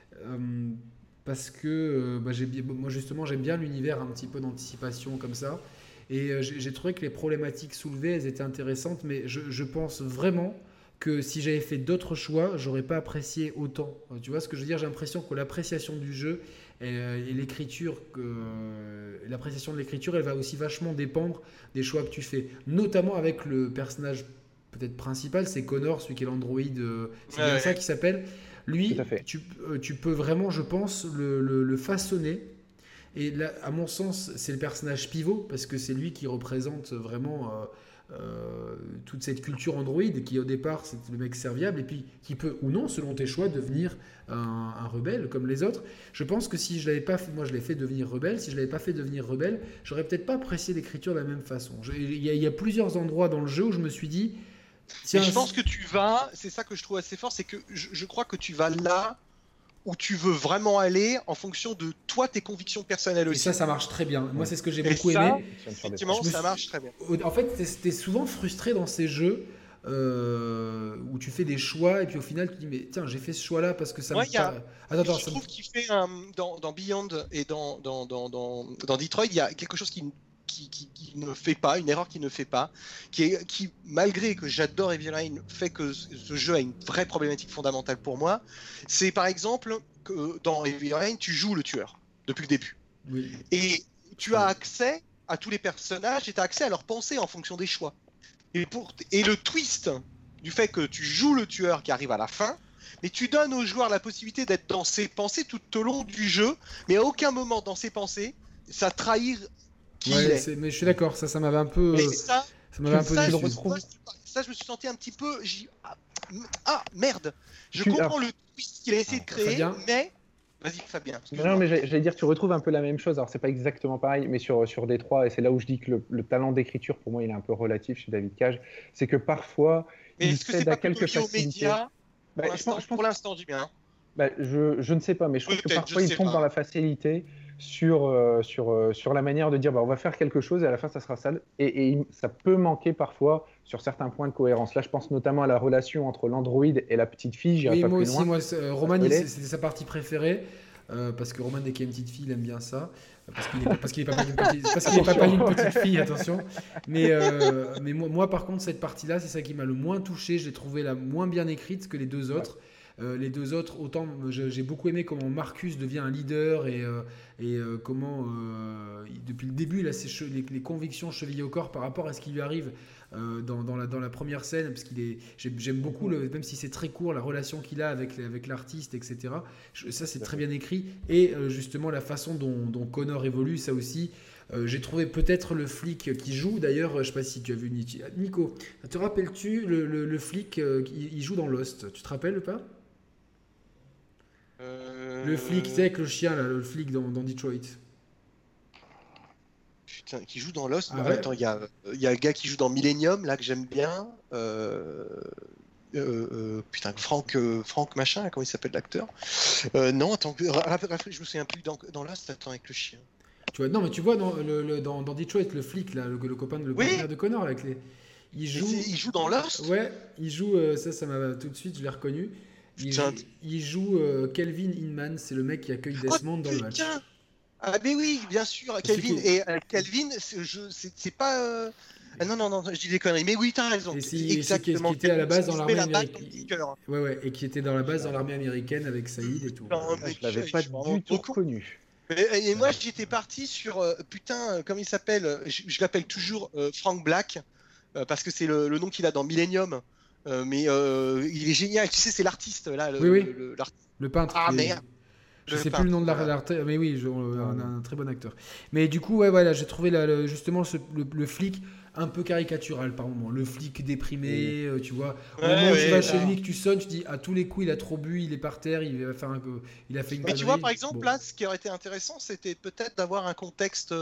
parce que moi justement j'aime bien l'univers un petit peu d'anticipation comme ça, et j'ai trouvé que les problématiques soulevées, elles étaient intéressantes, mais je pense vraiment que si j'avais fait d'autres choix, j'aurais pas apprécié autant. Tu vois ce que je veux dire? J'ai l'impression que l'appréciation du jeu et l'écriture, l'appréciation de l'écriture, elle va aussi vachement dépendre des choix que tu fais. Notamment avec le personnage peut-être principal, c'est Connor, celui qui est l'androïde, c'est bien ça qui s'appelle. Lui, tu peux vraiment, je pense, le façonner. Et là, à mon sens, c'est le personnage pivot, parce que c'est lui qui représente vraiment toute cette culture androïde qui au départ c'est le mec serviable et puis qui peut ou non selon tes choix devenir un rebelle comme les autres. Je pense que si je l'avais pas fait, moi je l'ai fait devenir rebelle, si je l'avais pas fait devenir rebelle, j'aurais peut-être pas apprécié l'écriture de la même façon. Il y a plusieurs endroits dans le jeu où je me suis dit tiens, je pense que tu vas, c'est ça que je trouve assez fort, c'est que je crois que tu vas là où tu veux vraiment aller en fonction de toi, tes convictions personnelles aussi. Et ça marche très bien. Moi, c'est ce que j'ai beaucoup aimé. Effectivement, ça marche très bien. En fait, t'es souvent frustré dans ces jeux où tu fais des choix et puis au final, tu te dis, mais tiens, j'ai fait ce choix-là parce que ça je trouve qu'il fait dans Beyond et dans Detroit, il y a quelque chose qui ne fait pas, une erreur qui ne fait pas, qui malgré que j'adore Heavy Rain, fait que ce jeu a une vraie problématique fondamentale pour moi. C'est par exemple que dans Heavy Rain, tu joues le tueur depuis le début. Oui. Et tu as accès à tous les personnages et tu as accès à leurs pensées en fonction des choix. Et le twist du fait que tu joues le tueur qui arrive à la fin, mais tu donnes aux joueurs la possibilité d'être dans ses pensées tout au long du jeu, mais à aucun moment dans ses pensées, ça trahir qui il est. Mais je suis d'accord, ça m'avait un peu... ça m'avait un peu je me suis senti un petit peu... merde. Je comprends le twist qu'il a essayé de créer, Fabien. mais... Vas-y, Fabien. Non, mais j'allais dire, tu retrouves un peu la même chose. Alors, c'est pas exactement pareil, mais sur Détroit, et c'est là où je dis que le talent d'écriture, pour moi, il est un peu relatif chez David Cage. C'est que parfois, il cède à quelques facilités. Pour l'instant, du bien. Je ne sais pas, mais je trouve que parfois, il tombe dans la facilité sur la manière de dire on va faire quelque chose et à la fin, ça sera sale. Et ça peut manquer parfois sur certains points de cohérence. Là, je pense notamment à la relation entre l'androïde et la petite fille. J'irai pas plus loin. Moi aussi, Roman, c'était sa partie préférée. Parce que Roman, dès qu'il y a une petite fille, il aime bien ça. Parce qu'il est papa d'une petite fille, attention. Mais moi, par contre, cette partie-là, c'est ça qui m'a le moins touché. Je l'ai trouvé la moins bien écrite que les deux autres. Les deux autres, autant j'ai beaucoup aimé comment Marcus devient un leader et comment depuis le début il a les convictions chevillées au corps par rapport à ce qui lui arrive dans la première scène, parce j'aime beaucoup même si c'est très court, la relation qu'il a avec l'artiste, etc. Ça c'est très bien écrit, et justement la façon dont Connor évolue, ça aussi. J'ai trouvé peut-être le flic qui joue, d'ailleurs, je sais pas si tu as vu Nico, te rappelles-tu le flic il joue dans Lost, tu te rappelles pas? Le flic, tu sais, avec le chien, là, le flic dans Detroit. Putain, qui joue dans Lost. Attends, il y a un gars qui joue dans Millennium, là, que j'aime bien. Putain, Franck machin, comment il s'appelle l'acteur? Non, attends, je me souviens plus dans Lost, attends, avec le chien. Tu vois, non, mais tu vois dans Detroit, le flic, là, le copain de Connor, avec les... Il joue dans Lost? Ouais, il joue, ça m'a tout de suite, je l'ai reconnu. Il joue Kelvin Inman, c'est le mec qui accueille Desmond dans le match. Ah mais oui, bien sûr, Kelvin. Et Kelvin, c'est pas... non, je dis des conneries. Mais oui, t'as raison. Exactement. Qui était à la base dans l'armée américaine. Ouais, et qui était dans la base dans l'armée américaine avec Saïd et tout. Je l'avais pas du tout reconnu. Et moi, j'étais parti sur... putain, comment il s'appelle? Je l'appelle toujours Frank Black, parce que c'est le nom qu'il a dans Millennium. Mais il est génial, tu sais, c'est l'artiste là, le peintre. Ah merde. Je sais plus le nom de l'artiste, mais oui, un très bon acteur. Mais du coup, ouais, voilà, j'ai trouvé justement le flic un peu caricatural par moment, le flic déprimé, tu vois. Au moment où tu vas chez lui, que tu sonnes, tu dis à tous les coups, il a trop bu, il est par terre, il a fait une connerie. Mais tu vois, par exemple, là, ce qui aurait été intéressant, c'était peut-être d'avoir un contexte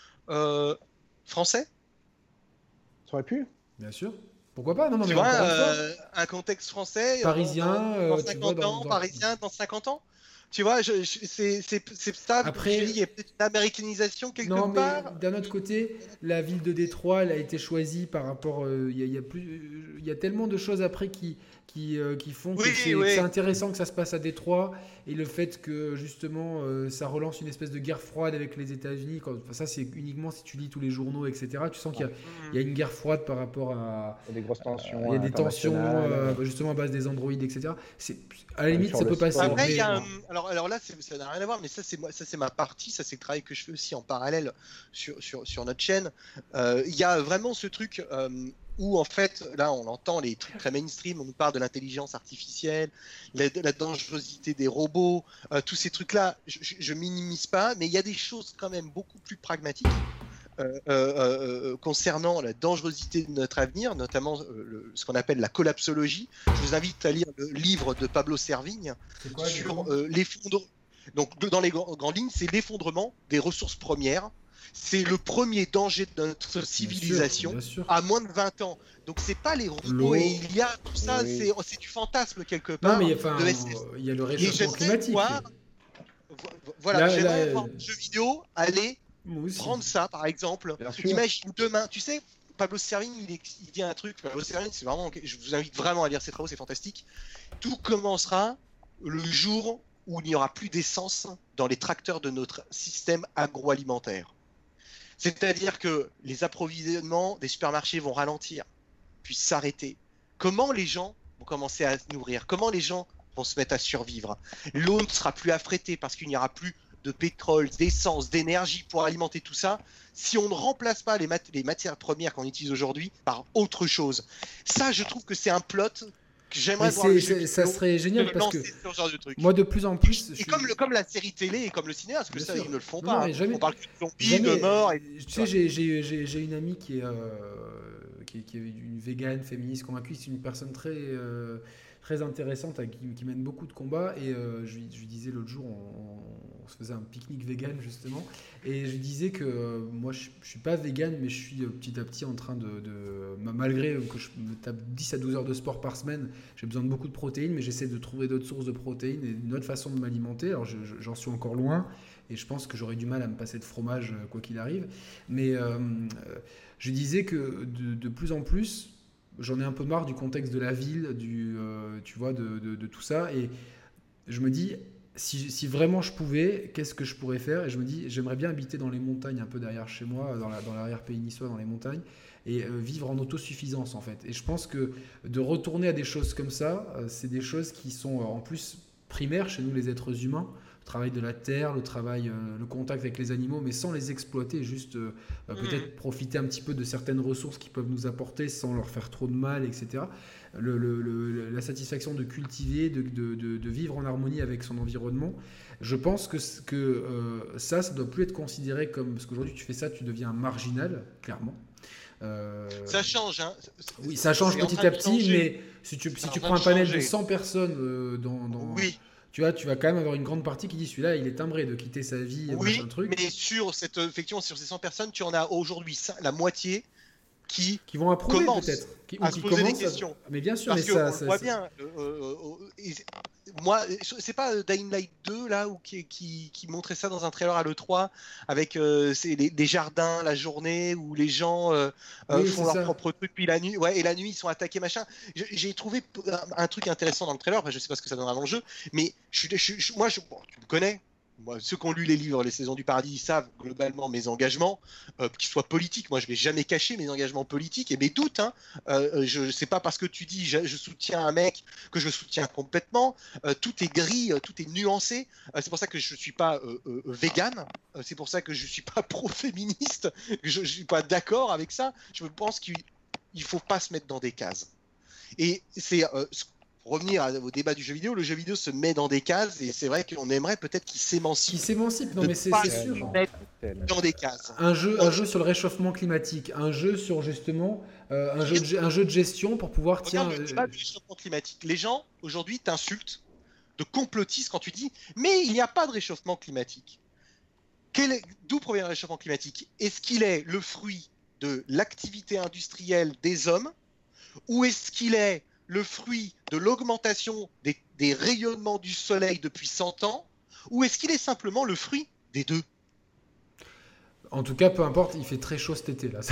français. Ça aurait pu. Bien sûr. Pourquoi pas? Non, tu vois, un contexte français, parisien, dans 50 ans, parisien dans 50 ans. Tu vois, c'est ça. Après, il y a peut-être une américanisation quelque part. Non, mais d'un autre côté, la ville de Détroit, elle a été choisie par rapport. Il y a tellement de choses après qui font que c'est intéressant que ça se passe à Détroit, et le fait que justement ça relance une espèce de guerre froide avec les États-Unis. Ça, c'est uniquement si tu lis tous les journaux, etc. Tu sens qu'il y a une guerre froide par rapport à. Il y a des grosses tensions. Il y a des tensions justement à base des androïdes, etc. À la limite, ça peut passer. Après, alors là, ça n'a rien à voir, mais ça c'est ma partie, ça c'est le travail que je fais aussi en parallèle sur notre chaîne. Il y a vraiment ce truc où en fait, là on entend les trucs très mainstream, on nous parle de l'intelligence artificielle, la dangerosité des robots, tous ces trucs-là, je minimise pas, mais il y a des choses quand même beaucoup plus pragmatiques concernant la dangerosité de notre avenir, notamment ce qu'on appelle la collapsologie. Je vous invite à lire le livre de Pablo Servigne sur l'effondrement. Donc dans les grandes lignes, c'est l'effondrement des ressources premières. C'est le premier danger de notre civilisation bien sûr. À moins de 20 ans. Donc c'est pas les robots et l'IA, tout ça, c'est du fantasme quelque part. Non, mais il y a le réchauffement climatique. J'aimerais voir un jeu vidéo aller prendre ça, par exemple. Imagine demain, tu sais, Pablo Servigne, il dit un truc. Pablo Servigne, c'est vraiment, je vous invite vraiment à lire ses travaux, c'est fantastique. Tout commencera le jour où il n'y aura plus d'essence dans les tracteurs de notre système agroalimentaire. C'est-à-dire que les approvisionnements des supermarchés vont ralentir, puis s'arrêter. Comment les gens vont commencer à se nourrir? Comment les gens vont se mettre à survivre? L'eau ne sera plus affrétée parce qu'il n'y aura plus de pétrole, d'essence, d'énergie pour alimenter tout ça. Si on ne remplace pas les matières premières qu'on utilise aujourd'hui par autre chose. Ça, je trouve que c'est un plot J'aimerais voir le jeu vidéo, ça serait génial parce que ce genre de truc. Moi, de plus en plus. Comme la série télé et comme le cinéma, parce que ça, ils ne le font pas. Non, jamais, on parle de zombies, de morts. Tu sais, j'ai une amie qui est une végane, féministe convaincue. C'est une personne très intéressante qui mène beaucoup de combats. Et je lui disais l'autre jour, on se faisait un pique-nique vegan justement. Et je lui disais que moi, je ne suis pas vegan, mais je suis petit à petit en train malgré que je me tape 10 à 12 heures de sport par semaine, j'ai besoin de beaucoup de protéines, mais j'essaie de trouver d'autres sources de protéines et une autre façon de m'alimenter. Alors j'en suis encore loin et je pense que j'aurais du mal à me passer de fromage quoi qu'il arrive. Mais je disais que de plus en plus, j'en ai un peu marre du contexte de la ville, tu vois, de tout ça. Et je me dis, si vraiment je pouvais, qu'est-ce que je pourrais faire? Et je me dis, j'aimerais bien habiter dans les montagnes, un peu derrière chez moi, dans l'arrière-pays niçois, dans les montagnes, et vivre en autosuffisance, en fait. Et je pense que de retourner à des choses comme ça, c'est des choses qui sont en plus primaires chez nous, les êtres humains. Le travail de la terre, le contact avec les animaux, mais sans les exploiter, juste peut-être profiter un petit peu de certaines ressources qu'ils peuvent nous apporter sans leur faire trop de mal, etc. La satisfaction de cultiver, de vivre en harmonie avec son environnement. Je pense que ça ne doit plus être considéré comme... Parce qu'aujourd'hui, tu fais ça, tu deviens marginal, clairement. Ça change, hein. Oui, ça change petit à petit, mais si tu prends un panel de 100 personnes Oui. Tu vois, tu vas quand même avoir une grande partie qui dit celui-là, il est timbré de quitter sa vie. Oui, truc. Mais effectivement, sur ces 100 personnes, tu en as aujourd'hui la moitié qui vont approuver peut-être, qui poser des questions. Mais bien sûr, parce mais on voit bien. Moi, c'est pas Dying Light 2 là qui montrait ça dans un trailer à l'E3 avec des jardins la journée où les gens font leur propre truc puis la nuit, et la nuit ils sont attaqués machin. J'ai trouvé un truc intéressant dans le trailer. Je sais pas ce que ça donnera dans le jeu, mais moi, tu me connais. Moi, ceux qui ont lu les livres Les Saisons du Paradis, ils savent globalement mes engagements, qu'ils soient politiques. Moi, je ne vais jamais cacher mes engagements politiques et mes doutes. C'est pas parce que tu dis je soutiens un mec que je le soutiens complètement. Tout est gris, tout est nuancé. C'est pour ça que je ne suis pas vegan. C'est pour ça que je ne suis pas pro-féministe. Je ne suis pas d'accord avec ça. Je pense qu'il ne faut pas se mettre dans des cases. Et c'est... revenir au débat du jeu vidéo, le jeu vidéo se met dans des cases et c'est vrai qu'on aimerait peut-être qu'il s'émancipe. Non mais c'est sûr. Dans des cases. Un jeu sur le réchauffement climatique, un jeu sur justement un jeu de gestion pour pouvoir le débat du réchauffement climatique. Les gens aujourd'hui t'insultent de complotistes quand tu dis mais il n'y a pas de réchauffement climatique. D'où provient le réchauffement climatique? Est-ce qu'il est le fruit de l'activité industrielle des hommes ou est-ce qu'il est le fruit de l'augmentation des rayonnements du soleil depuis 100 ans, ou est-ce qu'il est simplement le fruit des deux? En tout cas, peu importe, il fait très chaud cet été là.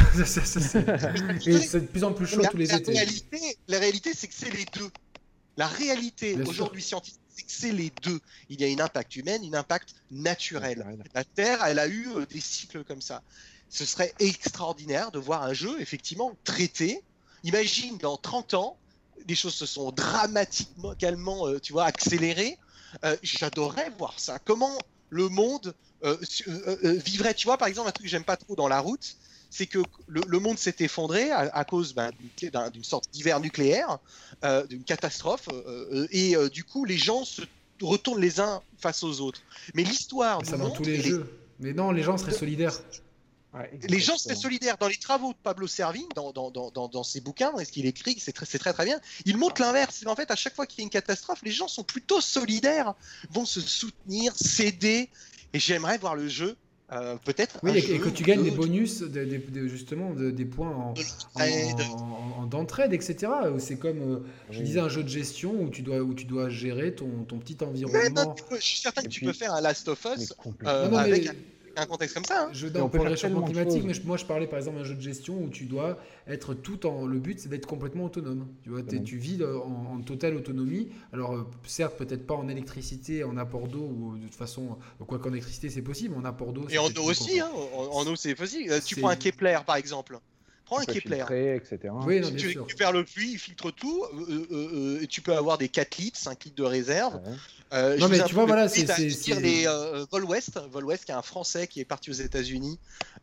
Et c'est de plus en plus chaud tous les étés. La réalité, c'est que c'est les deux. La réalité aujourd'hui scientifique, c'est que c'est les deux. Il y a une impact humaine, une impact naturel. La Terre, elle a eu des cycles comme ça. Ce serait extraordinaire de voir un jeu effectivement traité. Imagine dans 30 ans, les choses se sont dramatiquement, accélérées. J'adorerais voir ça. Comment le monde vivrait, tu vois, par exemple, un truc que j'aime pas trop dans La Route, c'est que le monde s'est effondré à cause d'une sorte d'hiver nucléaire, d'une catastrophe, et du coup, les gens se retournent les uns face aux autres. Mais l'histoire ça dans tous les jeux. Mais non, les gens seraient solidaires. Ouais, les gens seraient solidaires. Dans les travaux de Pablo Servigne, dans ses bouquins, dans ce qu'il écrit, c'est très très bien, il montre l'inverse. En fait, à chaque fois qu'il y a une catastrophe, les gens sont plutôt solidaires, vont se soutenir, s'aider. Et j'aimerais voir le jeu, peut-être. Oui, et que tu gagnes des bonus, justement, des points d'entraide, etc. C'est comme, je disais, un jeu de gestion où tu dois gérer ton petit environnement. Je suis certain que tu peux faire un Last of Us avec un contexte comme ça. Pour le réchauffement climatique, mais moi je parlais par exemple d'un jeu de gestion où tu dois être le but c'est d'être complètement autonome. Tu vois, tu vis en totale autonomie. Alors certes peut-être pas en électricité, en apport d'eau ou de toute façon quoi qu'en électricité c'est possible, en apport d'eau. Et en eau aussi, en eau c'est possible. Tu prends un Kepler par exemple. Prends un Kepler. Filtrer, etc. Oui, non, Tu récupères le flux, il filtre tout, et tu peux avoir des 4 litres, 5 litres de réserve. Non, mais tu vois, voilà, c'est les Volwest qui est un Français qui est parti aux États-Unis,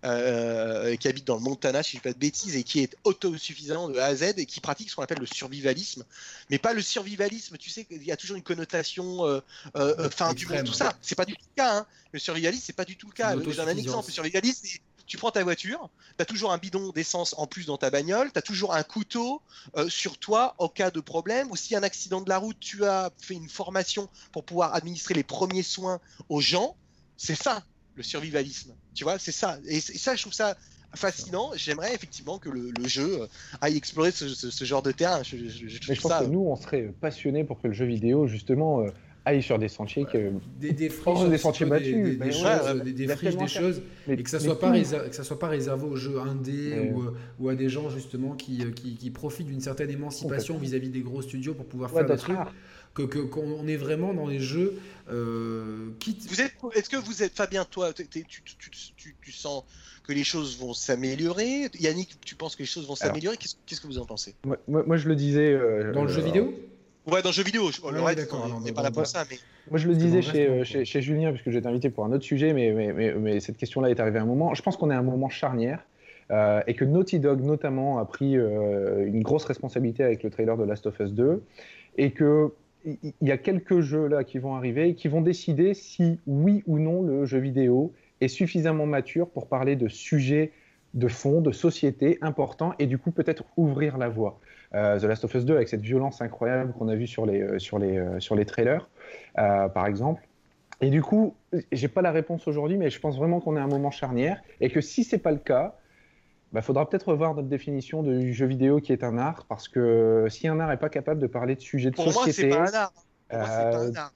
qui habite dans le Montana, si je ne dis pas de bêtises, et qui est autosuffisant de A à Z et qui pratique ce qu'on appelle le survivalisme. Mais pas le survivalisme, tu sais, il y a toujours une connotation fin du monde, tout ça. C'est pas du tout le cas. Hein. Le survivalisme, c'est pas du tout le cas. J'ai un exemple. Le survivalisme, c'est tu prends ta voiture, tu as toujours un bidon d'essence en plus dans ta bagnole, tu as toujours un couteau sur toi au cas de problème, ou s'il y a un accident de la route, tu as fait une formation pour pouvoir administrer les premiers soins aux gens. C'est ça, le survivalisme. Tu vois, c'est ça. Et ça, je trouve ça fascinant. J'aimerais effectivement que le jeu aille explorer ce genre de terrain. Mais je pense que nous, on serait passionnés pour que le jeu vidéo, justement, aille sur des sentiers des friches, des sentiers battus, des friches, des choses, et que ça soit pas réservé aux jeux indés ou à des gens justement qui profitent d'une certaine émancipation vis-à-vis des gros studios pour pouvoir faire des trucs. Qu'on est vraiment dans les jeux Est-ce que vous êtes, Fabien, toi, tu sens que les choses vont s'améliorer? Yannick, tu penses que les choses vont s'améliorer? Qu'est-ce que vous en pensez? Moi, je le disais... dans le jeu vidéo? Ouais, dans le jeu vidéo. On n'est pas là pour ça. Mais... Moi, je le disais chez Julien, puisque j'étais invité pour un autre sujet, mais cette question-là est arrivée à un moment. Je pense qu'on est à un moment charnière et que Naughty Dog, notamment, a pris une grosse responsabilité avec le trailer de Last of Us 2 et qu'il y a quelques jeux là qui vont arriver et qui vont décider si, oui ou non, le jeu vidéo est suffisamment mature pour parler de sujets de fond, de société importants et du coup peut-être ouvrir la voie. The Last of Us 2 avec cette violence incroyable qu'on a vue sur les trailers, par exemple. Et du coup, j'ai pas la réponse aujourd'hui, mais je pense vraiment qu'on est à un moment charnière et que si c'est pas le cas, faudra peut-être revoir notre définition du jeu vidéo qui est un art, parce que si un art n'est pas capable de parler de sujets de société... Pour moi, c'est pas un art. Pour moi, c'est pas un art.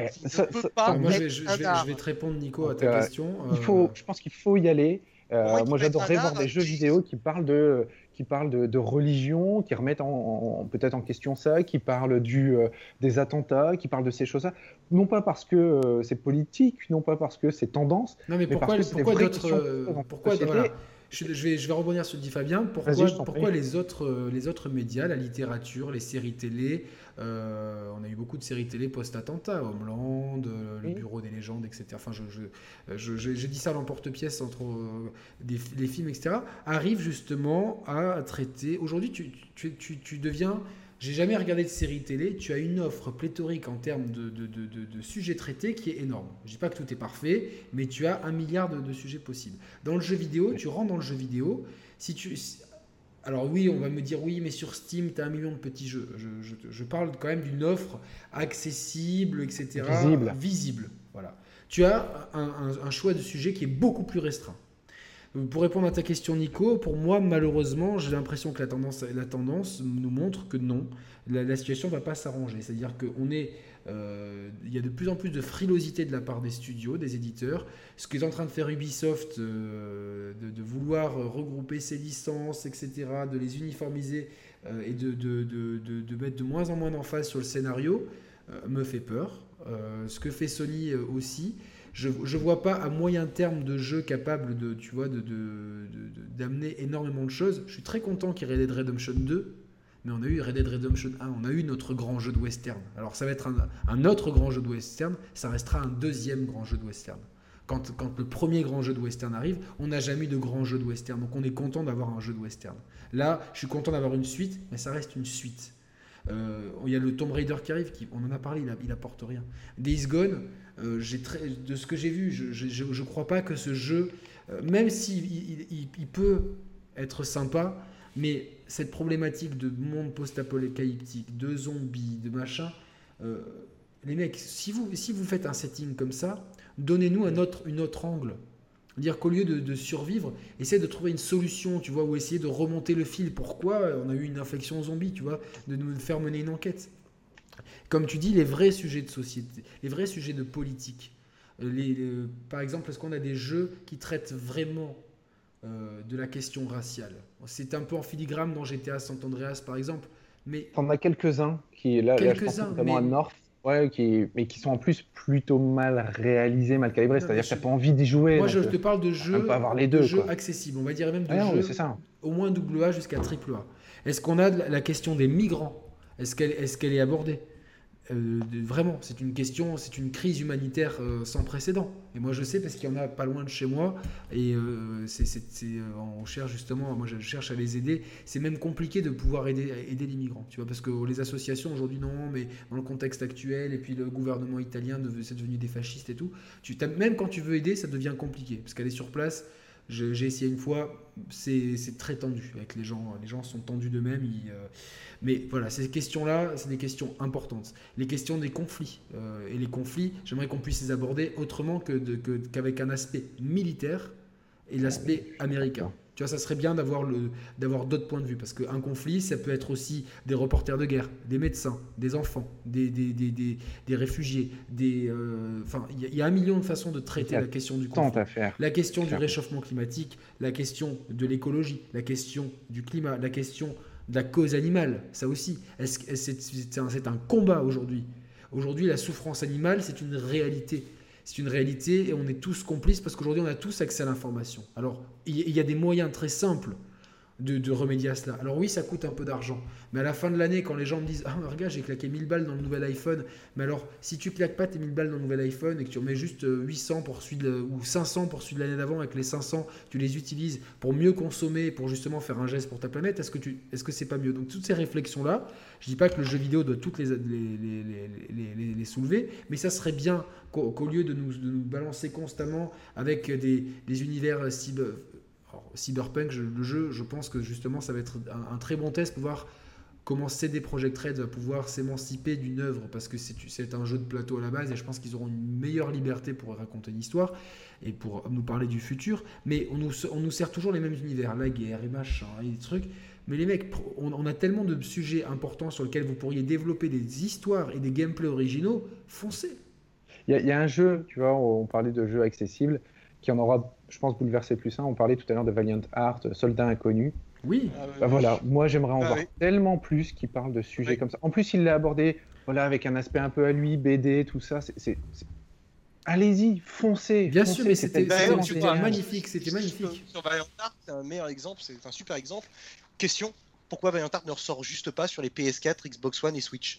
Je vais te répondre, Nico, à ta question. Je pense qu'il faut y aller. Moi, j'adorerais voir des jeux vidéo qui parlent de religion, qui remettent peut-être en question ça, qui parlent des attentats, qui parlent de ces choses-là. Non pas parce que c'est politique, non pas parce que c'est tendance. Non, mais pourquoi d'autres... Je vais rebondir sur ce que dit Fabien. Pourquoi les autres médias, la littérature, les séries télé, on a eu beaucoup de séries télé post-attentat, Homeland, le Bureau des légendes, etc. Enfin, je dis ça à l'emporte-pièce entre les films, etc. Arrivent justement à traiter. Aujourd'hui, tu deviens. J'ai jamais regardé de série télé. Tu as une offre pléthorique en termes de sujets traités qui est énorme. Je dis pas que tout est parfait, mais tu as 1 milliard de sujets possibles. Dans le jeu vidéo, tu rentres dans le jeu vidéo. Alors oui, on va me dire oui, mais sur Steam, tu as 1 million de petits jeux. Je parle quand même d'une offre accessible, etc. Visible. Voilà. Tu as un choix de sujets qui est beaucoup plus restreint. Pour répondre à ta question, Nico, pour moi, malheureusement, j'ai l'impression que la tendance nous montre que non, la situation ne va pas s'arranger. C'est-à-dire qu'il y a de plus en plus de frilosité de la part des studios, des éditeurs. Ce qu'est en train de faire Ubisoft, de vouloir regrouper ses licences, etc., de les uniformiser et de mettre de moins en moins d'emphase sur le scénario, me fait peur. Ce que fait Sony aussi. Je ne vois pas à moyen terme de jeu capable d'amener énormément de choses. Je suis très content qu'il y ait Red Dead Redemption 2, mais on a eu Red Dead Redemption 1, on a eu notre grand jeu de western. Alors ça va être un autre grand jeu de western, ça restera un deuxième grand jeu de western. Quand le premier grand jeu de western arrive, on n'a jamais eu de grand jeu de western, donc on est content d'avoir un jeu de western. Là, je suis content d'avoir une suite, mais ça reste une suite. Il y a le Tomb Raider qui arrive, on en a parlé, il apporte rien. Days Gone, de ce que j'ai vu, je crois pas que ce jeu, même s'il peut être sympa, mais cette problématique de monde post-apocalyptique, de zombies, de machin, les mecs, si vous faites un setting comme ça, donnez-nous un autre angle. Dire qu'au lieu de survivre, essayez de trouver une solution, tu vois, ou essayer de remonter le fil. Pourquoi on a eu une infection zombie, tu vois, de nous faire mener une enquête. Comme tu dis, les vrais sujets de société, les vrais sujets de politique. Par exemple, est-ce qu'on a des jeux qui traitent vraiment de la question raciale? C'est un peu en filigrane dans GTA San Andreas, par exemple. Mais on a quelques-uns qui, là, je pense notamment à North. Ouais, mais qui sont en plus plutôt mal réalisés, mal calibrés. C'est-à-dire que tu n'as pas envie d'y jouer. Moi, je te parle de jeux, accessibles. On va dire même de jeux au moins AA jusqu'à AAA. Est-ce qu'on a la question des migrants? Est-ce qu'elle est abordée? Vraiment, c'est une question, c'est une crise humanitaire sans précédent. Et moi, je sais parce qu'il y en a pas loin de chez moi. Et on cherche justement, moi, je cherche à les aider. C'est même compliqué de pouvoir aider les migrants, tu vois, parce que les associations aujourd'hui, non, mais dans le contexte actuel, et puis le gouvernement italien, c'est devenu des fascistes et tout. Même quand tu veux aider, ça devient compliqué, parce qu'aller sur place. J'ai essayé une fois, c'est très tendu avec les gens. Les gens sont tendus d'eux-mêmes. Mais voilà, ces questions-là, c'est des questions importantes. Les questions des conflits. Et les conflits, j'aimerais qu'on puisse les aborder autrement qu'avec un aspect militaire et l'aspect américain. Tu vois, ça serait bien d'avoir d'autres points de vue. Parce qu'un conflit, ça peut être aussi des reporters de guerre, des médecins, des enfants, des réfugiés. Enfin, il y a un million de façons de traiter la question du conflit. La question du réchauffement climatique, la question de l'écologie, la question du climat, la question de la cause animale, ça aussi. C'est un combat aujourd'hui. Aujourd'hui, la souffrance animale, c'est une réalité. C'est une réalité et on est tous complices parce qu'aujourd'hui, on a tous accès à l'information. Alors, il y a des moyens très simples de remédier à cela. Alors oui, ça coûte un peu d'argent. Mais à la fin de l'année, quand les gens me disent « Ah, regarde, j'ai claqué 1000 balles dans le nouvel iPhone. » Mais alors, si tu claques pas tes 1000 balles dans le nouvel iPhone et que tu remets juste 800 ou 500 pour celui de l'année d'avant, avec les 500, tu les utilises pour mieux consommer, pour justement faire un geste pour ta planète, est-ce que c'est pas mieux? Donc toutes ces réflexions-là, je dis pas que le jeu vidéo doit toutes les soulever, mais ça serait bien qu'au lieu de nous balancer constamment avec des univers cyberpunk, le jeu, je pense que justement ça va être un très bon test pour voir comment CD Projekt Red va pouvoir s'émanciper d'une œuvre, parce que c'est un jeu de plateau à la base et je pense qu'ils auront une meilleure liberté pour raconter une histoire et pour nous parler du futur, mais on nous sert toujours les mêmes univers, la guerre et machin et des trucs. Mais les mecs, on a tellement de sujets importants sur lesquels vous pourriez développer des histoires et des gameplays originaux, foncez. Il y a un jeu, tu vois, on parlait de jeux accessibles, qui en aura, je pense, bouleversé plus un. On parlait tout à l'heure de Valiant Hearts, Soldat Inconnu. Oui. Voilà, moi j'aimerais en voir tellement plus qui parlent de sujets comme ça. En plus, il l'a abordé avec un aspect un peu à lui, BD, tout ça. Allez-y, foncez. Bien sûr, mais c'était magnifique. C'était magnifique. Sur Valiant Hearts, c'est un meilleur exemple, c'est un super exemple. Question, pourquoi Valiant Hearts ne ressort juste pas sur les PS4, Xbox One et Switch?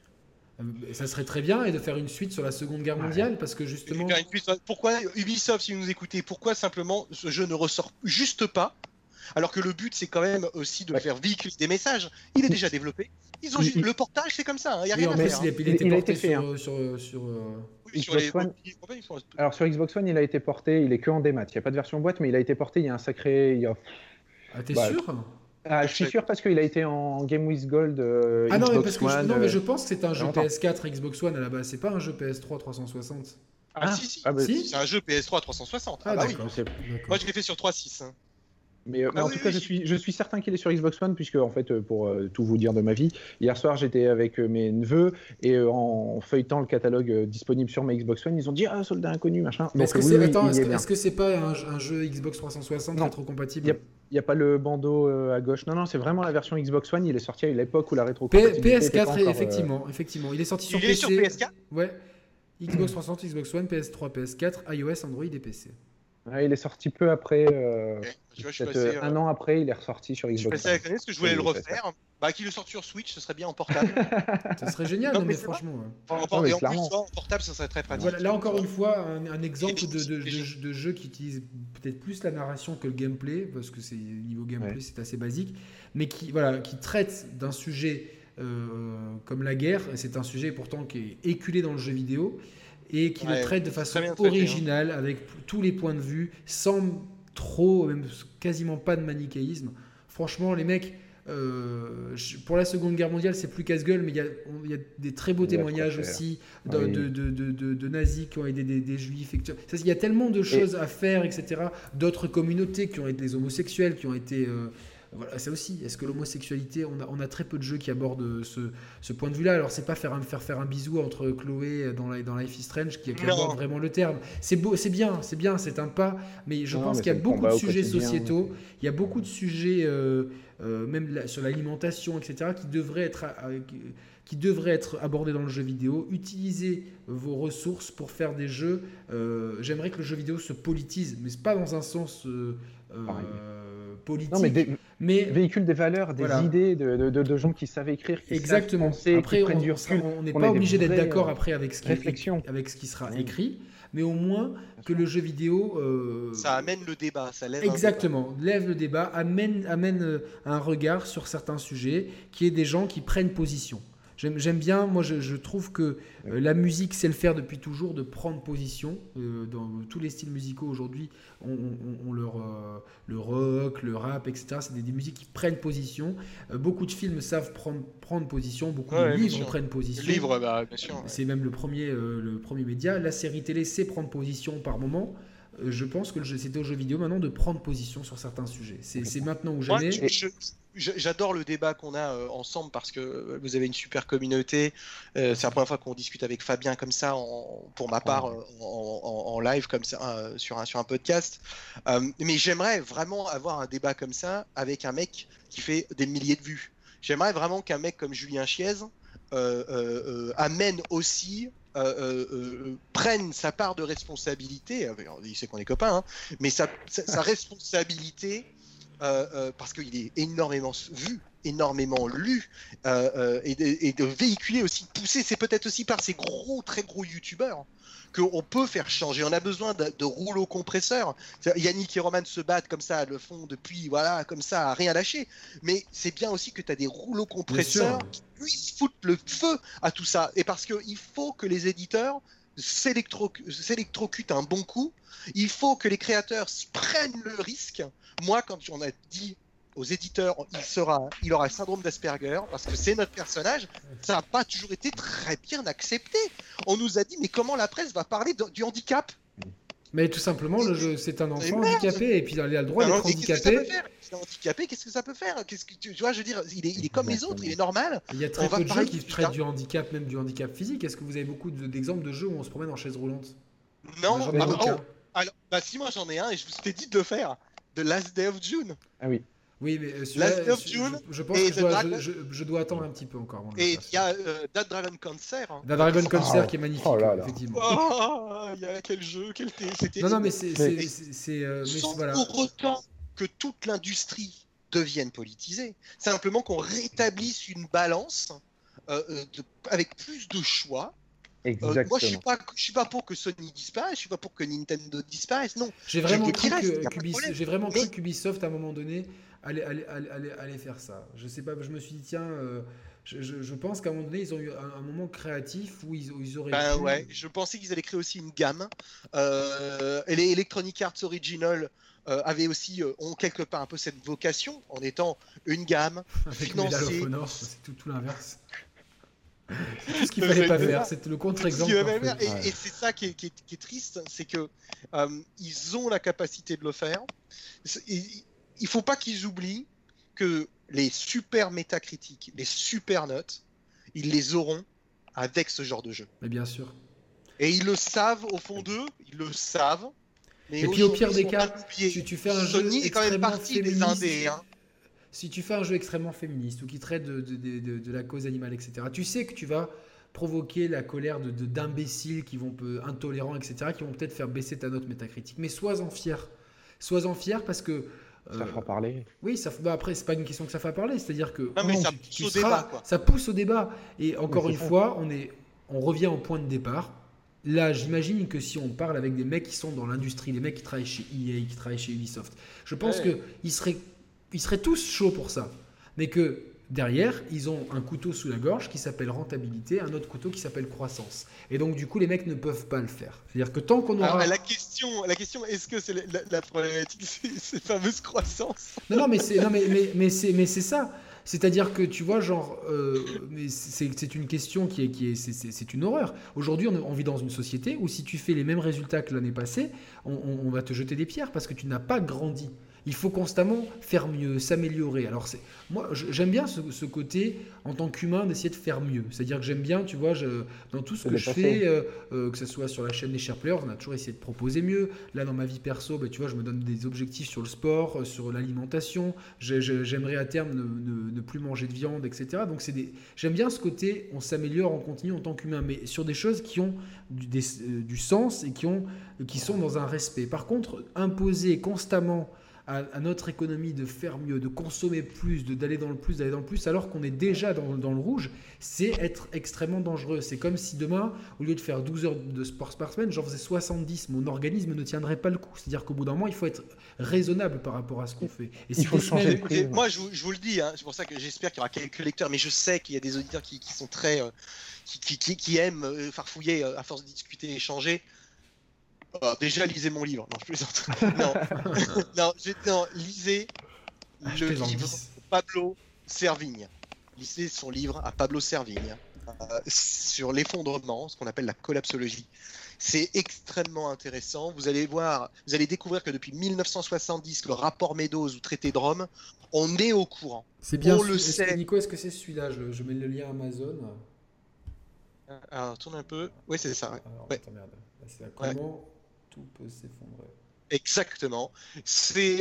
Ça serait très bien, et de faire une suite sur la Seconde Guerre mondiale, parce que justement... Pourquoi Ubisoft, si vous nous écoutez, pourquoi simplement ce jeu ne ressort juste pas, alors que le but c'est quand même aussi de faire véhiculer des messages? Il est déjà développé. Ils ont juste le portage, c'est comme ça, il n'y a rien à faire. Il a été fait sur Xbox One. Alors sur Xbox One, il a été porté, il est que en démat. Il n'y a pas de version boîte, mais il a été porté. Il y a un sacré. Ah, t'es sûr? Je suis sûr parce qu'il a été en Game with Gold. Xbox One, non, mais je pense que c'est un jeu PS4 Xbox One à la base. C'est pas un jeu PS3 360. Si, c'est un jeu PS3 360. Oui. Moi, je l'ai fait sur 3.6. Mais en tout cas, je suis certain qu'il est sur Xbox One, puisque en fait, pour tout vous dire de ma vie, hier soir j'étais avec mes neveux et en feuilletant le catalogue disponible sur ma Xbox One, ils ont dit Soldat Inconnu, machin. Mais est-ce que c'est pas un jeu Xbox 360 rétrocompatible? Il n'y a pas le bandeau à gauche. Non, c'est vraiment la version Xbox One. Il est sorti à l'époque où la rétrocompatibilité PS4, encore, effectivement. Il est sorti sur PC. Sur PS4. Ouais. Xbox 360, Xbox One, PS3, PS4, iOS, Android et PC. Ouais, il est sorti peu après, un an après, il est ressorti sur Xbox. Je passais avec parce que je voulais le refaire. Qu'il le sorte sur Switch, ce serait bien en portable. Ça serait génial, mais franchement. En plus, en portable, ça serait très pratique. Voilà, là encore une fois, un exemple de jeu qui utilise peut-être plus la narration que le gameplay, parce que niveau gameplay, c'est assez basique, mais qui traite d'un sujet comme la guerre. C'est un sujet pourtant qui est éculé dans le jeu vidéo, et qui le traite de façon originale, avec tous les points de vue, sans trop, même quasiment pas de manichéisme. Franchement, les mecs, pour la Seconde Guerre mondiale, c'est plus casse-gueule, mais il y a des très beaux témoignages aussi de nazis qui ont aidé des juifs. Il y a tellement de choses à faire, etc. D'autres communautés qui ont été des homosexuels, qui ont été voilà, ça aussi. Est-ce que l'homosexualité, on a très peu de jeux qui abordent ce point de vue-là. Alors, c'est pas faire un bisou entre Chloé dans Life is Strange qui aborde vraiment le terme. C'est beau, c'est bien, c'est un pas. Mais je pense qu'il y a beaucoup de sujets sociétaux. Il y a beaucoup de sujets, même sur l'alimentation, etc., qui devraient être abordés dans le jeu vidéo. Utilisez vos ressources pour faire des jeux. J'aimerais que le jeu vidéo se politise, mais c'est pas dans un sens politique. Non, mais véhicule des valeurs, des idées de gens qui savent écrire, qui savent penser, après, qui prennent du recul. On n'est pas obligé d'être d'accord après avec ce qui sera écrit, mais au moins que le jeu vidéo... ça amène le débat, ça lève lève le débat, amène un regard sur certains sujets, qui est des gens qui prennent position. J'aime bien, moi je trouve que la musique sait le faire depuis toujours, de prendre position. Dans tous les styles musicaux aujourd'hui, on le rock, le rap, etc. C'est des musiques qui prennent position. Beaucoup de films savent prendre position, beaucoup de livres prennent position. Le livre, bien sûr. C'est même le premier média. La série télé sait prendre position par moment. Je pense que c'est au jeu vidéo maintenant de prendre position sur certains sujets. C'est maintenant ou jamais. J'adore le débat qu'on a ensemble parce que vous avez une super communauté. C'est la première fois qu'on discute avec Fabien comme ça, pour ma part, en live comme ça, sur un podcast. Mais j'aimerais vraiment avoir un débat comme ça avec un mec qui fait des milliers de vues. J'aimerais vraiment qu'un mec comme Julien Chiez amène aussi... prenne sa part de responsabilité, il sait qu'on est copains, hein, mais sa responsabilité, parce qu'il est énormément vu, énormément lu, et de véhiculer aussi, de pousser, c'est peut-être aussi par ces très gros youtubeurs qu'on peut faire changer. On a besoin de rouleaux compresseurs. Yannick et Roman se battent comme ça, le font depuis, voilà, comme ça, à rien lâcher. Mais c'est bien aussi que tu as des rouleaux compresseurs qui puissent foutre le feu à tout ça. Et parce qu'il faut que les éditeurs s'électrocutent un bon coup. Il faut que les créateurs prennent le risque. Moi, quand on a dit aux éditeurs, il aura le syndrome d'Asperger parce que c'est notre personnage. Ça n'a pas toujours été très bien accepté. On nous a dit, mais comment la presse va parler du handicap ? Mais tout simplement, le jeu, c'est un enfant handicapé et puis il a le droit d'être handicapé. Qu'est-ce que ça peut faire ? Tu vois, je veux dire, il est comme les autres, il est normal. Il y a très peu de jeux qui traitent du handicap, même du handicap physique. Est-ce que vous avez beaucoup d'exemples de jeux où on se promène en chaise roulante ? Non. Alors, si moi j'en ai un et je vous ai dit de le faire. The Last Day of June. Ah oui. Oui, mais je pense que je dois attendre un petit peu encore. Et il y a That Dragon Cancer. That Dragon Cancer qui est magnifique, effectivement. Il y a quel jeu, c'était. Non, mais c'est voilà. Pour autant que toute l'industrie devienne politisée, simplement qu'on rétablisse une balance avec plus de choix. Moi, je suis pas pour que Sony disparaisse, je suis pas pour que Nintendo disparaisse, non. J'ai vraiment cru qu'Ubisoft, à un moment donné, allait faire ça. Je sais pas, je me suis dit, tiens, je pense qu'à un moment donné, ils ont eu un moment créatif où ils auraient pu... Ouais, je pensais qu'ils allaient créer aussi une gamme. Et les Electronic Arts Original avaient aussi, ont quelque part un peu cette vocation, en étant une gamme financée... Avec Medal of Honor, c'est tout l'inverse. C'est tout ce qu'il fallait pas faire, c'était le contre-exemple. Et c'est ça qui est triste, c'est que ils ont la capacité de le faire. Il faut pas qu'ils oublient que les super métacritiques, les super notes, ils les auront avec ce genre de jeu. Mais bien sûr. Et ils le savent au fond d'eux, ils le savent. Mais et puis au pire des cas, tu fais un jeu Sony est quand même partie des indés, hein. Si tu fais un jeu extrêmement féministe ou qui traite de la cause animale, etc., tu sais que tu vas provoquer la colère d'imbéciles qui vont intolérants, etc., qui vont peut-être faire baisser ta note métacritique. Mais sois-en fier. Sois-en fier parce que... ça fera parler. Oui, après, c'est pas une question que ça fera parler. C'est-à-dire que ça pousse au débat. Et encore une fois, on revient au point de départ. Là, j'imagine que si on parle avec des mecs qui sont dans l'industrie, des mecs qui travaillent chez EA, qui travaillent chez Ubisoft, je pense qu'ils seraient tous chauds pour ça. Mais que derrière, ils ont un couteau sous la gorge qui s'appelle rentabilité, un autre couteau qui s'appelle croissance. Et donc, du coup, les mecs ne peuvent pas le faire. C'est-à-dire que tant qu'on aura... Alors, la question, est-ce que c'est la problématique, c'est cette fameuse croissance ? Non, mais c'est ça. C'est-à-dire que tu vois, genre, mais c'est une question c'est une horreur. Aujourd'hui, on vit dans une société où si tu fais les mêmes résultats que l'année passée, on va te jeter des pierres parce que tu n'as pas grandi. Il faut constamment faire mieux, s'améliorer. Alors moi, j'aime bien ce côté en tant qu'humain d'essayer de faire mieux. C'est-à-dire que j'aime bien, tu vois, dans tout ce que je fais, que ce soit sur la chaîne des Chers Players, on a toujours essayé de proposer mieux. Là, dans ma vie perso, tu vois, je me donne des objectifs sur le sport, sur l'alimentation. J'aimerais à terme ne plus manger de viande, etc. Donc j'aime bien ce côté, on s'améliore en continu en tant qu'humain, mais sur des choses qui ont du sens et qui sont dans un respect. Par contre, imposer constamment à notre économie de faire mieux, de consommer plus, d'aller dans le plus, alors qu'on est déjà dans le rouge, c'est être extrêmement dangereux. C'est comme si demain, au lieu de faire 12 heures de sport par semaine, j'en faisais 70. Mon organisme ne tiendrait pas le coup. C'est-à-dire qu'au bout d'un moment, il faut être raisonnable par rapport à ce qu'on fait. Et il faut changer de prix. Moi, je vous le dis, hein, c'est pour ça que j'espère qu'il y aura quelques lecteurs, mais je sais qu'il y a des auditeurs qui sont très... qui aiment farfouiller à force de discuter et échanger. Déjà, lisez mon livre. Non, je plaisante. Non, lisez le livre de Pablo Servigne. Lisez son livre à Pablo Servigne sur l'effondrement, ce qu'on appelle la collapsologie. C'est extrêmement intéressant. Vous allez découvrir que depuis 1970, le rapport Meadows ou traité de Rome, on est au courant. C'est bien. On le sait. Nico, est-ce que c'est celui-là ? Je mets le lien Amazon. Alors, tourne un peu. Oui, c'est ça. Ouais. Alors, attends, merde. C'est là, comment tout peut s'effondrer. Exactement. C'est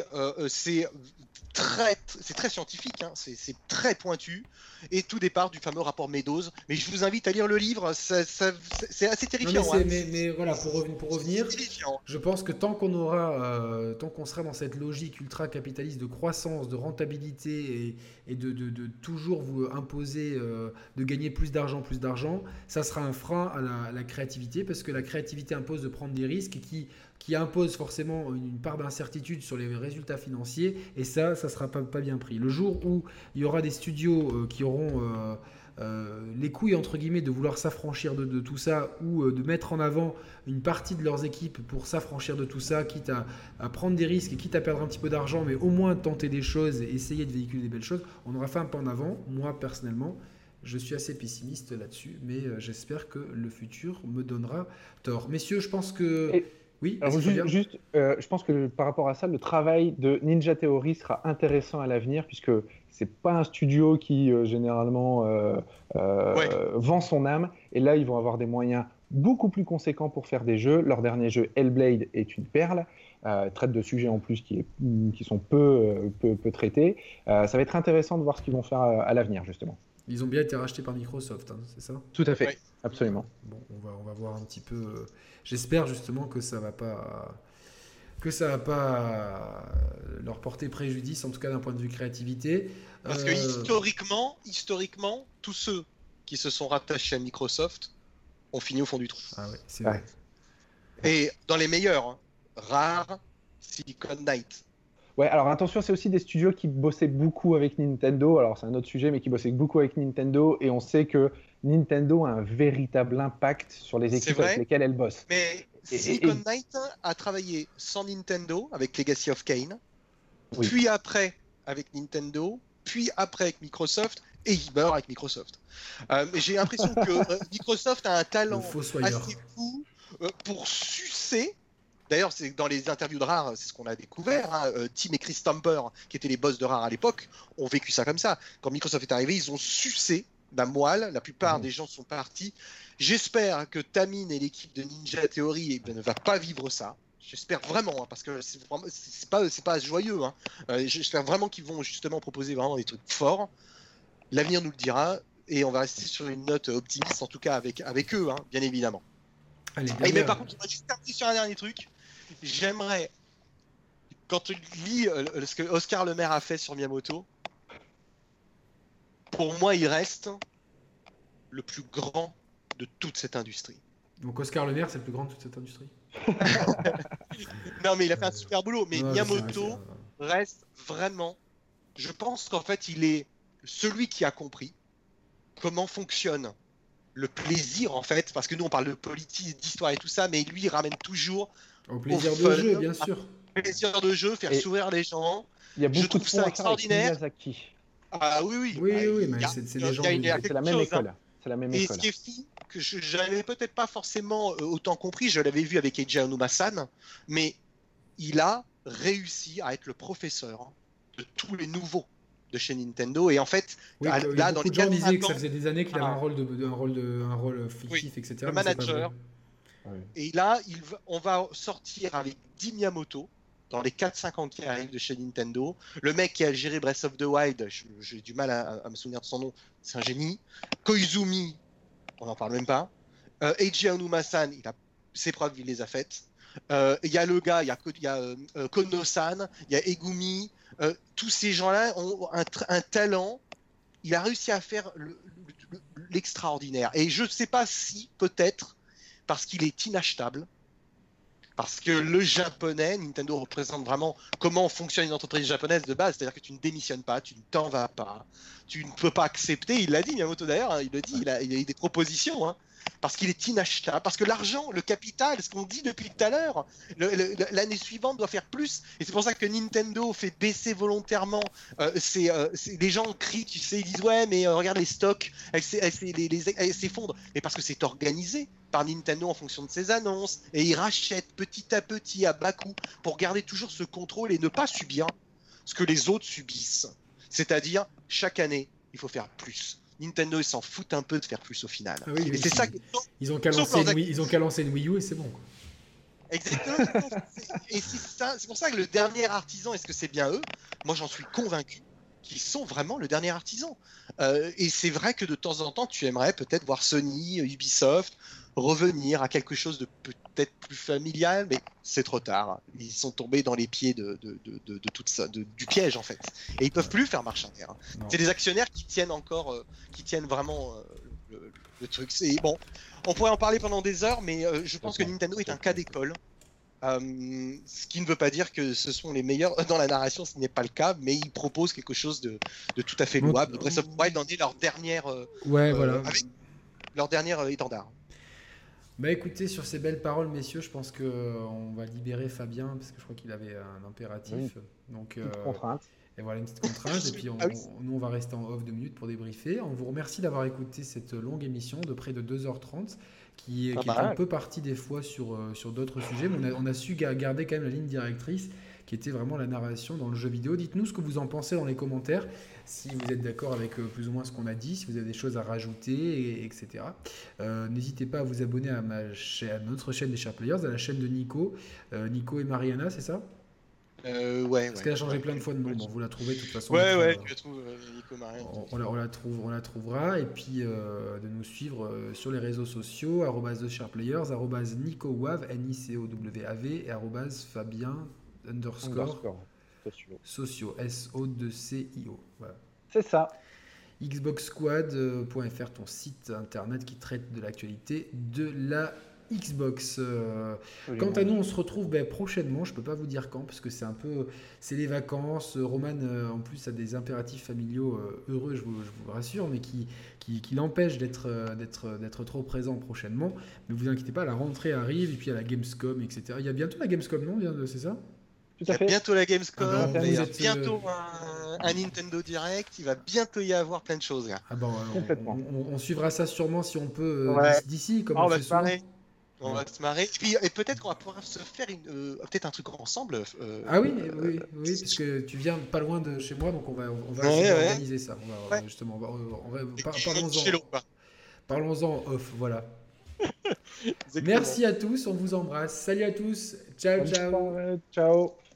très scientifique, hein. C'est très pointu, et tout départ du fameux rapport Meadows. Mais je vous invite à lire le livre, c'est assez terrifiant. Non, mais voilà, pour revenir, je pense que tant qu'on sera dans cette logique ultra-capitaliste de croissance, de rentabilité et de toujours vous imposer de gagner plus d'argent, ça sera un frein à la créativité, parce que la créativité impose de prendre des risques qui impose forcément une part d'incertitude sur les résultats financiers, et ça sera pas bien pris. Le jour où il y aura des studios qui auront les couilles entre guillemets de vouloir s'affranchir de tout ça, ou de mettre en avant une partie de leurs équipes pour s'affranchir de tout ça, quitte à prendre des risques et quitte à perdre un petit peu d'argent, mais au moins tenter des choses et essayer de véhiculer des belles choses, on aura fait un pas en avant. Moi personnellement, je suis assez pessimiste là-dessus, mais j'espère que le futur me donnera tort. Messieurs, je pense que... Oui, alors je pense que par rapport à ça, le travail de Ninja Theory sera intéressant à l'avenir, puisque c'est pas un studio qui généralement vend son âme, et là ils vont avoir des moyens beaucoup plus conséquents pour faire des jeux. Leur dernier jeu, Hellblade, est une perle, traite de sujets en plus qui sont peu traités. Ça va être intéressant de voir ce qu'ils vont faire à l'avenir, justement. Ils ont bien été rachetés par Microsoft, hein, c'est ça ? Tout à fait, oui. Absolument. Bon, on va voir un petit peu. J'espère justement que ça va pas leur porter préjudice, en tout cas d'un point de vue créativité. Parce que historiquement, tous ceux qui se sont rattachés à Microsoft ont fini au fond du trou. Ah ouais, c'est vrai. Et dans les meilleurs, hein, Rare, Silicon Knight. Ouais, alors attention, c'est aussi des studios qui bossaient beaucoup avec Nintendo. Alors c'est un autre sujet, mais qui bossaient beaucoup avec Nintendo, et on sait que Nintendo a un véritable impact sur les équipes avec lesquelles elle bosse. Mais Silicon Knight a travaillé sans Nintendo avec Legacy of Kain, puis après avec Nintendo, puis après avec Microsoft, et il meurt avec Microsoft. Mais j'ai l'impression que Microsoft a un talent assez fou pour sucer. D'ailleurs, c'est dans les interviews de Rare, c'est ce qu'on a découvert. Hein. Tim et Chris Stamper, qui étaient les boss de Rare à l'époque, ont vécu ça comme ça. Quand Microsoft est arrivé, ils ont sucé la moelle. La plupart des gens sont partis. J'espère que Tamin et l'équipe de Ninja Theory ne va pas vivre ça. J'espère vraiment, hein, parce que c'est pas joyeux. Hein. J'espère vraiment qu'ils vont justement proposer vraiment des trucs forts. L'avenir nous le dira, et on va rester sur une note optimiste, en tout cas avec eux, hein, bien évidemment. Allez, mais par contre, je vais juste terminer sur un dernier truc. J'aimerais, quand tu lis ce que Oscar Le Maire a fait sur Miyamoto, pour moi, il reste le plus grand de toute cette industrie. Donc Oscar Le Maire, c'est le plus grand de toute cette industrie. Non, mais il a fait un super boulot. Mais Miyamoto reste vraiment... Je pense qu'en fait, il est celui qui a compris comment fonctionne le plaisir, en fait, parce que nous, on parle de politique, d'histoire et tout ça, mais lui, il ramène toujours au plaisir de jeu, bien sûr. Plaisir de jeu, faire sourire les gens. Il y a beaucoup je trouve ça extraordinaire. Ah oui, mais c'est des gens. C'est la même école. C'est la même école. Et ce qui est fou, que je n'avais peut-être pas forcément autant compris, je l'avais vu avec Eiji Onuma-san, mais il a réussi à être le professeur de tous les nouveaux de chez Nintendo. Et en fait, là, dans les gens disaient que ça faisait des années qu'il avait un rôle fictif, etc. Le manager. Et là, on va sortir avec Di Miyamoto dans les 4-5 ans qui arrivent de chez Nintendo. Le mec qui a géré Breath of the Wild, j'ai du mal à me souvenir de son nom, c'est un génie. Koizumi, on n'en parle même pas. Eiji Aonuma-san, il a ses preuves, il les a faites. Il y a le gars, il y a Kono-san, il y a Egumi. Tous ces gens-là ont un talent. Il a réussi à faire l'extraordinaire. Et je ne sais pas si, peut-être, parce qu'il est inachetable, parce que le japonais, Nintendo représente vraiment comment fonctionne une entreprise japonaise de base, c'est-à-dire que tu ne démissionnes pas, tu ne t'en vas pas, tu ne peux pas accepter, il l'a dit Miyamoto d'ailleurs, hein, il le dit, il a eu des propositions, hein, parce qu'il est inachetable, parce que l'argent, le capital, ce qu'on dit depuis tout à l'heure, l'année suivante doit faire plus, et c'est pour ça que Nintendo fait baisser volontairement, les gens crient, tu sais, ils disent ouais mais regarde les stocks, elles s'effondrent, mais parce que c'est organisé par Nintendo en fonction de ses annonces, et ils rachètent petit à petit à bas coût pour garder toujours ce contrôle et ne pas subir ce que les autres subissent, c'est-à-dire chaque année il faut faire plus. Nintendo, ils s'en foutent un peu de faire plus au final. Ah oui, et c'est ça. Ils ont qu'à lancer une Wii U et c'est bon. Quoi. Exactement. Et c'est pour ça que le dernier artisan, est-ce que c'est bien eux? Moi, j'en suis convaincu qu'ils sont vraiment le dernier artisan. Et c'est vrai que de temps en temps, tu aimerais peut-être voir Sony, Ubisoft revenir à quelque chose de peut-être plus familial, mais c'est trop tard. Ils sont tombés dans les pieds de tout ça, du piège en fait. Et ils peuvent plus faire marche arrière. C'est des actionnaires qui tiennent encore, qui tiennent vraiment le truc. Bon, on pourrait en parler pendant des heures, mais je pense que Nintendo est un cas d'école. Ce qui ne veut pas dire que ce sont les meilleurs dans la narration, ce n'est pas le cas, mais ils proposent quelque chose de tout à fait louable. Breath of the Wild en est leur dernière, avec leur dernière étendard. Bah écoutez, sur ces belles paroles, messieurs, je pense qu'on va libérer Fabien, parce que je crois qu'il avait un impératif. Oui. Donc, une petite contrainte. Et voilà, une petite contrainte. Et puis nous, on va rester en off 2 minutes pour débriefer. On vous remercie d'avoir écouté cette longue émission de près de 2h30, qui est un peu partie des fois sur d'autres sujets, mais on a su garder quand même la ligne directrice, qui était vraiment la narration dans le jeu vidéo. Dites-nous ce que vous en pensez dans les commentaires, si vous êtes d'accord avec plus ou moins ce qu'on a dit, si vous avez des choses à rajouter, etc. N'hésitez pas à vous abonner à notre chaîne des Sharp Players, à la chaîne de Nico et Mariana, c'est ça? Parce qu'elle a changé plein de fois de nom. Bon, vous la trouvez de toute façon. Tu la trouves, Nico, Mariana. On la trouvera. Et puis de nous suivre sur les réseaux sociaux, @TheSharpPlayers, @NicoWav, NICOWAV, et @Fabien _socio, SO2CIO. Voilà. C'est ça. Xboxsquad.fr, ton site internet qui traite de l'actualité de la Xbox. Quant à nous, on se retrouve prochainement. Je peux pas vous dire quand, parce que c'est les vacances. Roman, en plus, a des impératifs familiaux heureux, je vous rassure, mais qui l'empêchent d'être trop présent prochainement. Ne vous inquiétez pas, la rentrée arrive, et puis il y a la Gamescom, etc. Il y a bientôt la Gamescom, non? C'est ça? Il y a bientôt la Gamescom, il y a bientôt un Nintendo Direct, il va bientôt y avoir plein de choses. Là. On suivra ça sûrement si on peut d'ici, comme on va se marrer. On va se marrer. Et peut-être qu'on va pouvoir se faire peut-être un truc ensemble. Oui, parce que tu viens pas loin de chez moi, donc on va organiser ça. Justement, parlons-en off, voilà. Merci à tous, on vous embrasse. Salut à tous. Ciao. Ciao.